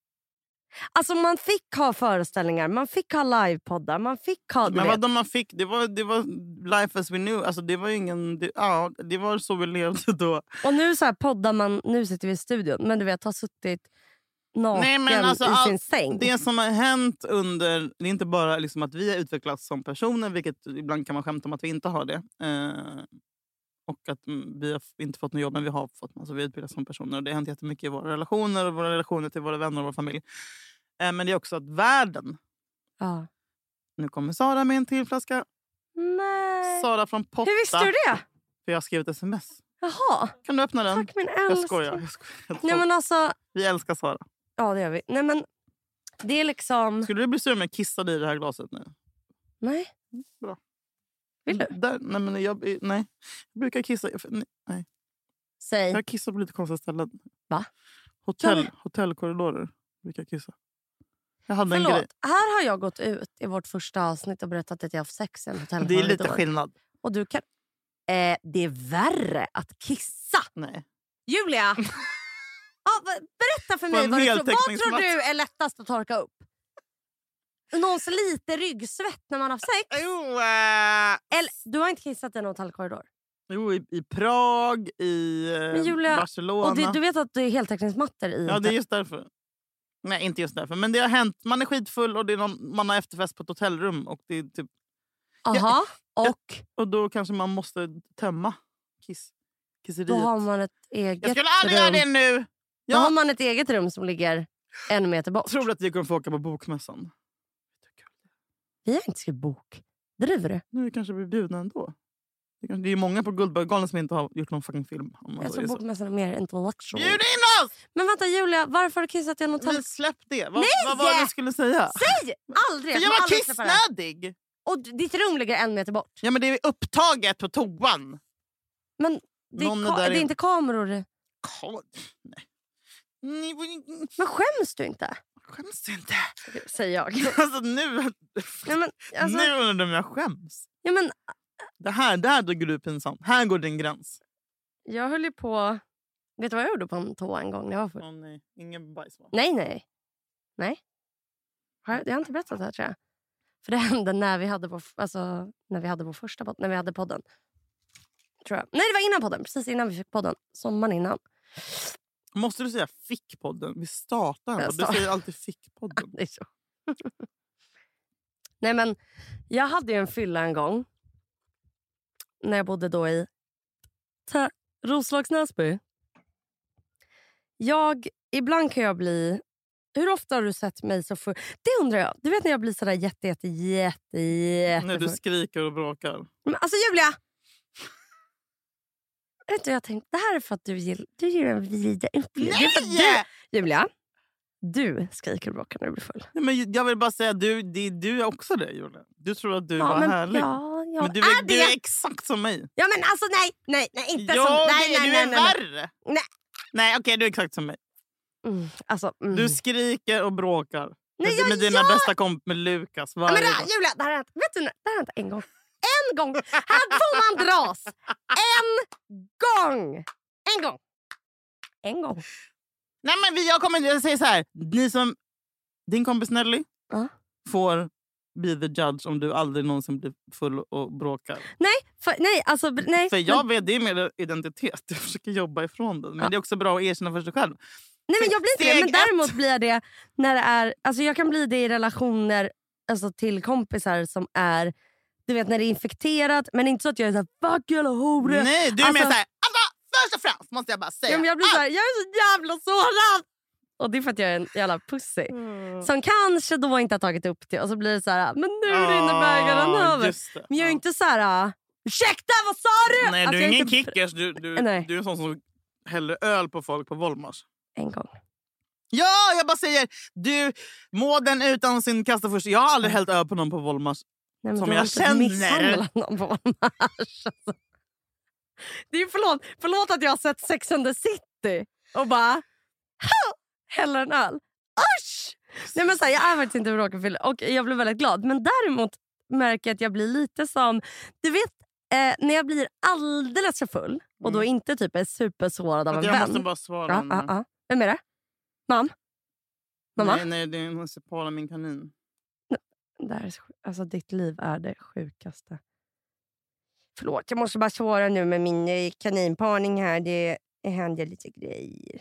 [SPEAKER 2] Alltså man fick ha föreställningar, man fick ha livepoddar, man fick ha... du
[SPEAKER 3] Men
[SPEAKER 2] vet.
[SPEAKER 3] vad de man fick, det var, det var life as we knew. Alltså det var ingen, det, ja, det var så vi levde då.
[SPEAKER 2] Och nu så här poddar man, nu sitter vi i studion, men du vet har suttit naken
[SPEAKER 3] Nej, men alltså,
[SPEAKER 2] i
[SPEAKER 3] all-
[SPEAKER 2] sin säng.
[SPEAKER 3] Det som har hänt under... Det är inte bara liksom att vi har utvecklats som personer, vilket ibland kan man skämta om att vi inte har det. Eh, och att mm, vi har f- inte fått något jobb, men vi har fått, alltså, vi har utvecklats som personer. Och det har hänt jättemycket i våra relationer och våra relationer till våra vänner och vår familj. Eh, men det är också att världen...
[SPEAKER 2] Ja.
[SPEAKER 3] Nu kommer Sara med en till flaska.
[SPEAKER 2] Nej.
[SPEAKER 3] Sara från Potta.
[SPEAKER 2] Hur visste du det?
[SPEAKER 3] För jag har skrivit sms.
[SPEAKER 2] Jaha.
[SPEAKER 3] Kan du öppna den?
[SPEAKER 2] Tack min
[SPEAKER 3] Jag
[SPEAKER 2] älskling.
[SPEAKER 3] skojar. Jag skojar.
[SPEAKER 2] Nej men alltså,
[SPEAKER 3] Vi älskar Sara.
[SPEAKER 2] ja det gör vi. Nej men, det är liksom...
[SPEAKER 3] Skulle du bli sur om jag kissade i det här glaset nu?
[SPEAKER 2] Nej.
[SPEAKER 3] Bra.
[SPEAKER 2] Vill du?
[SPEAKER 3] Där, nej, men jag, nej. Jag brukar kissa. Nej.
[SPEAKER 2] Säg.
[SPEAKER 3] Jag kissar på lite konstiga ställen.
[SPEAKER 2] Va?
[SPEAKER 3] Hotell,
[SPEAKER 2] Ja.
[SPEAKER 3] hotellkorridorer brukar jag kissa. Jag hade en grej.
[SPEAKER 2] Förlåt, här har jag gått ut i vårt första avsnitt och berättat att jag har haft sex i en
[SPEAKER 3] Det
[SPEAKER 2] hotellkorridor.
[SPEAKER 3] är lite skillnad.
[SPEAKER 2] Och du kan... Eh, det är värre att kissa.
[SPEAKER 3] Nej.
[SPEAKER 2] Julia! Ja, be- berätta för
[SPEAKER 3] På
[SPEAKER 2] mig
[SPEAKER 3] en
[SPEAKER 2] vad du, tror, vad
[SPEAKER 3] heltäckningsmatta.
[SPEAKER 2] tror du är lättast att torka upp? Någons lite ryggsvett när man har haft sex?
[SPEAKER 3] Jo, äh,
[SPEAKER 2] Eller, du har inte kissat i en hotellkorridor?
[SPEAKER 3] jo i, i Prag, i eh,
[SPEAKER 2] Men Julia,
[SPEAKER 3] Barcelona.
[SPEAKER 2] Och det, du vet att det är heltäckningsmattor i
[SPEAKER 3] Ja, det är just därför. Nej, inte just därför. Men det har hänt. Man är skitfull och det är någon, man har efterfest på ett hotellrum. Och, det är typ,
[SPEAKER 2] Aha, och
[SPEAKER 3] och då kanske man måste tömma kiss, kisseriet.
[SPEAKER 2] då har man ett eget
[SPEAKER 3] Jag skulle aldrig
[SPEAKER 2] rum.
[SPEAKER 3] göra det nu!
[SPEAKER 2] Då har
[SPEAKER 3] Jag
[SPEAKER 2] man ett eget rum som ligger en meter bort.
[SPEAKER 3] tror att vi kommer få åka på bokmässan.
[SPEAKER 2] Vi har inte skrivit bok. Driver du?
[SPEAKER 3] Nu kanske vi blir bjudna ändå. Det kanske- det är många på Guldbaggegalan som inte har gjort någon fucking film. Om man
[SPEAKER 2] Jag tror
[SPEAKER 3] säger så.
[SPEAKER 2] bokmässan är mer intellectual.
[SPEAKER 3] Bjud in oss!
[SPEAKER 2] Men vänta Julia, varför har du kissat i en hotell?
[SPEAKER 3] Men släpp det. Vad,
[SPEAKER 2] Nej!
[SPEAKER 3] vad var det du skulle säga?
[SPEAKER 2] Säg! Aldrig!
[SPEAKER 3] För jag
[SPEAKER 2] kommer
[SPEAKER 3] var
[SPEAKER 2] aldrig släppa det.
[SPEAKER 3] kissnödig!
[SPEAKER 2] Och ditt rum ligger en meter bort.
[SPEAKER 3] Ja, men det är upptaget på toan.
[SPEAKER 2] Men det är,
[SPEAKER 3] Någon är
[SPEAKER 2] ka-
[SPEAKER 3] där
[SPEAKER 2] det är
[SPEAKER 3] in-
[SPEAKER 2] inte kameror. i-
[SPEAKER 3] Kom- Nej. Ni
[SPEAKER 2] Men skäms du inte?
[SPEAKER 3] skäms inte.
[SPEAKER 2] Säger jag.
[SPEAKER 3] Alltså nu...
[SPEAKER 2] Nej, men, alltså,
[SPEAKER 3] Nu undrar du om jag skäms.
[SPEAKER 2] ja, men,
[SPEAKER 3] Det här, där går du pinsamt. Här går din gräns.
[SPEAKER 2] jag höll ju på... Vet du vad jag gjorde på en toa en gång när jag var full?
[SPEAKER 3] Åh nej, ingen bajs va?
[SPEAKER 2] Nej, nej. Nej. Har jag, jag har inte berättat det här tror jag. För det hände när vi hade vår, alltså, när vi hade vår första podd. När vi hade podden. Tror jag. Nej, det var innan podden. Precis innan vi fick podden. Sommaren innan.
[SPEAKER 3] Måste du säga fick-podden? Vi startar
[SPEAKER 2] Jag
[SPEAKER 3] här. Du
[SPEAKER 2] sa-
[SPEAKER 3] säger alltid fick-podden.
[SPEAKER 2] Det är så. Nej, men jag hade ju en fylla en gång. När jag bodde då i Ta- Roslagsnäsby. Jag, ibland kan jag bli... Hur ofta har du sett mig så full? Det undrar jag. Du vet när jag blir sådär jätte, jätte, jätte, jätte
[SPEAKER 3] När du
[SPEAKER 2] full.
[SPEAKER 3] skriker och bråkar.
[SPEAKER 2] Men alltså Julia! Vet du, jag tänkte, det här är för att du gillar, du gillar en vida upplevelse.
[SPEAKER 3] Nej!
[SPEAKER 2] Du, Julia, du skriker och bråkar när du blir full.
[SPEAKER 3] Nej, men jag vill bara säga, du, det, du är också det, Julia. Du tror att du
[SPEAKER 2] Ja,
[SPEAKER 3] var
[SPEAKER 2] men,
[SPEAKER 3] härlig.
[SPEAKER 2] ja, ja.
[SPEAKER 3] Men du är,
[SPEAKER 2] är
[SPEAKER 3] du
[SPEAKER 2] det?
[SPEAKER 3] är exakt som mig.
[SPEAKER 2] Ja men alltså nej, nej, nej inte
[SPEAKER 3] Ja,
[SPEAKER 2] som... Nej,
[SPEAKER 3] det,
[SPEAKER 2] nej,
[SPEAKER 3] du
[SPEAKER 2] nej,
[SPEAKER 3] är
[SPEAKER 2] nej, nej.
[SPEAKER 3] värre.
[SPEAKER 2] Nej.
[SPEAKER 3] Nej, okej, du är exakt som mig.
[SPEAKER 2] Mm, alltså, mm.
[SPEAKER 3] Du skriker och bråkar.
[SPEAKER 2] Nej,
[SPEAKER 3] med,
[SPEAKER 2] jag
[SPEAKER 3] med dina
[SPEAKER 2] gör-
[SPEAKER 3] bästa komp med Lukas
[SPEAKER 2] Ja,
[SPEAKER 3] varje
[SPEAKER 2] men det,
[SPEAKER 3] dag.
[SPEAKER 2] här, Julia, det här har hänt, vet du, det här har hänt en gång. En gång! Här får man dras! En gång! En gång! En gång.
[SPEAKER 3] Nej, men vi, jag kommer jag säger så här. Ni som, din kompis Nelly
[SPEAKER 2] Ja.
[SPEAKER 3] får be the judge om du aldrig någonsin blir full och bråkar.
[SPEAKER 2] Nej, för, nej, alltså, nej.
[SPEAKER 3] För jag vet, det är mer identitet. Jag försöker jobba ifrån det. Men
[SPEAKER 2] Ja.
[SPEAKER 3] det är också bra att erkänna för sig själv.
[SPEAKER 2] Nej, men jag blir inte det.
[SPEAKER 3] Steg
[SPEAKER 2] Men
[SPEAKER 3] ett.
[SPEAKER 2] däremot blir jag det när det är... Alltså jag kan bli det i relationer alltså till kompisar som är... Du vet när det är infekterat. Men inte så att jag är så här, fuck jävla hora.
[SPEAKER 3] Nej, du är
[SPEAKER 2] Alltså-
[SPEAKER 3] mer såhär, alltså, först och främst måste jag bara säga.
[SPEAKER 2] Ja, men jag blir så här, jag är så jävla sårad. Och det är för att jag är en jävla pussy.
[SPEAKER 3] Mm.
[SPEAKER 2] Som kanske då inte har tagit upp det. Och så blir det så här, men nu rinner bägaren
[SPEAKER 3] Ah,
[SPEAKER 2] över.
[SPEAKER 3] just det.
[SPEAKER 2] Men jag är
[SPEAKER 3] Ja.
[SPEAKER 2] inte så här, ursäkta vad sa du?
[SPEAKER 3] Nej,
[SPEAKER 2] Alltså,
[SPEAKER 3] du är
[SPEAKER 2] jag
[SPEAKER 3] ingen
[SPEAKER 2] inte-
[SPEAKER 3] kickers. Du, du,
[SPEAKER 2] Nej.
[SPEAKER 3] du är en sån som häller öl på folk på Volmars.
[SPEAKER 2] En gång.
[SPEAKER 3] Ja, jag bara säger, du, må den utan sin kasta först. Jag har aldrig hällt öl på någon på Volmars.
[SPEAKER 2] Nej, men
[SPEAKER 3] Som
[SPEAKER 2] du har
[SPEAKER 3] jag
[SPEAKER 2] inte
[SPEAKER 3] känner.
[SPEAKER 2] misshandlat någon på Volmars. Alltså. Det är förlåt, förlåt att jag har sett Sex and the City och bara "Ha!" häller en öl. Usch! Nej, men så här, jag är faktiskt inte bråkfylld och jag blir väldigt glad. Men däremot märker jag att jag blir lite som... Du vet, eh, när jag blir alldeles för full och då inte typ är supersårad av en
[SPEAKER 3] Jag
[SPEAKER 2] vän.
[SPEAKER 3] måste bara svara.
[SPEAKER 2] Ja,
[SPEAKER 3] nu.
[SPEAKER 2] ja, ja. Vem är det? Mam? Mamma?
[SPEAKER 3] Nej, nej, det är Sepala, min kanin.
[SPEAKER 2] Det här är, så sjuk- alltså, ditt liv är det sjukaste. Förlåt, jag måste bara svara nu med min eh, kaninparning här. Det händer lite grejer.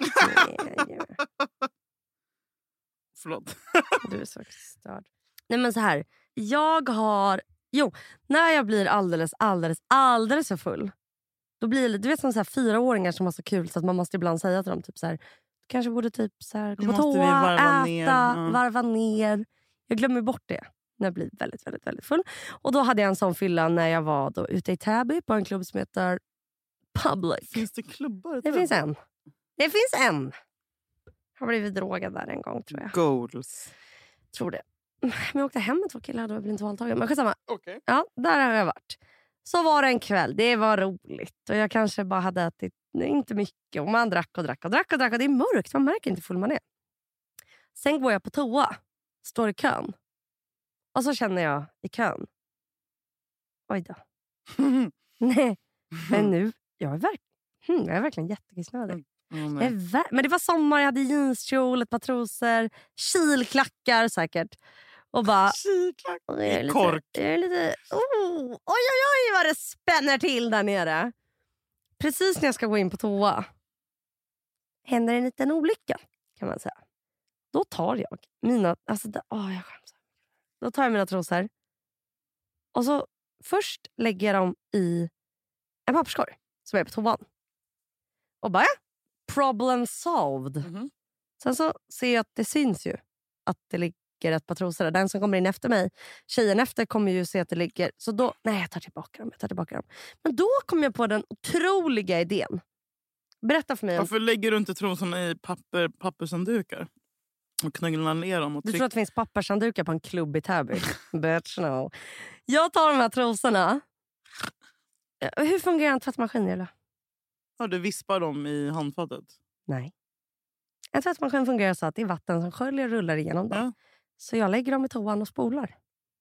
[SPEAKER 3] Förlåt.
[SPEAKER 2] Du är så störd. Nej, men så här. Jag har... Jo, när jag blir alldeles, alldeles, alldeles för full. Då blir det, du vet som så här fyraåringar som har så kul så att man måste ibland säga till dem typ så här. Du kanske borde typ så här, gå
[SPEAKER 3] Nu
[SPEAKER 2] på
[SPEAKER 3] måste vi
[SPEAKER 2] toa,
[SPEAKER 3] varva
[SPEAKER 2] äta,
[SPEAKER 3] ner. Ja.
[SPEAKER 2] varva ner. Jag glömmer bort det när jag blir väldigt, väldigt, väldigt full. Och då hade jag en sån fylla när jag var då ute i Täby på en klubb som heter Public.
[SPEAKER 3] Finns det klubbar?
[SPEAKER 2] Det finns en. Det finns en. Jag har blivit drogad där en gång tror jag.
[SPEAKER 3] Goals.
[SPEAKER 2] Tror det. Men jag åkte hem med två killar och jag blev inte våldtagen. Men skitsamma.
[SPEAKER 3] Okej.
[SPEAKER 2] Ja, där har jag varit. Så var det en kväll. Det var roligt. Och jag kanske bara hade ätit nej, inte mycket. Och man drack och drack och drack och drack. Och det är mörkt. Man märker inte hur full man är. Sen går jag på toa. Står i kön. Och så känner jag i kön. Oj då. Nej. Men nu. Jag är, verk- hmm, jag är verkligen jättekissnödig.
[SPEAKER 3] Oh,
[SPEAKER 2] Jag
[SPEAKER 3] nej.
[SPEAKER 2] är ver- Men det var sommar. Jag hade jeanskjol, ett par trosor. Kilklackar säkert. Och bara...
[SPEAKER 3] Kiklack.
[SPEAKER 2] Och jag är lite,
[SPEAKER 3] Kork.
[SPEAKER 2] jag är lite, oh, oj, oj, oj vad det spänner till där nere. Precis när jag ska gå in på toa händer en liten olycka kan man säga. Då tar jag mina, alltså, det, oh, jag skäms. Då tar jag mina trosor och så först lägger jag dem i en papperskorg som är på toan. Och bara, problem solved.
[SPEAKER 3] Mhm.
[SPEAKER 2] Sen så ser jag att det syns ju att det ligger ett par trosor. Den som kommer in efter mig, tjejen efter, kommer ju se att det ligger. Så då, nej jag tar tillbaka dem, jag tar tillbaka dem. Men då kom jag på den otroliga idén. Berätta för mig. Om,
[SPEAKER 3] Varför lägger du inte trosorna i papper, pappershanddukar? Och knögglar ner dem och
[SPEAKER 2] du
[SPEAKER 3] trycker.
[SPEAKER 2] tror att det finns pappershanddukar på en klubb i Täby? Bitch no. Jag tar de här trosorna. Hur fungerar en tvättmaskin, eller?
[SPEAKER 3] Ja, du vispar dem i handfatet.
[SPEAKER 2] Nej. En tvättmaskin fungerar så att det är vatten som sköljer och rullar igenom dem.
[SPEAKER 3] Ja.
[SPEAKER 2] Så jag lägger dem i toan och spolar.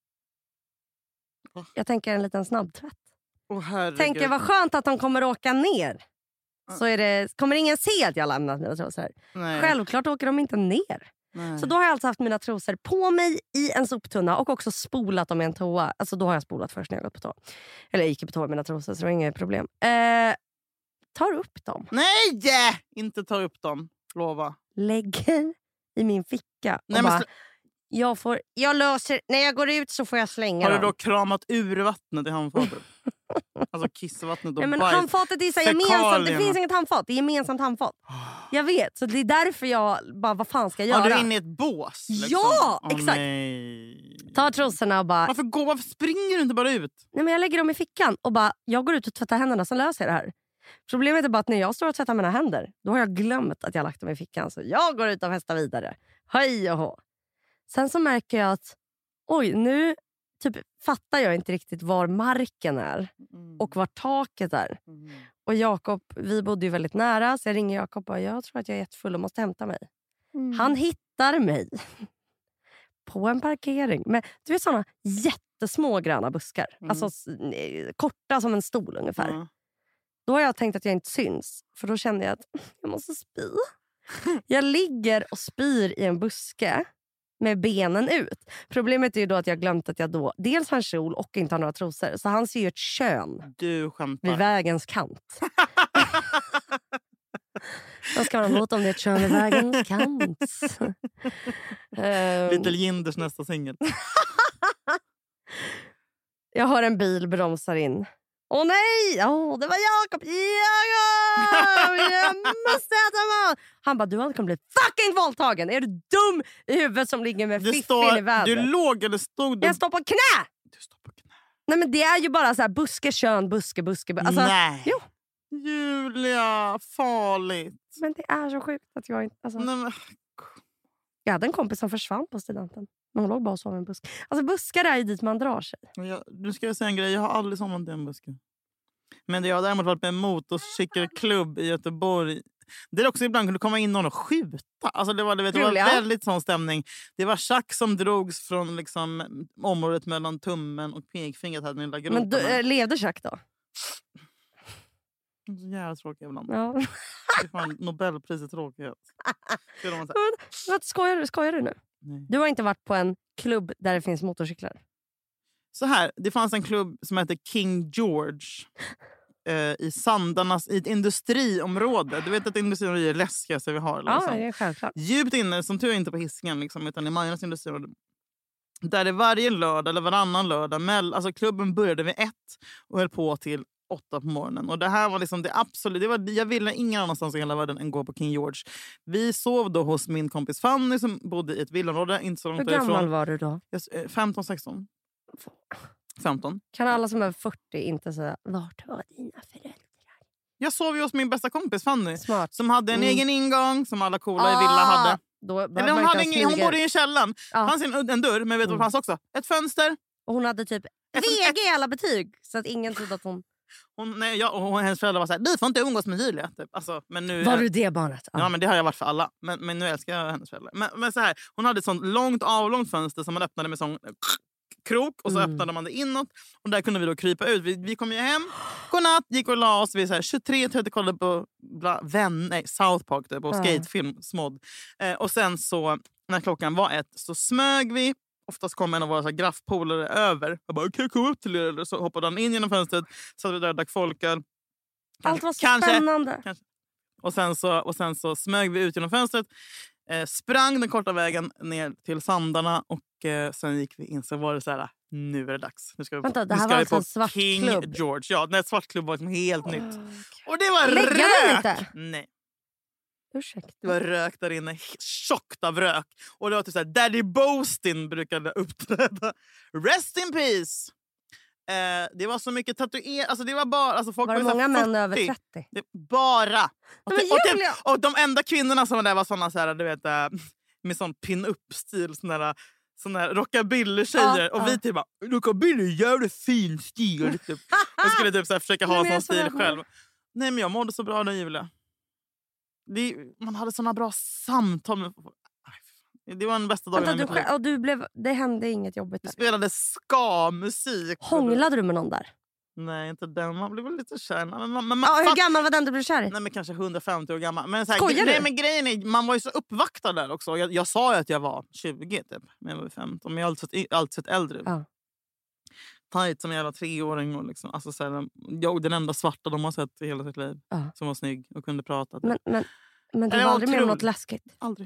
[SPEAKER 3] Va?
[SPEAKER 2] Jag tänker en liten snabbtvätt.
[SPEAKER 3] Åh, herregud.
[SPEAKER 2] Tänker vad skönt att de kommer åka ner.
[SPEAKER 3] Ja.
[SPEAKER 2] Så är det, kommer ingen se att jag lämnat mina trosor.
[SPEAKER 3] Nej.
[SPEAKER 2] Självklart åker de inte ner.
[SPEAKER 3] Nej.
[SPEAKER 2] Så då har jag alltså haft mina trosor på mig i en soptunna och också spolat dem i en toa. Alltså då har jag spolat först när jag gått på toa. Eller jag gick på toa med mina trosor så det var inget problem. Eh, tar upp dem.
[SPEAKER 3] Nej! Inte ta upp dem. Lova.
[SPEAKER 2] Lägger i min ficka. Och
[SPEAKER 3] Nej, men
[SPEAKER 2] bara,
[SPEAKER 3] sl-
[SPEAKER 2] jag, får, jag löser, när jag går ut så får jag slänga
[SPEAKER 3] Har du
[SPEAKER 2] dem.
[SPEAKER 3] då kramat ur vattnet i handfatet? Alltså kissvattnet och
[SPEAKER 2] Nej, men
[SPEAKER 3] bajs.
[SPEAKER 2] handfatet är så här gemensamt. Det
[SPEAKER 3] Fekalierna.
[SPEAKER 2] finns inget handfat. Det är gemensamt handfat. Jag vet. Så det är därför jag bara, vad fan ska jag
[SPEAKER 3] Har
[SPEAKER 2] göra?
[SPEAKER 3] du inne i ett bås? Liksom?
[SPEAKER 2] Ja,
[SPEAKER 3] Åh,
[SPEAKER 2] exakt.
[SPEAKER 3] Nej.
[SPEAKER 2] Ta trosorna och bara...
[SPEAKER 3] Varför, går, varför springer du inte bara ut?
[SPEAKER 2] Nej, men jag lägger dem i fickan och bara, jag går ut och tvättar händerna så löser jag det här. Problemet är bara att när jag står och tvättar mina händer, då har jag glömt att jag lagt dem i fickan. Så jag går ut och festar vidare. Hej och hå. Sen så märker jag att oj, nu typ fattar jag inte riktigt var marken är.
[SPEAKER 3] Mm.
[SPEAKER 2] Och var taket är.
[SPEAKER 3] Mm.
[SPEAKER 2] Och Jakob, vi bodde ju väldigt nära. Så jag ringer Jakob och jag tror att jag är jättefull och måste hämta mig.
[SPEAKER 3] Mm.
[SPEAKER 2] Han hittar mig. På en parkering. Men du vet sådana jättesmå gröna buskar.
[SPEAKER 3] Mm.
[SPEAKER 2] Alltså s- eh, korta som en stol ungefär.
[SPEAKER 3] Ja.
[SPEAKER 2] Då har jag tänkt att jag inte syns. För då kände jag att jag måste spy. Jag ligger och spyr i en buske. Med benen ut. Problemet är ju då att jag glömt att jag då dels har en kjol och inte har några trosor. Så han ser ju ett kön
[SPEAKER 3] Du skämtar.
[SPEAKER 2] vid vägens kant. Vad ska man mot om det är ett kön vid vägens kant? Ehm,
[SPEAKER 3] Little Jinders nästa singel.
[SPEAKER 2] jag har en bil bromsar in. Åh nej! Åh, det var Jakob! Jakob! Jag måste äta mat! Han bara, du hade kunnat bli fucking våldtagen. Är du dum i huvudet som ligger med
[SPEAKER 3] Det
[SPEAKER 2] fiffin
[SPEAKER 3] står,
[SPEAKER 2] i vädret?
[SPEAKER 3] du låg eller stod du?
[SPEAKER 2] Jag står på knä!
[SPEAKER 3] Du står på knä.
[SPEAKER 2] Nej men det är ju bara så här buske, kön, buske, buske. bu- Alltså,
[SPEAKER 3] Nej.
[SPEAKER 2] jo.
[SPEAKER 3] Julia, farligt.
[SPEAKER 2] men det är så sjukt att jag inte... Alltså,
[SPEAKER 3] Nej, men,
[SPEAKER 2] jag hade en kompis som försvann på studenten. Men hon låg bara och sov i en busk. Alltså buskar är ju dit man drar sig.
[SPEAKER 3] jag, nu ska jag säga en grej. Jag har aldrig somnat i en buske. Men det jag har däremot varit med en motorcykelklubb i Göteborg. Det är också ibland kunde komma in någon och skjuta. Alltså det var, det vet, det var
[SPEAKER 2] Roliga.
[SPEAKER 3] väldigt sån stämning. Det var tjack som drogs från liksom, området mellan tummen och pekfingret. Hade den lilla
[SPEAKER 2] Men du,
[SPEAKER 3] groparna.
[SPEAKER 2] äh, levde Chuck då?
[SPEAKER 3] Så jävla tråkigt ibland.
[SPEAKER 2] Ja.
[SPEAKER 3] Det är fan Nobelpris i tråkighet. Ska de säga?
[SPEAKER 2] Vad, skojar, du, skojar du nu?
[SPEAKER 3] Nej.
[SPEAKER 2] Du har inte varit på en klubb där det finns motorcyklar?
[SPEAKER 3] Så här, det fanns en klubb som heter King George eh, i Sandarnas, i ett industriområde. Du vet att industriområdet är det läskigaste vi har.
[SPEAKER 2] Ja,
[SPEAKER 3] Liksom.
[SPEAKER 2] det är självklart.
[SPEAKER 3] Djupt inne, som tur är inte på Hisingen liksom, utan i Majornas industriområde. Där det varje lördag eller varannan lördag, mell, alltså klubben började vid ett och höll på till åtta på morgonen. Och det här var liksom det absolut, det var, jag ville ingen annanstans i hela världen än gå på King George. Vi sov då hos min kompis Fanny som bodde i ett villaområde inte så långt
[SPEAKER 2] Hur gammal
[SPEAKER 3] därifrån.
[SPEAKER 2] var du då?
[SPEAKER 3] Jag- femton sexton femton
[SPEAKER 2] Kan alla som är fyrtio inte säga, vart var dina föräldrar?
[SPEAKER 3] Jag sov ju hos min bästa kompis Fanny.
[SPEAKER 2] Smart.
[SPEAKER 3] Som hade en
[SPEAKER 2] Mm.
[SPEAKER 3] egen ingång som alla coola i
[SPEAKER 2] Ah,
[SPEAKER 3] villa hade.
[SPEAKER 2] Då behöver
[SPEAKER 3] Eller hon,
[SPEAKER 2] man inte
[SPEAKER 3] hade
[SPEAKER 2] ens
[SPEAKER 3] ingen, hon
[SPEAKER 2] smyga
[SPEAKER 3] bodde i
[SPEAKER 2] ut.
[SPEAKER 3] en källaren.
[SPEAKER 2] Ja.
[SPEAKER 3] Det fanns en, en dörr, men vet du vad det fanns också? Ett fönster.
[SPEAKER 2] Och hon hade typ
[SPEAKER 3] Ett-
[SPEAKER 2] V G i alla betyg. Så att ingen trodde att hon...
[SPEAKER 3] Hon, nej, jag, och hennes föräldrar var så här, du får inte umgås med Julia. Typ. Alltså, men nu,
[SPEAKER 2] Var du det barnet?
[SPEAKER 3] Ja, men det har jag varit för alla. Men, men nu älskar jag hennes föräldrar. Men, men så här, hon hade ett sånt långt avlångt fönster som man öppnade med sån krok. Och så
[SPEAKER 2] Mm.
[SPEAKER 3] öppnade man det inåt. Och där kunde vi då krypa ut. Vi, vi kom ju hem. Godnatt, gick och la oss. Vi så här, tjugotre trettio kollade på bla, vän, nej, South Park typ, och
[SPEAKER 2] Ja.
[SPEAKER 3] skatefilm, smod. Eh, och sen så, när klockan var ett, så smög vi. Oftast kom en av våra så här graffpolare över. Jag bara, kan jag komma upp till er? Eller så hoppade han in genom fönstret. Satt vi där och drack folköl.
[SPEAKER 2] Allt var
[SPEAKER 3] Kanske.
[SPEAKER 2] spännande.
[SPEAKER 3] Och sen så, och sen så smög vi ut genom fönstret. Eh, sprang den korta vägen ner till Sandarna. Och eh, sen gick vi in. Så var det så här, nu är det dags. Nu ska vi,
[SPEAKER 2] Vänta, det
[SPEAKER 3] nu
[SPEAKER 2] här
[SPEAKER 3] ska
[SPEAKER 2] var
[SPEAKER 3] vi
[SPEAKER 2] alltså
[SPEAKER 3] på
[SPEAKER 2] en svart
[SPEAKER 3] King
[SPEAKER 2] klubb?
[SPEAKER 3] George. Ja, den här svart klubb var liksom helt nytt.
[SPEAKER 2] Okej.
[SPEAKER 3] Och det var
[SPEAKER 2] Lägger den
[SPEAKER 3] rök!
[SPEAKER 2] inte?
[SPEAKER 3] Nej,
[SPEAKER 2] Ursäkta.
[SPEAKER 3] det var rök där inne. Tjockt av rök. Och det var typ så här, Daddy Boastin brukade uppträda. Rest in peace! Eh, det var så mycket tatueringar. Alltså det var bara... Alltså folk
[SPEAKER 2] Var det
[SPEAKER 3] var så här
[SPEAKER 2] många män
[SPEAKER 3] fyrtio.
[SPEAKER 2] över trettio?
[SPEAKER 3] Det, bara! Och,
[SPEAKER 2] Men
[SPEAKER 3] te- och, typ,
[SPEAKER 2] Julia!
[SPEAKER 3] och de enda kvinnorna som var där var såna så här, du vet, äh, med sån pin-up-stil. Såna där, såna där rockabilly-tjejer.
[SPEAKER 2] Ja,
[SPEAKER 3] och vi
[SPEAKER 2] ja.
[SPEAKER 3] typ bara, rockabilly är jävligt fin stil. Typ. Och skulle typ så här, försöka ha
[SPEAKER 2] Nej, men
[SPEAKER 3] sån
[SPEAKER 2] jag är så
[SPEAKER 3] stil
[SPEAKER 2] rädd.
[SPEAKER 3] själv. Nej, men jag mådde så bra där, Julia. Det, man hade såna bra samtal. Med, Aj, det var den bästa dagen
[SPEAKER 2] Vänta,
[SPEAKER 3] i
[SPEAKER 2] du,
[SPEAKER 3] mitt liv.
[SPEAKER 2] skä- och du blev, det hände inget jobbigt
[SPEAKER 3] Vi
[SPEAKER 2] där.
[SPEAKER 3] spelade ska-musik.
[SPEAKER 2] Hånglade du med någon där?
[SPEAKER 3] Nej, inte den. Man blev väl lite kär. Men, man, men, man,
[SPEAKER 2] Ja, hur
[SPEAKER 3] fatt-
[SPEAKER 2] gammal var den du blev kär i?
[SPEAKER 3] Nej, men kanske hundrafemtio år gammal. Men så här,
[SPEAKER 2] Skojar
[SPEAKER 3] nej,
[SPEAKER 2] du?
[SPEAKER 3] men grejen är, man var ju så uppvaktad där också. Jag, jag sa ju att jag var tjugo typ. Men jag var femton. Men jag har alltid sett, alltid sett äldre ut.
[SPEAKER 2] Ja.
[SPEAKER 3] Tajt som en jävla treåring. Och liksom, alltså, så här, jag den enda svarta de har sett i hela sitt liv.
[SPEAKER 2] Ja.
[SPEAKER 3] Som var snygg och kunde prata.
[SPEAKER 2] Men, men, men du
[SPEAKER 3] Det
[SPEAKER 2] var
[SPEAKER 3] var
[SPEAKER 2] aldrig med om
[SPEAKER 3] otroligt.
[SPEAKER 2] något läskigt?
[SPEAKER 3] Aldrig.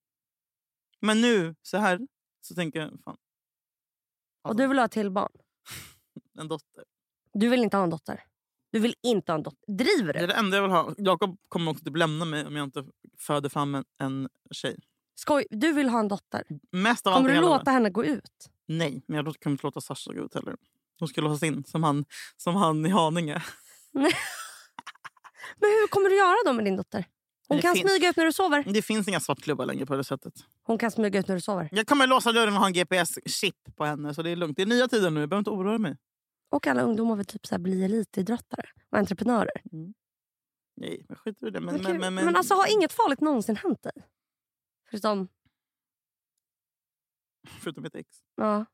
[SPEAKER 3] Men nu, så här, så tänker jag, fan.
[SPEAKER 2] Och
[SPEAKER 3] Alltså,
[SPEAKER 2] du vill ha ett till barn?
[SPEAKER 3] en dotter.
[SPEAKER 2] Du vill inte ha en dotter? Du vill inte ha en dotter? Driver
[SPEAKER 3] Det är
[SPEAKER 2] du?
[SPEAKER 3] det enda jag vill ha. Jakob kommer också typ lämna mig om jag inte föder fram en, en tjej.
[SPEAKER 2] Skoj, du vill ha en dotter?
[SPEAKER 3] Mest av allt
[SPEAKER 2] Kommer
[SPEAKER 3] i
[SPEAKER 2] du
[SPEAKER 3] hela
[SPEAKER 2] låta
[SPEAKER 3] världen.
[SPEAKER 2] henne gå ut?
[SPEAKER 3] Nej, men jag kommer inte låta Sasha gå ut heller. Hon ska låsas in som han, som han i Haninge.
[SPEAKER 2] Men hur kommer du göra då med din dotter? Hon
[SPEAKER 3] Det
[SPEAKER 2] kan
[SPEAKER 3] finns-
[SPEAKER 2] smyga ut när du sover.
[SPEAKER 3] Det finns inga svartklubbar längre på det sättet.
[SPEAKER 2] Hon kan smyga ut när du sover.
[SPEAKER 3] Jag kommer låsa dörren och ha en G P S-chip på henne. Så det är lugnt. Det är nya tider nu. Jag behöver inte oroa mig.
[SPEAKER 2] Och alla ungdomar vill typ så här bli elitidrottare och entreprenörer.
[SPEAKER 3] Nej, men skit i det. Men,
[SPEAKER 2] Men,
[SPEAKER 3] men, men, men,
[SPEAKER 2] men alltså har inget farligt någonsin hänt dig? Förutom...
[SPEAKER 3] Förutom mitt ex.
[SPEAKER 2] Ja.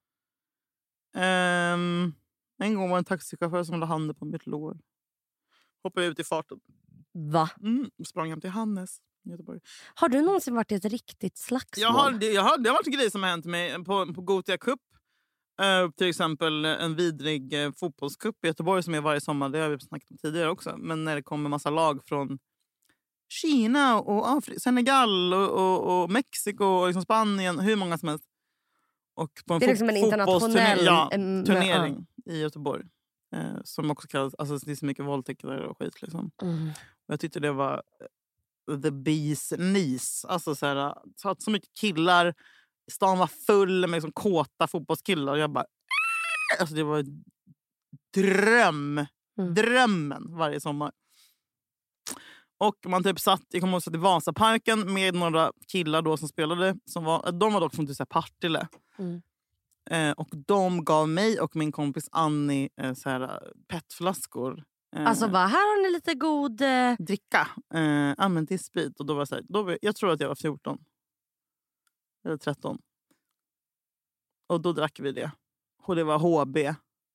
[SPEAKER 3] Ehm, en gång var en taxichaufför som hade handen på mitt lår. Hoppade ut i farten.
[SPEAKER 2] Va?
[SPEAKER 3] Mm, sprang hem till Hannes i Göteborg.
[SPEAKER 2] Har du någonsin varit i ett riktigt slagsmål?
[SPEAKER 3] Jag har, det, jag har, det har varit grejer som har hänt mig på, på Gothia Cup. Uh, till exempel en vidrig uh, fotbollscup i Göteborg som är varje sommar. Det har vi snackat om tidigare också. Men när det kommer en massa lag från Kina och Afri- Senegal och, och, och Mexiko och liksom Spanien. Hur många som helst. Och på en
[SPEAKER 2] Det är liksom en internationell
[SPEAKER 3] ja,
[SPEAKER 2] em,
[SPEAKER 3] turnering i Göteborg. Uh, som också kallas, alltså det är så mycket våldtäkter och skit liksom.
[SPEAKER 2] Mm.
[SPEAKER 3] Och jag tyckte det var uh, the bee's knees. Alltså så här, så, så mycket killar. Stan var full med liksom kåta fotbollskillar. Och jag bara... Alltså det var dröm.
[SPEAKER 2] Mm.
[SPEAKER 3] Drömmen varje sommar. Och man typ satt, jag kommer ihåg satt i Vasaparken med några killar då som spelade. Som var, de var dock från typ så här Partille.
[SPEAKER 2] Mm.
[SPEAKER 3] Eh, och de gav mig och min kompis Annie eh, så här petflaskor. Eh,
[SPEAKER 2] Alltså bara, här har ni lite god... Eh...
[SPEAKER 3] dricka. Eh, använd till sprit. Och då var jag så här, då var, jag tror att jag var fjorton. Eller tretton. Och då drack vi det. Och det var H B.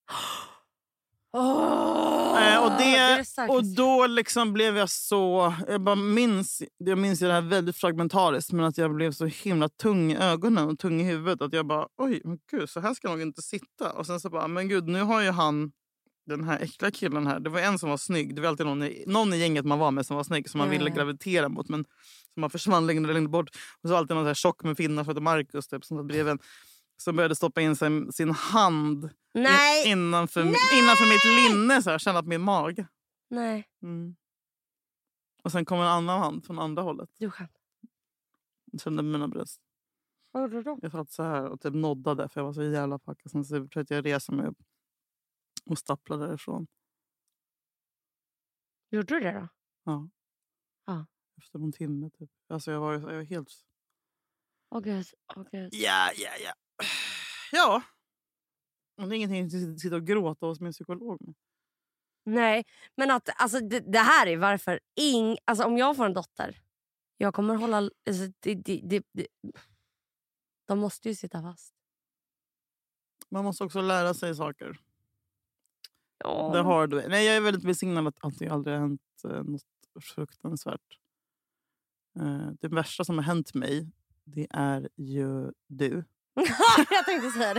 [SPEAKER 2] Oh,
[SPEAKER 3] Eh, och, det,
[SPEAKER 2] är det starkaste.
[SPEAKER 3] och då liksom blev jag så... Jag bara minns, jag minns det här väldigt fragmentariskt. Men att jag blev så himla tung i ögonen och tung i huvudet. Att jag bara, oj, men gud, så här ska jag nog inte sitta. Och sen så bara, men gud, nu har ju han... Den här äckla killen här. Det var en som var snygg. Det var alltid någon i, någon i gänget man var med som var snygg. Som man
[SPEAKER 2] Ja,
[SPEAKER 3] ville
[SPEAKER 2] ja.
[SPEAKER 3] gravitera mot. Men som man försvann längre och längre bort. Och så alltid någon så här tjock med finnar för att Marcus typ, som var bredvid. Som började stoppa in sig, sin hand
[SPEAKER 2] Nej!
[SPEAKER 3] in, innanför, innanför mitt linne. Så här, känna på min mage.
[SPEAKER 2] Nej,
[SPEAKER 3] Mm. Och sen kom en annan hand från andra hållet.
[SPEAKER 2] du skämtar.
[SPEAKER 3] Jag kände mina bröst.
[SPEAKER 2] Vad gjorde du då?
[SPEAKER 3] Jag satt så här och typ noddade. För jag var så jävla packad. Sen så försökte jag resa mig upp. Och stappla därifrån.
[SPEAKER 2] Gjorde du det då?
[SPEAKER 3] Ja.
[SPEAKER 2] Ja.
[SPEAKER 3] Efter någon timme typ. Alltså jag var, jag var helt...
[SPEAKER 2] Åh gud, åh gud.
[SPEAKER 3] Ja, ja, ja. Ja. Och det är ingenting att sitta och gråta hos min psykolog med.
[SPEAKER 2] Nej, men att alltså, det, det här är varför ing, alltså, om jag får en dotter, jag kommer hålla... Alltså, det, det, det, det, de måste ju sitta fast.
[SPEAKER 3] Man måste också lära sig saker.
[SPEAKER 2] Ja.
[SPEAKER 3] Det har du. Nej, jag är väldigt välsignad att, att det aldrig har hänt eh, något fruktansvärt. Eh, det värsta som har hänt mig, det är ju du.
[SPEAKER 2] Jag tänkte säga det.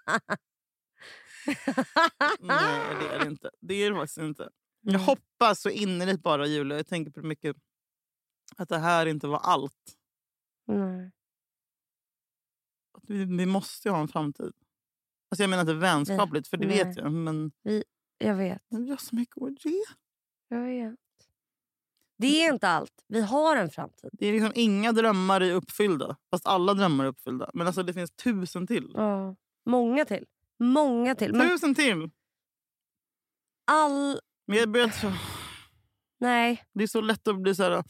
[SPEAKER 3] Nej, det är det inte. Det är det faktiskt inte. Jag
[SPEAKER 2] Mm.
[SPEAKER 3] hoppas så innerligt bara, Julia. Jag tänker på det mycket. Att det här inte var allt.
[SPEAKER 2] Nej.
[SPEAKER 3] Att vi, vi måste ju ha en framtid. Alltså jag menar inte vänskapligt, för det
[SPEAKER 2] Nej.
[SPEAKER 3] vet jag. Men
[SPEAKER 2] Jag vet.
[SPEAKER 3] vi har så mycket att ge.
[SPEAKER 2] Jag vet. Det är inte allt. Vi har en framtid.
[SPEAKER 3] Det är liksom inga drömmar är uppfyllda. Fast alla drömmar är uppfyllda. Men alltså det finns tusen till.
[SPEAKER 2] Ja. Många till. Många till. Men
[SPEAKER 3] Tusen till!
[SPEAKER 2] all...
[SPEAKER 3] Men jag börjar så...
[SPEAKER 2] Nej.
[SPEAKER 3] Det är så lätt att bli så här...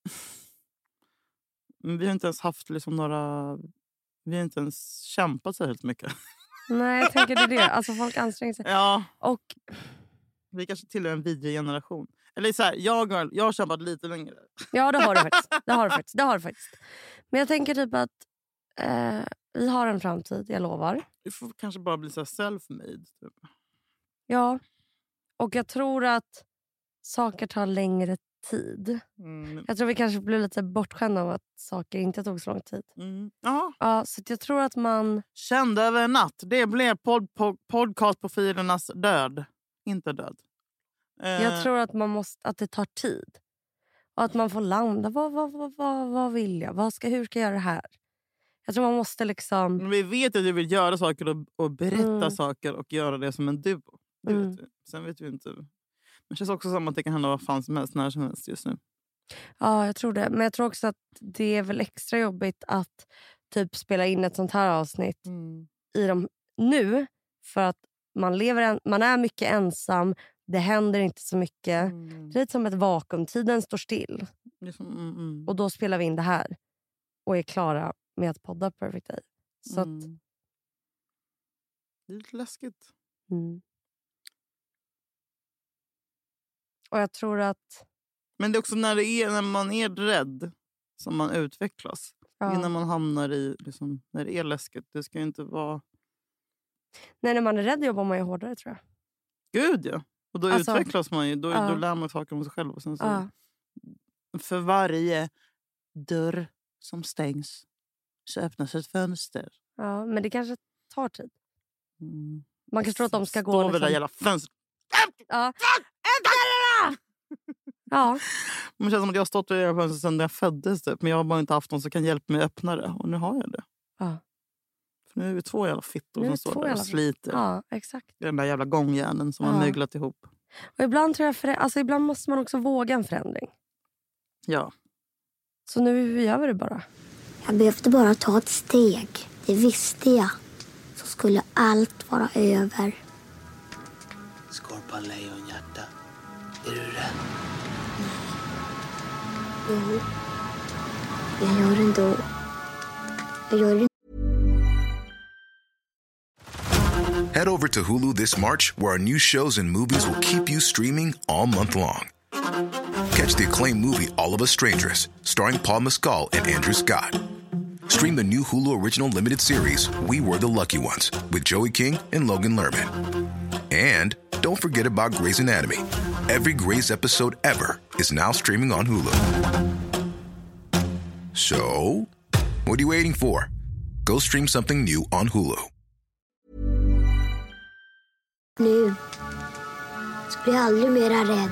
[SPEAKER 3] Men vi har inte ens haft liksom några... Vi har inte ens kämpat så helt mycket.
[SPEAKER 2] Nej, jag tänker det. det. Alltså folk anstränger sig.
[SPEAKER 3] Ja,
[SPEAKER 2] Och
[SPEAKER 3] vi kanske tillhör en vidrig generation. Eller så här, jag har, jag har kämpat lite längre.
[SPEAKER 2] ja, det har du faktiskt. Det har du faktiskt. Det har du faktiskt. Men jag tänker typ att eh, vi har en framtid, jag lovar.
[SPEAKER 3] Vi får kanske bara bli så här self-made. Typ.
[SPEAKER 2] Ja. Och jag tror att saker tar längre tid.
[SPEAKER 3] Mm.
[SPEAKER 2] Jag tror vi kanske blir lite bortskämda av att saker inte tog så lång tid.
[SPEAKER 3] Mm. Ja.
[SPEAKER 2] Ja, så att jag tror att man...
[SPEAKER 3] Kände över en natt. Det blev pod, pod, podcastprofilernas död. Inte död. Eh,
[SPEAKER 2] Jag tror att man måste att det tar tid. Och att man får landa. Vad, vad, vad, vad, vad vill jag? Vad ska, hur ska jag göra det här? Jag tror man måste liksom...
[SPEAKER 3] Men vi vet att du vill göra saker och, och berätta
[SPEAKER 2] Mm.
[SPEAKER 3] saker och göra det som en duo. Det
[SPEAKER 2] Mm.
[SPEAKER 3] vet vi. Sen vet vi inte. Men det känns också som att det kan hända vad fan som helst när som helst just nu.
[SPEAKER 2] Ja, jag tror det. Men jag tror också att det är väl extra jobbigt att typ spela in ett sånt här avsnitt
[SPEAKER 3] Mm.
[SPEAKER 2] i dem nu. För att man, lever en, man är mycket ensam. Det händer inte så mycket.
[SPEAKER 3] Mm.
[SPEAKER 2] Det är lite som ett vakuum. Tiden står still.
[SPEAKER 3] Det är som, mm, mm.
[SPEAKER 2] Och då spelar vi in det här. Och är klara med att podda Perfect Day. Så att,
[SPEAKER 3] Mm. Det är lite läskigt.
[SPEAKER 2] mm. Och jag tror att...
[SPEAKER 3] Men det är också när, det är, när man är rädd som man utvecklas.
[SPEAKER 2] Ja.
[SPEAKER 3] Innan man hamnar i, liksom, när det är läskigt. Det ska ju inte vara...
[SPEAKER 2] Nej, när man är rädd jobbar man ju hårdare, tror jag.
[SPEAKER 3] Gud, ja. Och då
[SPEAKER 2] Alltså,
[SPEAKER 3] utvecklas man ju. Då,
[SPEAKER 2] ja.
[SPEAKER 3] då lär man saker om sig själv. Och sen så,
[SPEAKER 2] Ja.
[SPEAKER 3] för varje dörr som stängs så öppnas ett fönster.
[SPEAKER 2] Ja, men det kanske tar tid.
[SPEAKER 3] Mm.
[SPEAKER 2] Man kan tro att de ska gå...
[SPEAKER 3] Står vid det
[SPEAKER 2] liksom-
[SPEAKER 3] där jävla fönstret.
[SPEAKER 2] Ja. Öppna det då! Ja.
[SPEAKER 3] Det känns som att jag har stått vid det här fönstret sedan jag föddes. Typ. Men jag har bara inte haft någon som kan hjälpa mig att öppna det. Och nu har jag det.
[SPEAKER 2] Ja.
[SPEAKER 3] För nu är vi två jävla fittor
[SPEAKER 2] Nu är
[SPEAKER 3] som
[SPEAKER 2] vi
[SPEAKER 3] står
[SPEAKER 2] två
[SPEAKER 3] där och
[SPEAKER 2] jävla-
[SPEAKER 3] sliter.
[SPEAKER 2] Ja, exakt.
[SPEAKER 3] I den där jävla gångjärnen som
[SPEAKER 2] Ja.
[SPEAKER 3] har möglat ihop.
[SPEAKER 2] Och ibland tror jag för alltså ibland måste man också våga en förändring.
[SPEAKER 3] Ja.
[SPEAKER 2] Så nu gör vi det bara.
[SPEAKER 7] Jag behövde bara ta ett steg. Det visste jag. Så skulle allt vara över.
[SPEAKER 8] Skorpan lejonhjärta. Är du rädd?
[SPEAKER 7] Jo. Jag gör det ändå. Jag gör det.
[SPEAKER 5] Head over to Hulu this March, where our new shows and movies will keep you streaming all month long. Catch the acclaimed movie All of Us Strangers, starring Paul Mescal and Andrew Scott. Stream the new Hulu original limited series We Were the Lucky Ones with Joey King and Logan Lerman. And don't forget about Grey's Anatomy. Every Grey's episode ever is now streaming on Hulu. So, what are you waiting for? Go stream something new on Hulu.
[SPEAKER 7] Nu. Så blir jag aldrig mera rädd.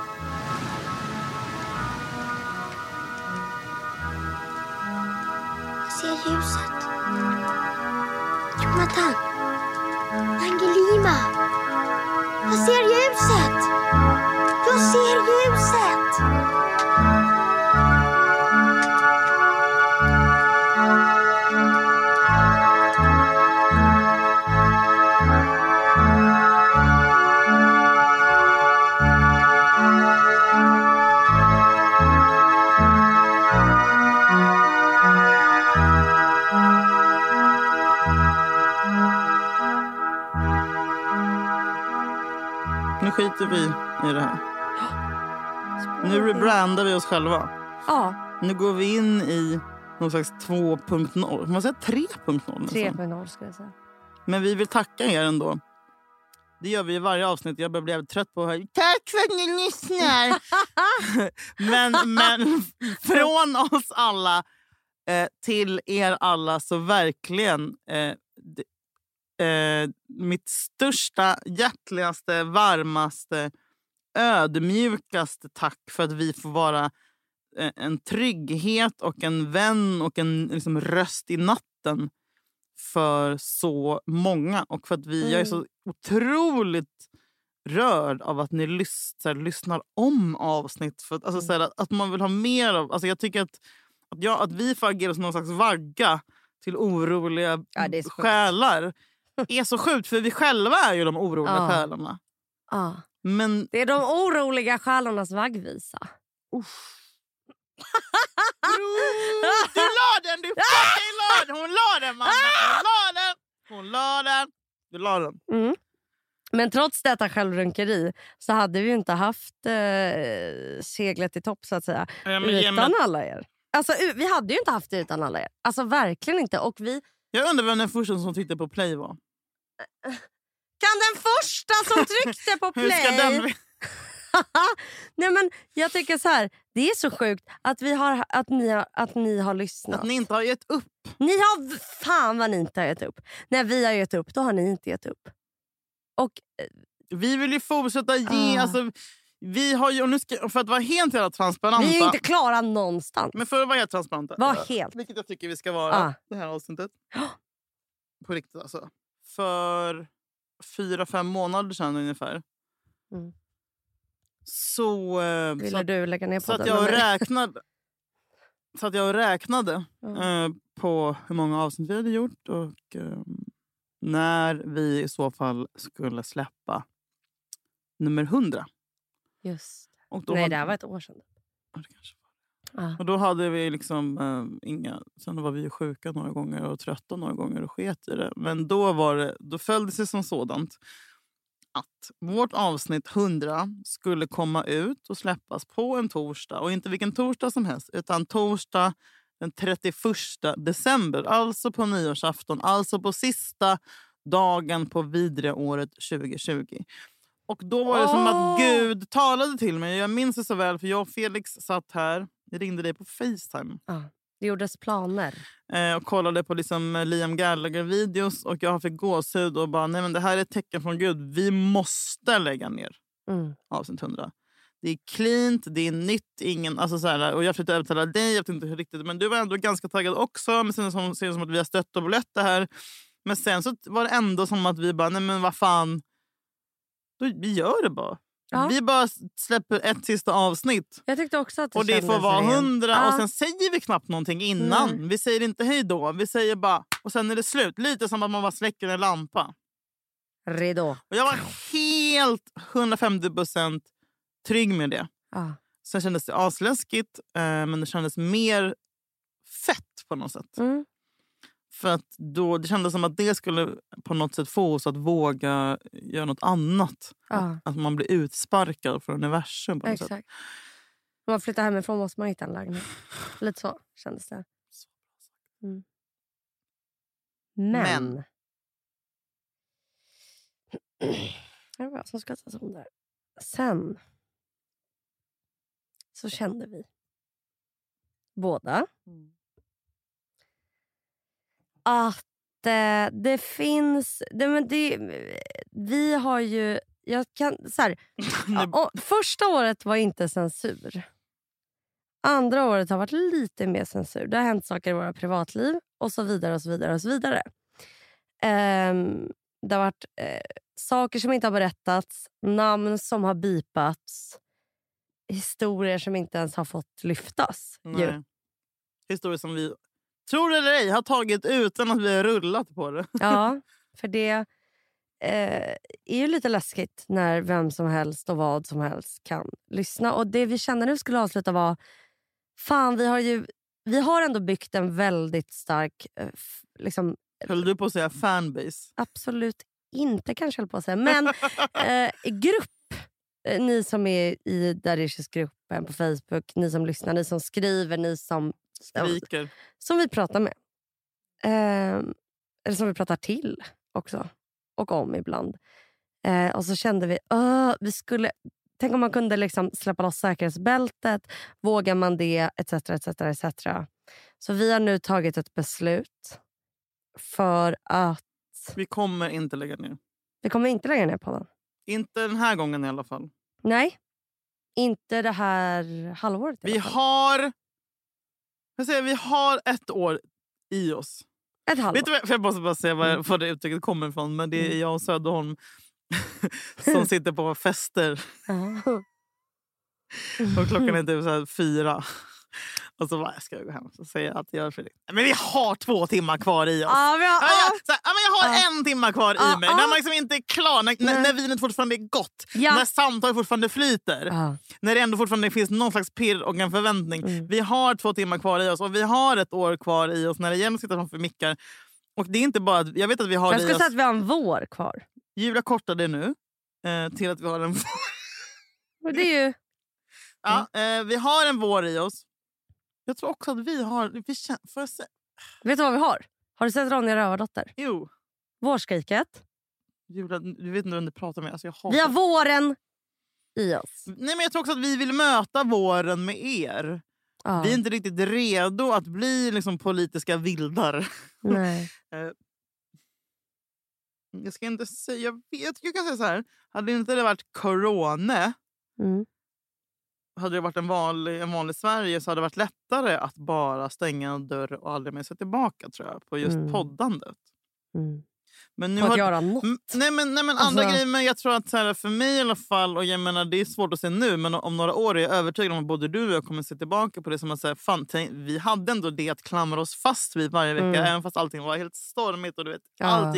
[SPEAKER 7] Jag ser ljuset. Jonathan. Angelima. Jag ser ljuset. Jag ser ljuset.
[SPEAKER 3] Nu skiter vi i det här. Nu rebrandar vi oss själva.
[SPEAKER 2] Ja,
[SPEAKER 3] Nu går vi in i någon slags två punkt noll. Kan man säga tre punkt noll?
[SPEAKER 2] tre
[SPEAKER 3] nästan?
[SPEAKER 2] punkt noll skulle jag säga.
[SPEAKER 3] Men vi vill tacka er ändå. Det gör vi i varje avsnitt. Jag börjar bli jävligt trött på att höra tack för att ni lyssnar. men, men från oss alla eh, till er alla så verkligen eh, d- eh, mitt största, hjärtligaste, varmaste, ödmjukaste tack för att vi får vara eh, en trygghet och en vän och en liksom, röst i natten för så många. Och för att vi,
[SPEAKER 2] Mm.
[SPEAKER 3] jag är så otroligt rörd av att ni lys, så här, lyssnar om avsnitt. För att, alltså, så här, att, att man vill ha mer av... Alltså, jag tycker att, att, jag, att vi får agera som någon slags vagga till oroliga
[SPEAKER 2] Ja, det är så sjukt.
[SPEAKER 3] själar är så sjukt. För vi själva är ju de oroliga
[SPEAKER 2] Ja.
[SPEAKER 3] själarna.
[SPEAKER 2] Ja.
[SPEAKER 3] Men
[SPEAKER 2] Det är de oroliga själarnas vaggvisa.
[SPEAKER 3] du la den, du fucking la den. Hon la den, mamma. Hon la den. Hon la den. Du la den.
[SPEAKER 2] Mm. Men trots detta självrunkeri så hade vi ju inte haft eh, seglet i topp så att säga.
[SPEAKER 3] Ja, men ge
[SPEAKER 2] utan
[SPEAKER 3] mig-
[SPEAKER 2] alla er. Alltså u- vi hade ju inte haft det utan alla er. Alltså verkligen inte. Och vi...
[SPEAKER 3] Jag undrar vem den första som tittade på play var.
[SPEAKER 2] Kan den första som tryckte på
[SPEAKER 3] Hur
[SPEAKER 2] play...
[SPEAKER 3] ska den...
[SPEAKER 2] Nej men jag tycker så här. Det är så sjukt att, vi har, att, ni, har, att ni har lyssnat.
[SPEAKER 3] Att ni inte har gett upp.
[SPEAKER 2] Ni har... Fan vad ni inte har gett upp. När vi har gett upp, då har ni inte gett upp. Och
[SPEAKER 3] Vi vill ju fortsätta ge...
[SPEAKER 2] Ah.
[SPEAKER 3] Alltså, vi har ju, och nu ska, för att vara helt jävla transparenta.
[SPEAKER 2] vi är ju inte klara någonstans.
[SPEAKER 3] Men för att vara helt transparenta.
[SPEAKER 2] Var helt.
[SPEAKER 3] Vilket jag tycker vi ska vara
[SPEAKER 2] Ah.
[SPEAKER 3] det här avsnittet. På riktigt alltså. För fyra, fem månader sedan ungefär.
[SPEAKER 2] Mm.
[SPEAKER 3] Så... Eh, så
[SPEAKER 2] Ville
[SPEAKER 3] att,
[SPEAKER 2] du lägga ner
[SPEAKER 3] så att
[SPEAKER 2] podden
[SPEAKER 3] jag
[SPEAKER 2] med mig?
[SPEAKER 3] räknade... Så att jag räknade
[SPEAKER 2] Mm.
[SPEAKER 3] eh, på hur många avsnitt vi hade gjort. Och eh, när vi i så fall skulle släppa nummer hundra.
[SPEAKER 2] Just.
[SPEAKER 3] Och då
[SPEAKER 2] Nej,
[SPEAKER 3] hade...
[SPEAKER 2] det här var ett år sedan.
[SPEAKER 3] Ja, det kanske var.
[SPEAKER 2] Ah.
[SPEAKER 3] Och då hade vi liksom äh, inga... Sen var vi sjuka några gånger och trötta några gånger och sket i det. Men då var det... Då följde det sig som sådant att vårt avsnitt hundra skulle komma ut och släppas på en torsdag. Och inte vilken torsdag som helst, utan torsdag den trettioförsta december. Alltså på nyårsafton. Alltså på sista dagen på vidriga året tjugohundratjugo. Och då var det som
[SPEAKER 2] Åh!
[SPEAKER 3] att Gud talade till mig. Jag minns det så väl, för jag och Felix satt här. Jag ringde dig på FaceTime.
[SPEAKER 2] Ah. Det gjordes planer.
[SPEAKER 3] Eh, och kollade på liksom Liam Gallagher-videos. Och jag fick gåshud och bara, nej men det här är ett tecken från Gud. Vi måste lägga ner
[SPEAKER 2] Mm.
[SPEAKER 3] avsnitt hundra. Det är cleant, det är nytt, ingen... Alltså så här, och jag försökte övertala dig, jag vet inte hur riktigt. Men du var ändå ganska taggad också. Men sen som, ser det som att vi har stött och blött det här. Men sen så var det ändå som att vi bara, nej men vad fan. Då, vi gör det bara.
[SPEAKER 2] Ja.
[SPEAKER 3] Vi bara släpper ett sista avsnitt.
[SPEAKER 2] Jag tyckte också att det
[SPEAKER 3] Och det får
[SPEAKER 2] kändes
[SPEAKER 3] vara
[SPEAKER 2] rent.
[SPEAKER 3] hundra.
[SPEAKER 2] Ja.
[SPEAKER 3] Och sen säger vi knappt någonting innan.
[SPEAKER 2] Nej.
[SPEAKER 3] Vi säger inte hej då. Vi säger bara, och sen är det slut. Lite som att man bara släcker en lampa.
[SPEAKER 2] Ridå.
[SPEAKER 3] Och jag var helt hundrafemtio procent trygg med det.
[SPEAKER 2] Ah.
[SPEAKER 3] Sen kändes det asläskigt. Eh, men det kändes mer fett på något sätt.
[SPEAKER 2] Mm.
[SPEAKER 3] För att då, det kändes som att det skulle på något sätt få oss att våga göra något annat.
[SPEAKER 2] Ah.
[SPEAKER 3] Att, att man blir utsparkad från universum på något sätt.
[SPEAKER 2] Exakt. Om man flyttar hemifrån måste man hitta en lägenhet. Lite så kändes det. Mm. Men.
[SPEAKER 3] Men.
[SPEAKER 2] Det var jag som ska ta sån där. Sen. Så kände vi. Båda.
[SPEAKER 3] Mm.
[SPEAKER 2] Att eh, det finns... Det, men det, vi har ju... Jag kan, så här, ja, och första året var inte censur. Andra året har varit lite mer censur. Det har hänt saker i våra privatliv. Och så vidare och så vidare och så vidare. Um, det har varit uh, saker som inte har berättats. Namn som har bipats. Historier som inte ens har fått lyftas.
[SPEAKER 3] Nej. Historier som vi, tror eller ej, har tagit utan att vi har rullat på det.
[SPEAKER 2] Ja, för det eh, är ju lite läskigt när vem som helst och vad som helst kan lyssna. Och det vi kände nu skulle avsluta var, fan vi har ju vi har ändå byggt en väldigt stark eh, f- liksom,
[SPEAKER 3] Höll du på att säga fanbase?
[SPEAKER 2] absolut inte kanske höll på att säga, men eh, grupp. Eh, Ni som är i Darishis-gruppen på Facebook, ni som lyssnar, ni som skriver, ni som
[SPEAKER 3] Skriker.
[SPEAKER 2] som vi pratar med. Eh, eller som vi pratar till också. Och om ibland. Eh, och så kände vi, öh, vi skulle... Tänk om man kunde liksom släppa loss säkerhetsbältet. Vågar man det? Etc, etc, et cetera. Så vi har nu tagit ett beslut. För att...
[SPEAKER 3] Vi kommer inte lägga ner.
[SPEAKER 2] Vi kommer inte lägga ner på den.
[SPEAKER 3] Inte den här gången i alla fall.
[SPEAKER 2] Nej. Inte det här halvåret. i
[SPEAKER 3] Vi
[SPEAKER 2] alla fall.
[SPEAKER 3] har... Jag säger, vi har ett år i oss.
[SPEAKER 2] Ett halvår.
[SPEAKER 3] Vet du vad, för jag måste bara säga var, var det uttrycket kommer ifrån. Men det är jag och Söderholm som sitter på fester.
[SPEAKER 2] Ja.
[SPEAKER 3] Och klockan är typ så här fyra. Och så bara, jag ska gå hem och säga att jag är fri. Men vi har två timmar kvar i oss.
[SPEAKER 2] Ja, vi har,
[SPEAKER 3] Ja,
[SPEAKER 2] ja.
[SPEAKER 3] jag, så här, ja, men jag har
[SPEAKER 2] Ja.
[SPEAKER 3] en timme kvar
[SPEAKER 2] Ja,
[SPEAKER 3] i mig.
[SPEAKER 2] ja.
[SPEAKER 3] När man liksom inte är klar. När, när,
[SPEAKER 2] Nej.
[SPEAKER 3] när vinet fortfarande är gott.
[SPEAKER 2] Ja.
[SPEAKER 3] När samtalet fortfarande flyter.
[SPEAKER 2] Ja.
[SPEAKER 3] När det ändå fortfarande finns någon slags pirr och en förväntning.
[SPEAKER 2] Mm.
[SPEAKER 3] Vi har två timmar kvar i oss. Och vi har ett år kvar i oss när det gäller att sitta framför mickar. Och det är inte bara att, jag vet att vi har
[SPEAKER 2] Jag
[SPEAKER 3] det i
[SPEAKER 2] skulle
[SPEAKER 3] oss.
[SPEAKER 2] säga att vi har en vår kvar.
[SPEAKER 3] Jula kortade nu. Eh, till att vi har en
[SPEAKER 2] Och det är ju...
[SPEAKER 3] ja, eh, vi har en vår i oss. Jag tror också att vi har... Vi känner, får jag se?
[SPEAKER 2] Vet du vad vi har? Har du sett Ronja Rövardotter?
[SPEAKER 3] Jo.
[SPEAKER 2] Vårskriket.
[SPEAKER 3] Jula, du vet inte vem du pratar med. Alltså jag hatar.
[SPEAKER 2] Vi har våren i oss.
[SPEAKER 3] Nej, men jag tror också att vi vill möta våren med er.
[SPEAKER 2] Ja.
[SPEAKER 3] Vi är inte riktigt redo att bli liksom politiska vildar.
[SPEAKER 2] Nej.
[SPEAKER 3] Eh, jag ska inte säga... Jag, vet, jag kan säga så här. Hade inte det varit corona...
[SPEAKER 2] Mm.
[SPEAKER 3] Hade det varit en vanlig, en vanlig Sverige så hade det varit lättare att bara stänga en dörr och aldrig mer se tillbaka, tror jag, på just
[SPEAKER 2] Mm.
[SPEAKER 3] poddandet.
[SPEAKER 2] Mm.
[SPEAKER 3] Men nu
[SPEAKER 2] På att
[SPEAKER 3] har,
[SPEAKER 2] göra något.
[SPEAKER 3] Mm, nej men, nej, men
[SPEAKER 2] Alltså-
[SPEAKER 3] andra grejer, men jag tror att så här, för mig i alla fall, och jag menar det är svårt att se nu, men om några år är jag övertygad om att både du och jag kommer se tillbaka på det som att säga, fan, tänk, vi hade ändå det att klamra oss fast vid varje vecka,
[SPEAKER 2] Mm.
[SPEAKER 3] även fast allting var helt stormigt och du vet,
[SPEAKER 2] Ja.
[SPEAKER 3] allt gick åt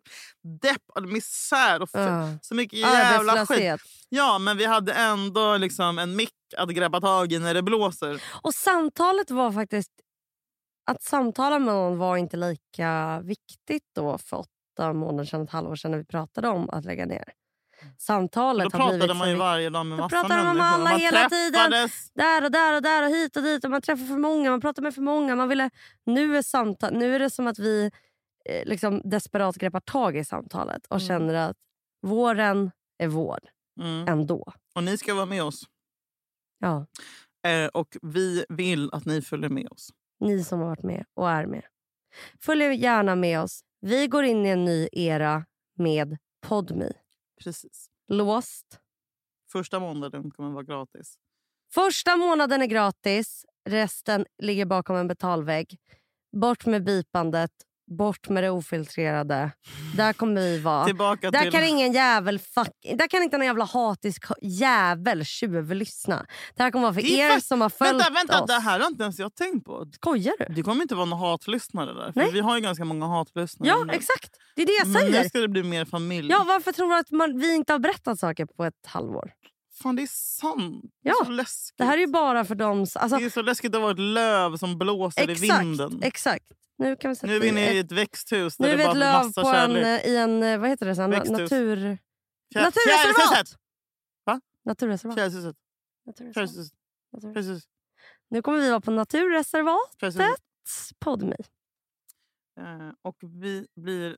[SPEAKER 3] depp och misär och f-
[SPEAKER 2] Ja.
[SPEAKER 3] så mycket jävla skit.
[SPEAKER 2] Arbetslöshet.
[SPEAKER 3] Ja, men vi hade ändå liksom en mick att greppa tag i när det blåser.
[SPEAKER 2] Och samtalet var faktiskt... Att samtala med någon var inte lika viktigt då för åtta månader sedan, ett halvår sedan när vi pratade om att lägga ner. Samtalet
[SPEAKER 3] Då
[SPEAKER 2] har
[SPEAKER 3] pratade
[SPEAKER 2] blivit
[SPEAKER 3] man ju
[SPEAKER 2] så
[SPEAKER 3] varje dag med
[SPEAKER 2] Då
[SPEAKER 3] massa
[SPEAKER 2] pratade man
[SPEAKER 3] människor.
[SPEAKER 2] med alla hela tiden.
[SPEAKER 3] träffades.
[SPEAKER 2] där och där och där och hit och dit. Och man träffar för många, man pratar med för många. Man ville, nu, är samtal, nu är det som att vi eh, liksom desperat greppar tag i samtalet och
[SPEAKER 3] Mm.
[SPEAKER 2] känner att våren är vår
[SPEAKER 3] Mm.
[SPEAKER 2] ändå.
[SPEAKER 3] Och ni ska vara med oss.
[SPEAKER 2] Ja,
[SPEAKER 3] Eh, och vi vill att ni följer med oss.
[SPEAKER 2] ni som har varit med och är med. Följ gärna med oss. Vi går in i en ny era med Podme.
[SPEAKER 3] Precis.
[SPEAKER 2] Låst.
[SPEAKER 3] Första månaden kommer vara gratis.
[SPEAKER 2] Första månaden är gratis. Resten ligger bakom en betalvägg. Bort med bipandet. Bort med det ofiltrerade. Där kommer vi vara.
[SPEAKER 3] Tillbaka
[SPEAKER 2] Där
[SPEAKER 3] till...
[SPEAKER 2] kan ingen jävel fuck, där kan inte en jävla hatisk jävel tjuv lyssna. Det här kommer vara för
[SPEAKER 3] Det är
[SPEAKER 2] er
[SPEAKER 3] fast-
[SPEAKER 2] som har följt
[SPEAKER 3] Vänta, vänta.
[SPEAKER 2] oss.
[SPEAKER 3] Det här har inte ens jag tänkt på.
[SPEAKER 2] Skojar du?
[SPEAKER 3] Det kommer inte vara några hatlyssnare där. För
[SPEAKER 2] Nej.
[SPEAKER 3] vi har ju ganska många hatlyssnare.
[SPEAKER 2] Ja,
[SPEAKER 3] nu.
[SPEAKER 2] exakt. Det är det jag
[SPEAKER 3] Men
[SPEAKER 2] säger.
[SPEAKER 3] nu ska det bli mer familj.
[SPEAKER 2] Ja, varför tror du att man, vi inte har berättat saker på ett halvår?
[SPEAKER 3] Fan, det är sant. Det
[SPEAKER 2] Ja,
[SPEAKER 3] är så läskigt.
[SPEAKER 2] Det här är ju bara för dem... Alltså,
[SPEAKER 3] Det är så läskigt att vara ett löv som blåser i vinden.
[SPEAKER 2] exakt, exakt. Nu, kan vi sätta
[SPEAKER 3] Nu är vi inne i
[SPEAKER 2] ett,
[SPEAKER 3] ett växthus där
[SPEAKER 2] nu är vi
[SPEAKER 3] det
[SPEAKER 2] ett
[SPEAKER 3] bara
[SPEAKER 2] löv
[SPEAKER 3] massa
[SPEAKER 2] på en,
[SPEAKER 3] kärlek.
[SPEAKER 2] i en... Vad heter det? Så, en
[SPEAKER 3] Växthus.
[SPEAKER 2] natur...
[SPEAKER 3] Fjär-
[SPEAKER 2] Naturreservat!
[SPEAKER 3] Fjärilshuset! Va?
[SPEAKER 2] Naturreservat.
[SPEAKER 3] Fjärilshuset.
[SPEAKER 2] Naturreservat.
[SPEAKER 3] Fjärilshuset.
[SPEAKER 2] Naturreservat.
[SPEAKER 3] Fjärilshuset.
[SPEAKER 2] Nu kommer vi vara på naturreservat.
[SPEAKER 3] Fjärilshuset.
[SPEAKER 2] Podme.
[SPEAKER 3] Eh, Och vi blir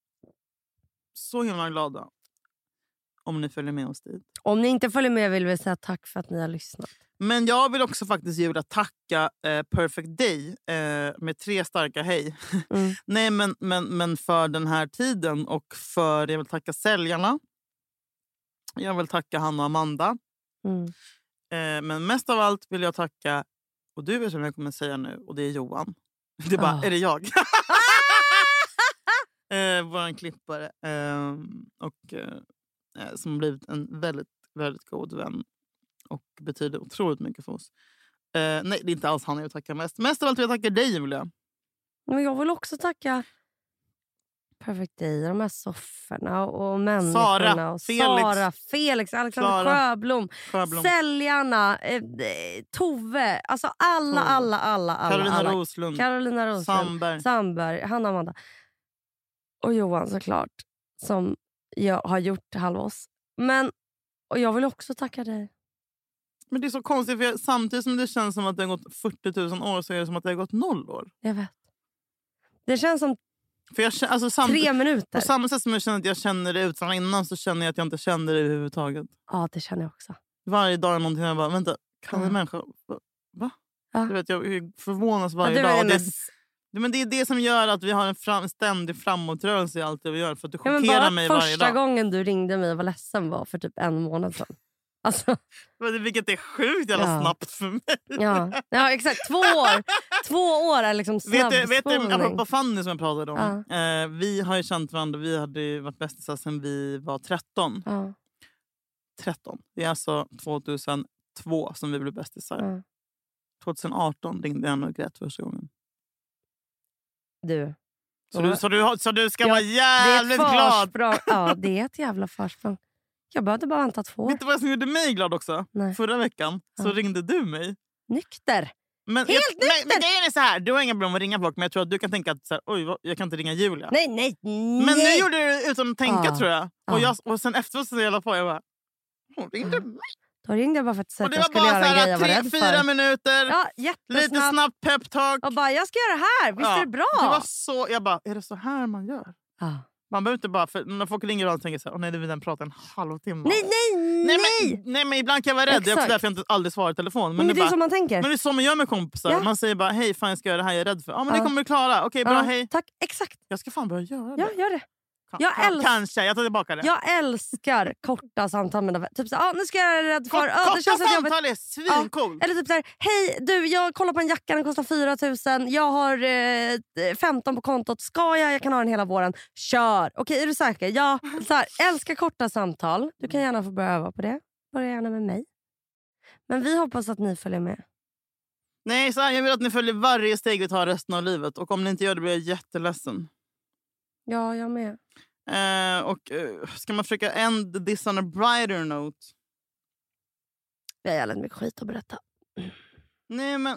[SPEAKER 3] så himla glada om ni följer med oss dit.
[SPEAKER 2] Om ni inte följer med vill vi säga tack för att ni har lyssnat.
[SPEAKER 3] Men jag vill också faktiskt Julia tacka eh, Perfect Day eh, med tre starka hej.
[SPEAKER 2] Mm.
[SPEAKER 3] Nej, men, men, men för den här tiden och för, jag vill tacka säljarna. Jag vill tacka Hanna och Amanda.
[SPEAKER 2] Mm.
[SPEAKER 3] Eh, men mest av allt vill jag tacka, och du vet vad jag kommer säga nu, och det är Johan. Det är bara,
[SPEAKER 2] Ah.
[SPEAKER 3] är det jag? eh, våran klippare. Eh, och eh, som har blivit en väldigt, väldigt god vän. Och betyder otroligt mycket för oss. Eh, nej, det är inte alls han jag vill tacka mest. Mest av allt vill jag tacka dig, Julia.
[SPEAKER 2] Men jag vill också tacka Perfect Day, de här sofforna och människorna.
[SPEAKER 3] Sara,
[SPEAKER 2] och
[SPEAKER 3] Felix.
[SPEAKER 2] Sara, Felix, Alexander
[SPEAKER 3] Sara.
[SPEAKER 2] Sjöblom,
[SPEAKER 3] Sjöblom.
[SPEAKER 2] säljarna, eh, eh, Tove. Alltså alla,
[SPEAKER 3] Tove.
[SPEAKER 2] alla, alla, alla.
[SPEAKER 3] Carolina
[SPEAKER 2] alla.
[SPEAKER 3] Roslund.
[SPEAKER 2] Carolina Roslund.
[SPEAKER 3] Sandberg.
[SPEAKER 2] Sandberg, Hanna Amanda. Och Johan såklart. Som jag har gjort halvås. Men, och jag vill också tacka dig.
[SPEAKER 3] Men det är så konstigt, för jag, samtidigt som det känns som att det har gått fyrtio tusen år så är det som att det har gått noll år.
[SPEAKER 2] Jag vet. Det känns som
[SPEAKER 3] För jag, känner- alltså, samtidigt,
[SPEAKER 2] tre minuter.
[SPEAKER 3] på samma sätt som jag känner att jag känner det utan innan, så känner jag att jag inte känner det överhuvudtaget.
[SPEAKER 2] Ja, det känner jag också.
[SPEAKER 3] Varje dag är någonting jag bara, vänta, kan
[SPEAKER 2] Ja.
[SPEAKER 3] en människa... Va? Va?
[SPEAKER 2] Ja.
[SPEAKER 3] Du vet, jag förvånas varje
[SPEAKER 2] Ja, du
[SPEAKER 3] dag.
[SPEAKER 2] är
[SPEAKER 3] Och Det,
[SPEAKER 2] mest-
[SPEAKER 3] det, men det är det som gör att vi har en fram, ständig framåtrörelse i allt det vi gör. För att du
[SPEAKER 2] Ja, men
[SPEAKER 3] chockerar
[SPEAKER 2] bara
[SPEAKER 3] mig varje
[SPEAKER 2] första
[SPEAKER 3] dag.
[SPEAKER 2] gången du ringde mig och var ledsen var för typ en månad sedan. Alltså,
[SPEAKER 3] Men det- Vilket är sjukt jävla
[SPEAKER 2] Ja.
[SPEAKER 3] snabbt för mig.
[SPEAKER 2] ja. ja, exakt. Två år. Två år är liksom
[SPEAKER 3] Vet du, vet du
[SPEAKER 2] snabbspolning.
[SPEAKER 3] apropå Fanny som jag pratade om.
[SPEAKER 2] Ja.
[SPEAKER 3] Eh, vi har ju känt varandra, vi hade ju varit bästisar sedan vi var tretton.
[SPEAKER 2] Ja,
[SPEAKER 3] tretton. Det är alltså tjugohundratvå som vi blev bästisar.
[SPEAKER 2] ja.
[SPEAKER 3] tjugoarton ringde jag och grät första gången.
[SPEAKER 2] Du.
[SPEAKER 3] Så, du, så, du, har- så du ska
[SPEAKER 2] Ja,
[SPEAKER 3] vara
[SPEAKER 2] Det är
[SPEAKER 3] jävligt
[SPEAKER 2] ett
[SPEAKER 3] glad.
[SPEAKER 2] försprång. Ja, det är ett jävla försprång. Jag behövde bara vänta två år.
[SPEAKER 3] Vet du vad som gjorde mig glad också?
[SPEAKER 2] Nej.
[SPEAKER 3] Förra veckan så
[SPEAKER 2] Ja.
[SPEAKER 3] ringde du mig.
[SPEAKER 2] Nykter.
[SPEAKER 3] Men,
[SPEAKER 2] Helt
[SPEAKER 3] jag, men,
[SPEAKER 2] nykter!
[SPEAKER 3] men grejen är så här, du har inga problem att ringa folk, men jag tror att du kan tänka att så här, oj, vad, jag kan inte ringa Julia.
[SPEAKER 2] Nej, nej, nej.
[SPEAKER 3] Men nu gjorde du det utan att tänka,
[SPEAKER 2] Ja.
[SPEAKER 3] tror jag.
[SPEAKER 2] Ja.
[SPEAKER 3] Och, jag. och sen efteråt så jag på, jag bara, hon ringde mig.
[SPEAKER 2] Då ringde jag bara för att säga
[SPEAKER 3] Och
[SPEAKER 2] att
[SPEAKER 3] det
[SPEAKER 2] jag
[SPEAKER 3] var
[SPEAKER 2] skulle
[SPEAKER 3] bara
[SPEAKER 2] göra
[SPEAKER 3] så
[SPEAKER 2] en grej
[SPEAKER 3] här,
[SPEAKER 2] jag var
[SPEAKER 3] tre,
[SPEAKER 2] rädd
[SPEAKER 3] fyra
[SPEAKER 2] för.
[SPEAKER 3] minuter.
[SPEAKER 2] Ja,
[SPEAKER 3] Lite
[SPEAKER 2] jättesnabbt.
[SPEAKER 3] snabbt peptalk.
[SPEAKER 2] Och bara, jag ska göra det här. Visst
[SPEAKER 3] Ja.
[SPEAKER 2] är det bra?
[SPEAKER 3] Det var så, jag bara, är det så här man gör?
[SPEAKER 2] Ja.
[SPEAKER 3] Man behöver inte bara, för när folk ringer och tänker så här, åh nej, det vill den prata en halvtimme.
[SPEAKER 2] Nej, nej, nej!
[SPEAKER 3] Nej, men, nej men ibland kan jag vara rädd. Det är också
[SPEAKER 2] Exakt.
[SPEAKER 3] därför jag inte aldrig svarar i telefon. Men,
[SPEAKER 2] Men
[SPEAKER 3] det
[SPEAKER 2] det är
[SPEAKER 3] bara,
[SPEAKER 2] som man tänker.
[SPEAKER 3] men det är så man gör med kompisar.
[SPEAKER 2] Ja.
[SPEAKER 3] Man säger bara, hej fan jag ska göra det här, jag är rädd för. Ja men
[SPEAKER 2] Ja.
[SPEAKER 3] det kommer du klara. Okej bra,
[SPEAKER 2] Ja,
[SPEAKER 3] hej.
[SPEAKER 2] tack, exakt.
[SPEAKER 3] Jag ska fan börja göra det.
[SPEAKER 2] Ja, gör det.
[SPEAKER 3] Kan,
[SPEAKER 2] jag
[SPEAKER 3] kan,
[SPEAKER 2] älsk-
[SPEAKER 3] Kanske, jag tar tillbaka det.
[SPEAKER 2] Jag älskar korta samtal med typ så, ah, nu ska jag göra rädd för.
[SPEAKER 3] Kort,
[SPEAKER 2] Ah,
[SPEAKER 3] korta
[SPEAKER 2] det känns att jobbet.
[SPEAKER 3] samtal är svincoolt.
[SPEAKER 2] Eller typ så här, hej du, jag kollar på en jacka, den kostar fyra tusen. Jag har eh, femton på kontot. Ska jag? Jag kan ha den hela våren. Kör. Okej, är du säker? Ja, så här, älskar korta samtal. Du kan gärna få börja öva på det. Börja gärna med mig. Men vi hoppas att ni följer med.
[SPEAKER 3] Nej, så här, jag vill att ni följer varje steg vi tar resten av livet. Och om ni inte gör det blir jag jätteledsen.
[SPEAKER 2] Ja, jag med.
[SPEAKER 3] Eh, och uh, ska man försöka end this on a brighter note?
[SPEAKER 2] Vi har jävligt mycket skit att berätta.
[SPEAKER 3] Nej, men...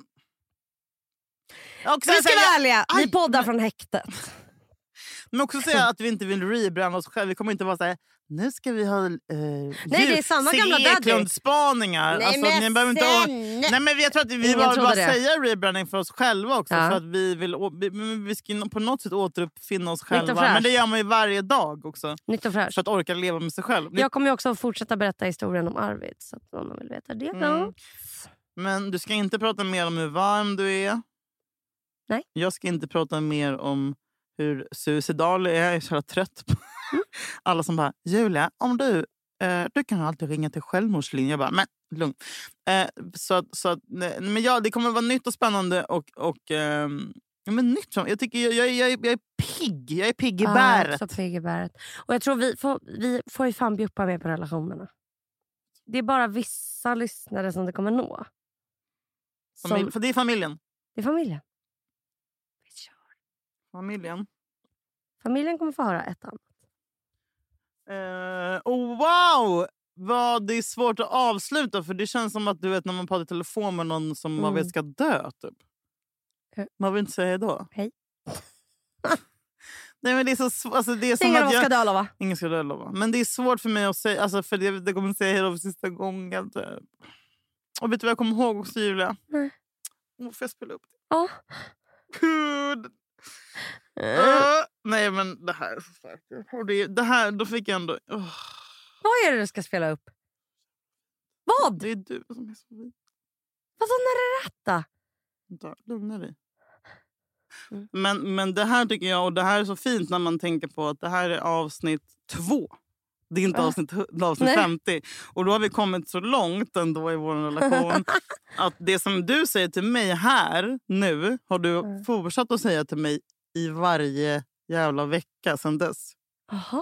[SPEAKER 2] Vi ska vara ärliga. Vi poddar från häktet.
[SPEAKER 3] Men också säga att vi inte vill rebranda oss själva. Vi kommer inte vara så här, nu ska vi ha eh,
[SPEAKER 2] Nej, det är samma gamla daddy.
[SPEAKER 3] Spaningar.
[SPEAKER 2] Nej,
[SPEAKER 3] alltså,
[SPEAKER 2] men
[SPEAKER 3] ni behöver inte
[SPEAKER 2] sen...
[SPEAKER 3] Nej, men jag tror att vi
[SPEAKER 2] Ingen
[SPEAKER 3] bara, bara
[SPEAKER 2] det.
[SPEAKER 3] säga rebranding för oss själva också.
[SPEAKER 2] Ja.
[SPEAKER 3] För att vi vill vi, vi ska på något sätt återuppfinna oss
[SPEAKER 2] Nytt och
[SPEAKER 3] själva.
[SPEAKER 2] fräscht.
[SPEAKER 3] Men det gör man ju varje dag också.
[SPEAKER 2] Nytt och fräscht.
[SPEAKER 3] För att orka leva med sig själv.
[SPEAKER 2] Jag kommer ju också fortsätta berätta historien om Arvid. Så att någon vill veta det.
[SPEAKER 3] Mm. Men du ska inte prata mer om hur varm du är.
[SPEAKER 2] Nej.
[SPEAKER 3] Jag ska inte prata mer om hur suicidal jag är. Jag är så trött på
[SPEAKER 2] mm.
[SPEAKER 3] alla som bara, Julia, om du, eh, du kan alltid ringa till självmordslinjen. Jag bara, men lugn. Eh, så att, så att, nej, men ja, det kommer att vara nytt och spännande och, och eh, ja, men nytt. Jag tycker jag, jag, jag, jag är pigg. Jag är pigg i
[SPEAKER 2] ah,
[SPEAKER 3] bäret.
[SPEAKER 2] Så pigg i bäret. Och jag tror vi får, vi får ju fan bjuppa med på relationerna. Det är bara vissa lyssnare som det kommer nå.
[SPEAKER 3] Familj,
[SPEAKER 2] som,
[SPEAKER 3] för det är familjen.
[SPEAKER 2] det är familjen. Vi kör.
[SPEAKER 3] Familjen.
[SPEAKER 2] Familjen kommer få höra ett annat.
[SPEAKER 3] Uh, oh, wow! Vad det är svårt att avsluta. För det känns som att du vet när man pratar i telefon med någon som mm. man vet ska dö typ.
[SPEAKER 2] Uh.
[SPEAKER 3] Man vill inte säga hej då.
[SPEAKER 2] Hej.
[SPEAKER 3] Nej, men det är så svårt. Alltså, det är som
[SPEAKER 2] ingen
[SPEAKER 3] att jag...
[SPEAKER 2] ska dö lova.
[SPEAKER 3] Ingen ska dö lova. Men det är svårt för mig att säga. Alltså, för det, det kommer att säga hej då för sista gången typ. Och vet du vad jag kommer ihåg också, Julia?
[SPEAKER 2] Nej.
[SPEAKER 3] Oh, får jag spela upp det?
[SPEAKER 2] Ja.
[SPEAKER 3] Gud. Uh, nej, men det här är så starkt. Och det, det här, då fick jag ändå... Oh.
[SPEAKER 2] Vad är det du ska spela upp? Vad?
[SPEAKER 3] Det är du som är så vid.
[SPEAKER 2] Vad när är det rätta?
[SPEAKER 3] Vänta, lugna dig.
[SPEAKER 2] Mm.
[SPEAKER 3] Men, men det här tycker jag, och det här är så fint när man tänker på att det här är avsnitt två. Det är inte
[SPEAKER 2] äh.
[SPEAKER 3] avsnitt, avsnitt femtio. Och då har vi kommit så långt ändå i vår relation. Att det som du säger till mig här nu har du mm. fortsatt att säga till mig i varje jävla vecka sedan dess.
[SPEAKER 2] Aha.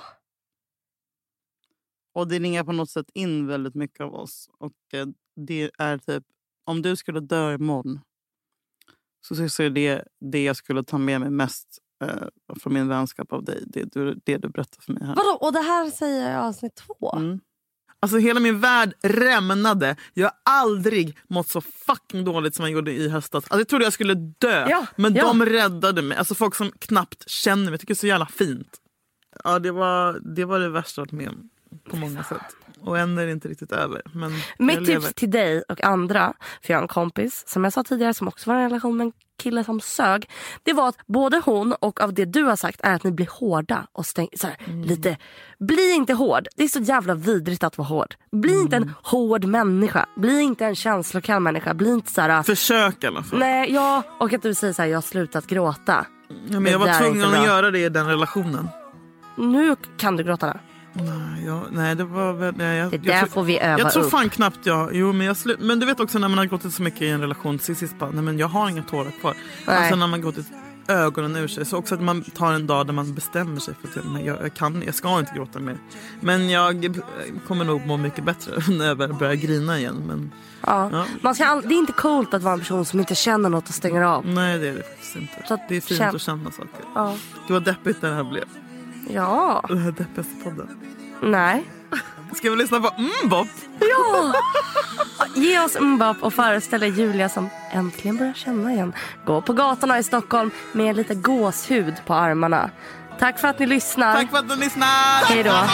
[SPEAKER 3] Och det ringar på något sätt in väldigt mycket av oss. Och eh, det är typ, om du skulle dö imorgon så, så är det det jag skulle ta med mig mest eh, från min vänskap av dig. Det du, det du berättar för mig här.
[SPEAKER 2] Vadå? Och det här säger jag i avsnitt två?
[SPEAKER 3] Mm. Alltså hela min värld rämnade. Jag har aldrig mått så fucking dåligt som jag gjorde i höstas. Alltså jag trodde jag skulle dö.
[SPEAKER 2] Ja,
[SPEAKER 3] men
[SPEAKER 2] ja.
[SPEAKER 3] de räddade mig. Alltså folk som knappt känner mig. Jag tycker det är så jävla fint. Ja, det var det, var det värsta jag varit med om. På många sätt. Och än är det inte riktigt över. Men
[SPEAKER 2] mitt tips till dig och andra, för jag har en kompis som jag sa tidigare som också var i en relation med en kille som sög. Det var att både hon och av det du har sagt är att ni blir hårda och stäng, så här, mm. lite. Bli inte hård. Det är så jävla vidrigt att vara hård. Bli mm. inte en hård människa. Bli inte en känslokall människa. Bli inte så här.
[SPEAKER 3] Försök i alla fall.
[SPEAKER 2] Nej, ja, och att du säger så här, jag har slutat gråta.
[SPEAKER 3] Ja, men jag var tvungen att göra det i den relationen.
[SPEAKER 2] Nu kan du gråta där.
[SPEAKER 3] Nej, jag, nej, det var väl... Nej, jag,
[SPEAKER 2] det där
[SPEAKER 3] jag, jag,
[SPEAKER 2] får vi öva
[SPEAKER 3] Jag tror
[SPEAKER 2] upp.
[SPEAKER 3] fan knappt jag... Jo, men, jag slu, men du vet också när man har gått så mycket i en relation till sist bara, nej men jag har inga tårar kvar. Nej. Alltså när man gått ett ögonen ur sig. Så också att man tar en dag där man bestämmer sig för att nej, jag, jag, kan, jag ska inte gråta mer. Men jag kommer nog må mycket bättre när jag börjar grina igen. Men,
[SPEAKER 2] ja. Ja. Man ska all, det är inte coolt att vara en person som inte känner något och stänger av.
[SPEAKER 3] Nej, det är det faktiskt inte. Så det är fint känn... att känna saker.
[SPEAKER 2] Ja.
[SPEAKER 3] Det var deppigt när det här blev.
[SPEAKER 2] Ja.
[SPEAKER 3] Det här deppigaste podden.
[SPEAKER 2] Nej.
[SPEAKER 3] Ska vi lyssna på Mbop?
[SPEAKER 2] Ja! Ge oss Mbop och föreställa Julia som äntligen börjar känna igen. Gå på gatorna i Stockholm med lite gåshud på armarna. Tack för att ni lyssnar.
[SPEAKER 3] Tack för att ni lyssnar.
[SPEAKER 2] Hej då.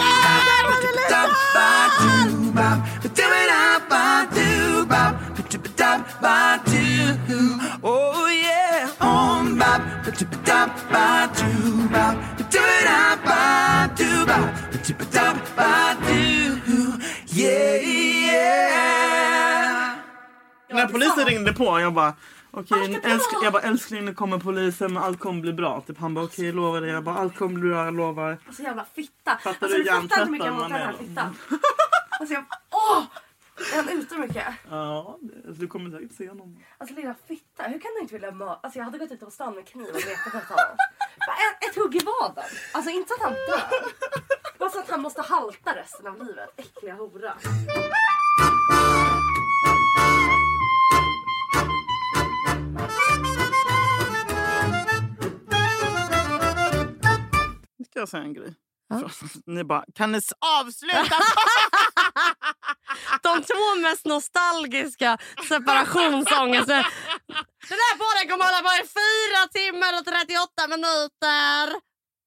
[SPEAKER 9] Oh yeah, on bop, yeah, yeah.
[SPEAKER 3] När polisen ringde på, jag bara okej, okay, älsk, jag bara älskling, nu kommer polisen, men allt kommer bli bra. Typ han bara okej, okay, lovar det. Jag bara allt kommer bli bra, jag lovar.
[SPEAKER 2] Alltså jävla fitta.
[SPEAKER 3] Fattar
[SPEAKER 2] alltså,
[SPEAKER 3] du
[SPEAKER 2] fattar inte mycket jag måste den här fittan. Alltså jag, åh! Är han ute mycket?
[SPEAKER 3] Ja, det, du kommer säkert se honom.
[SPEAKER 2] Alltså lilla fitta, hur kan du inte vilja mörda? Alltså jag hade gått ut och stan med kniv och letat efter honom. Ett, ett hugg i vaden. Alltså inte att han dör. Bara så att han måste halta resten av livet. Äckliga hora.
[SPEAKER 3] Ska ska jag säga en grej?
[SPEAKER 2] Ja.
[SPEAKER 3] Ni bara, kan ni avsluta?
[SPEAKER 2] De två mest nostalgiska separationsångesten. Den här podden kommer hålla på i fyra timmar och trettioåtta minuter.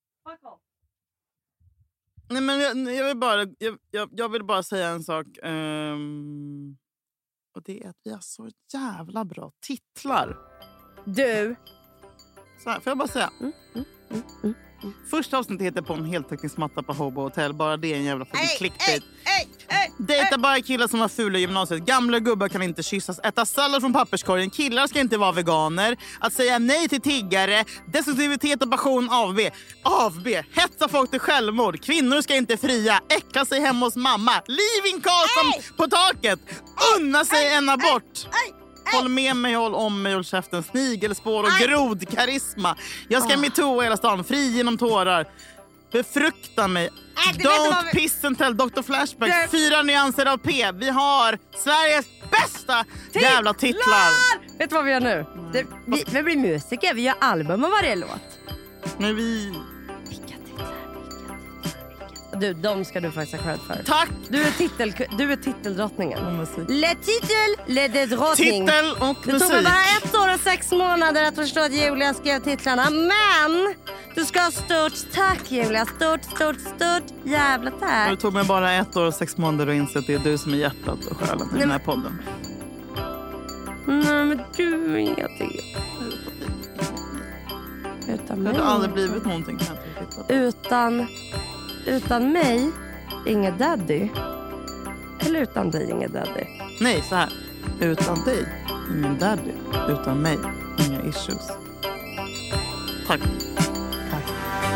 [SPEAKER 3] Nej, men jag, jag, vill bara, jag, jag, jag vill bara säga en sak. Um, och det är att vi har så jävla bra titlar.
[SPEAKER 2] Du.
[SPEAKER 3] Så här, får jag bara säga?
[SPEAKER 2] Mm, mm, mm, mm.
[SPEAKER 3] Första avsnittet heter På en heltäckningsmatta på Hobo Hotel. Bara det är en jävla fucking clickbait.
[SPEAKER 2] Ey, ey,
[SPEAKER 3] Dejta bara killar som var fula i gymnasiet. Gamla gubbar kan inte kyssas. Äta sallad från papperskorgen. Killar ska inte vara veganer. Att säga nej till tiggare. Destruktivitet och passion A V B. A V B. Hetsa folk till självmord. Kvinnor ska inte fria. Äckla sig hemma hos mamma. Living Karlsson på taket. Unna sig ey, en abort. Ey, ey. Håll med mig, håll om mig, håll käften. Snigelspår och Aj. grod karisma. Jag ska oh. metoo hela stan, fri genom tårar. Befrukta mig. Äh, Don't vi... piss and tell doktor Flashback. Det... Fyra nyanser av P. Vi har Sveriges bästa Titlar! jävla titlar.
[SPEAKER 2] Vet du vad vi gör nu? Det, vi, vi blir musiker, vi gör album av varje låt.
[SPEAKER 3] Men vi...
[SPEAKER 2] Du, de ska du faktiskt ha cred för.
[SPEAKER 3] Tack!
[SPEAKER 2] Du är, titel, du är titeldrottningen. Le titel, le de drottning.
[SPEAKER 3] Titel och musik.
[SPEAKER 2] Det tog mig bara ett år och sex månader att förstå att Julia skrev titlarna. Men du ska ha stort tack, Julia. Stort, stort, stort jävla tack.
[SPEAKER 3] Det tog mig bara ett år och sex månader att inse att det är du som är hjärtat och själen i den här podden.
[SPEAKER 2] Nej, men du är ingenting. Utan mig.
[SPEAKER 3] Det har aldrig blivit någonting.
[SPEAKER 2] Utan... Utan mig, ingen daddy. Eller utan dig, ingen daddy.
[SPEAKER 3] Nej, så här. Utan dig, ingen daddy. Utan mig, inga issues. Tack. Tack.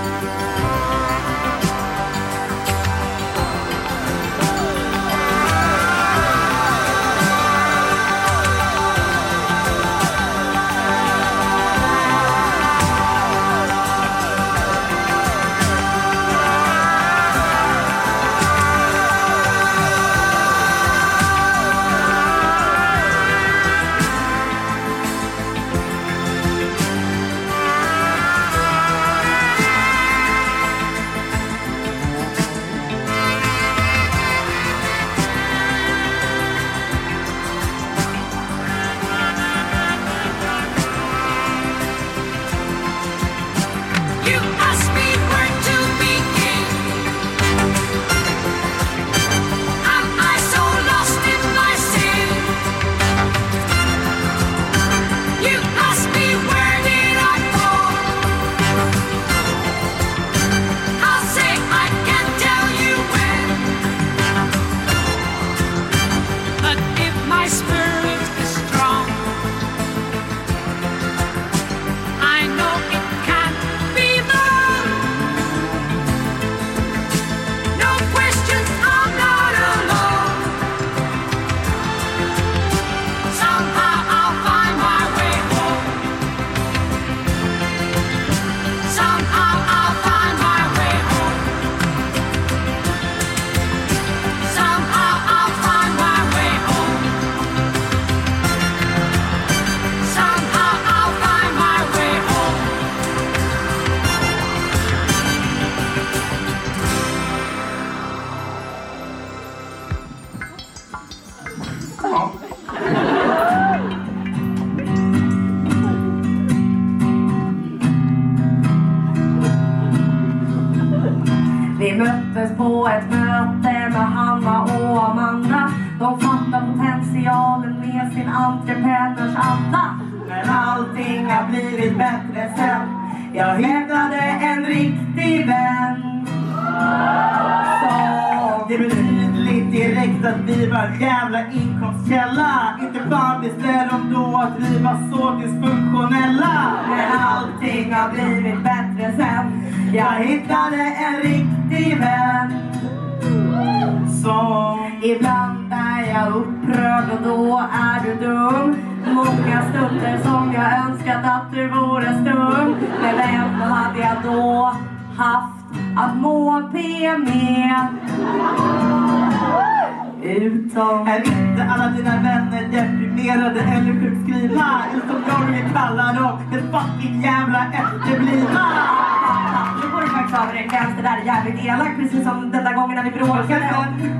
[SPEAKER 10] Vi möttes på ett möte med Hanna och Amanda. De fattar potentialen med sin entreprenörs anda. Men allting har blivit bättre sen. Jag hittade en riktig vän. Så det blev tydligt direkt att vi var en jävla inkomstkälla. Inte fan visste de då att vi var så dysfunktionella. Men allting har blivit bättre sen. Jag hittade en riktig vän. Som ibland är jag upprörd och då är du dum. Många stunder som jag önskat att du vore stum. Men ändå hade jag då haft att må P med. Utom är inte alla dina vänner deprimerade eller sjukskrivna. Eller som jag vill kalla dem, ett fucking jävla efterblivna. får du faktiskt över din gräns. Det där är jävligt elak, precis som den där gången när vi bråkade.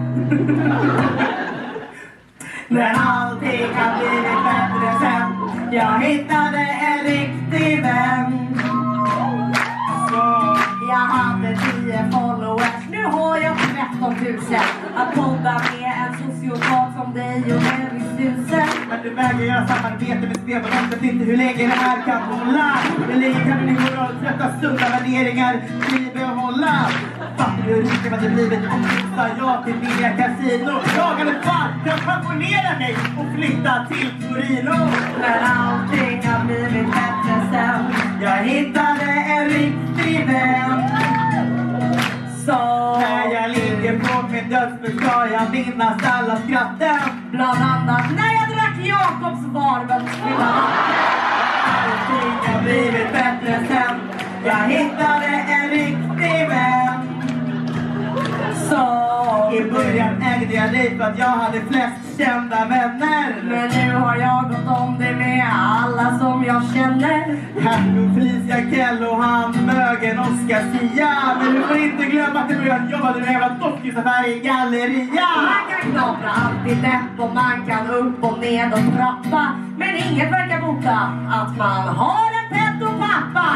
[SPEAKER 10] Men allting har blivit bättre sen. Jag hittade en riktig vän. Jag hade tio followers, nu har jag tretton tusen. Att podda med en sociopat som dig och Elvis Dusen.
[SPEAKER 11] Men du väger göra samarbete med spelbolag. Jag vet inte hur länge det här kan hålla. Hur länge kan ni gå och trötta sunda värderingar ni behålla? Fattar du hur rika vad det blivit? Sa jag till Vilja Casino. Jag hade fall, jag pensionerar mig och flyttar till Torino.
[SPEAKER 10] Men allting har blivit bättre sen.
[SPEAKER 11] Jag hittade en riktig vän.
[SPEAKER 10] Så
[SPEAKER 11] när jag ligger på min dödsbädd ska jag minnas alla skratten.
[SPEAKER 10] Bland annat när jag drack Jakobs varvelsfylla.
[SPEAKER 11] Allting har blivit bättre sen. Jag hittade en riktig vän.
[SPEAKER 10] Så
[SPEAKER 11] i början ägde jag dig för att jag hade flest kända vänner.
[SPEAKER 10] Men nu har jag gått om det med alla som jag känner.
[SPEAKER 11] Herro, Felicia, Kell och han, Mögen, Oskar, Sia. Men du får inte glömma att jag jobbade med en dockhusaffär i Galleria.
[SPEAKER 10] Man kan knapra alltid lätt och man kan upp och ned och trappa. Men inget verkar bota att man har en pet och pappa.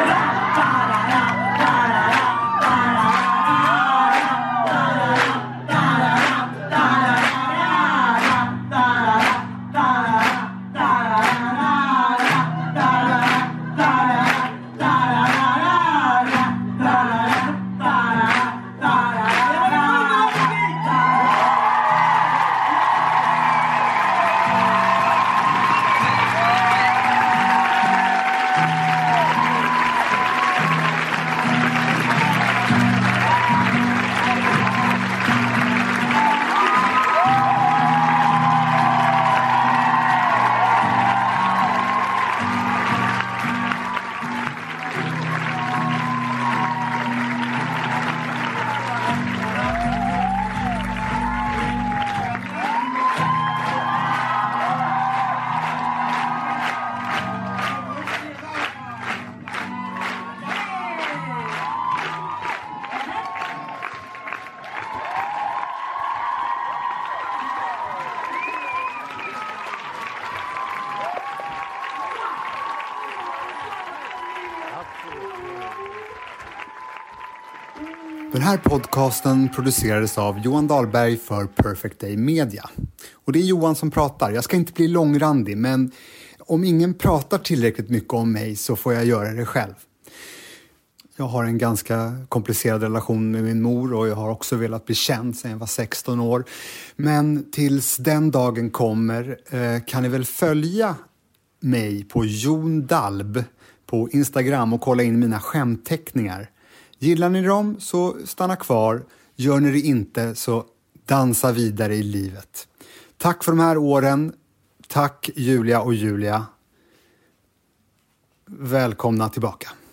[SPEAKER 12] Den här podcasten producerades av Johan Dahlberg för Perfect Day Media. Och det är Johan som pratar. Jag ska inte bli långrandig, men om ingen pratar tillräckligt mycket om mig så får jag göra det själv. Jag har en ganska komplicerad relation med min mor och jag har också velat bli känd sedan jag var sexton år. Men tills den dagen kommer eh, kan ni väl följa mig på Jon Dalb på Instagram och kolla in mina skämtteckningar. Gillar ni dem så stanna kvar. Gör ni det inte så dansa vidare i livet. Tack för de här åren. Tack Julia och Julia. Välkomna tillbaka.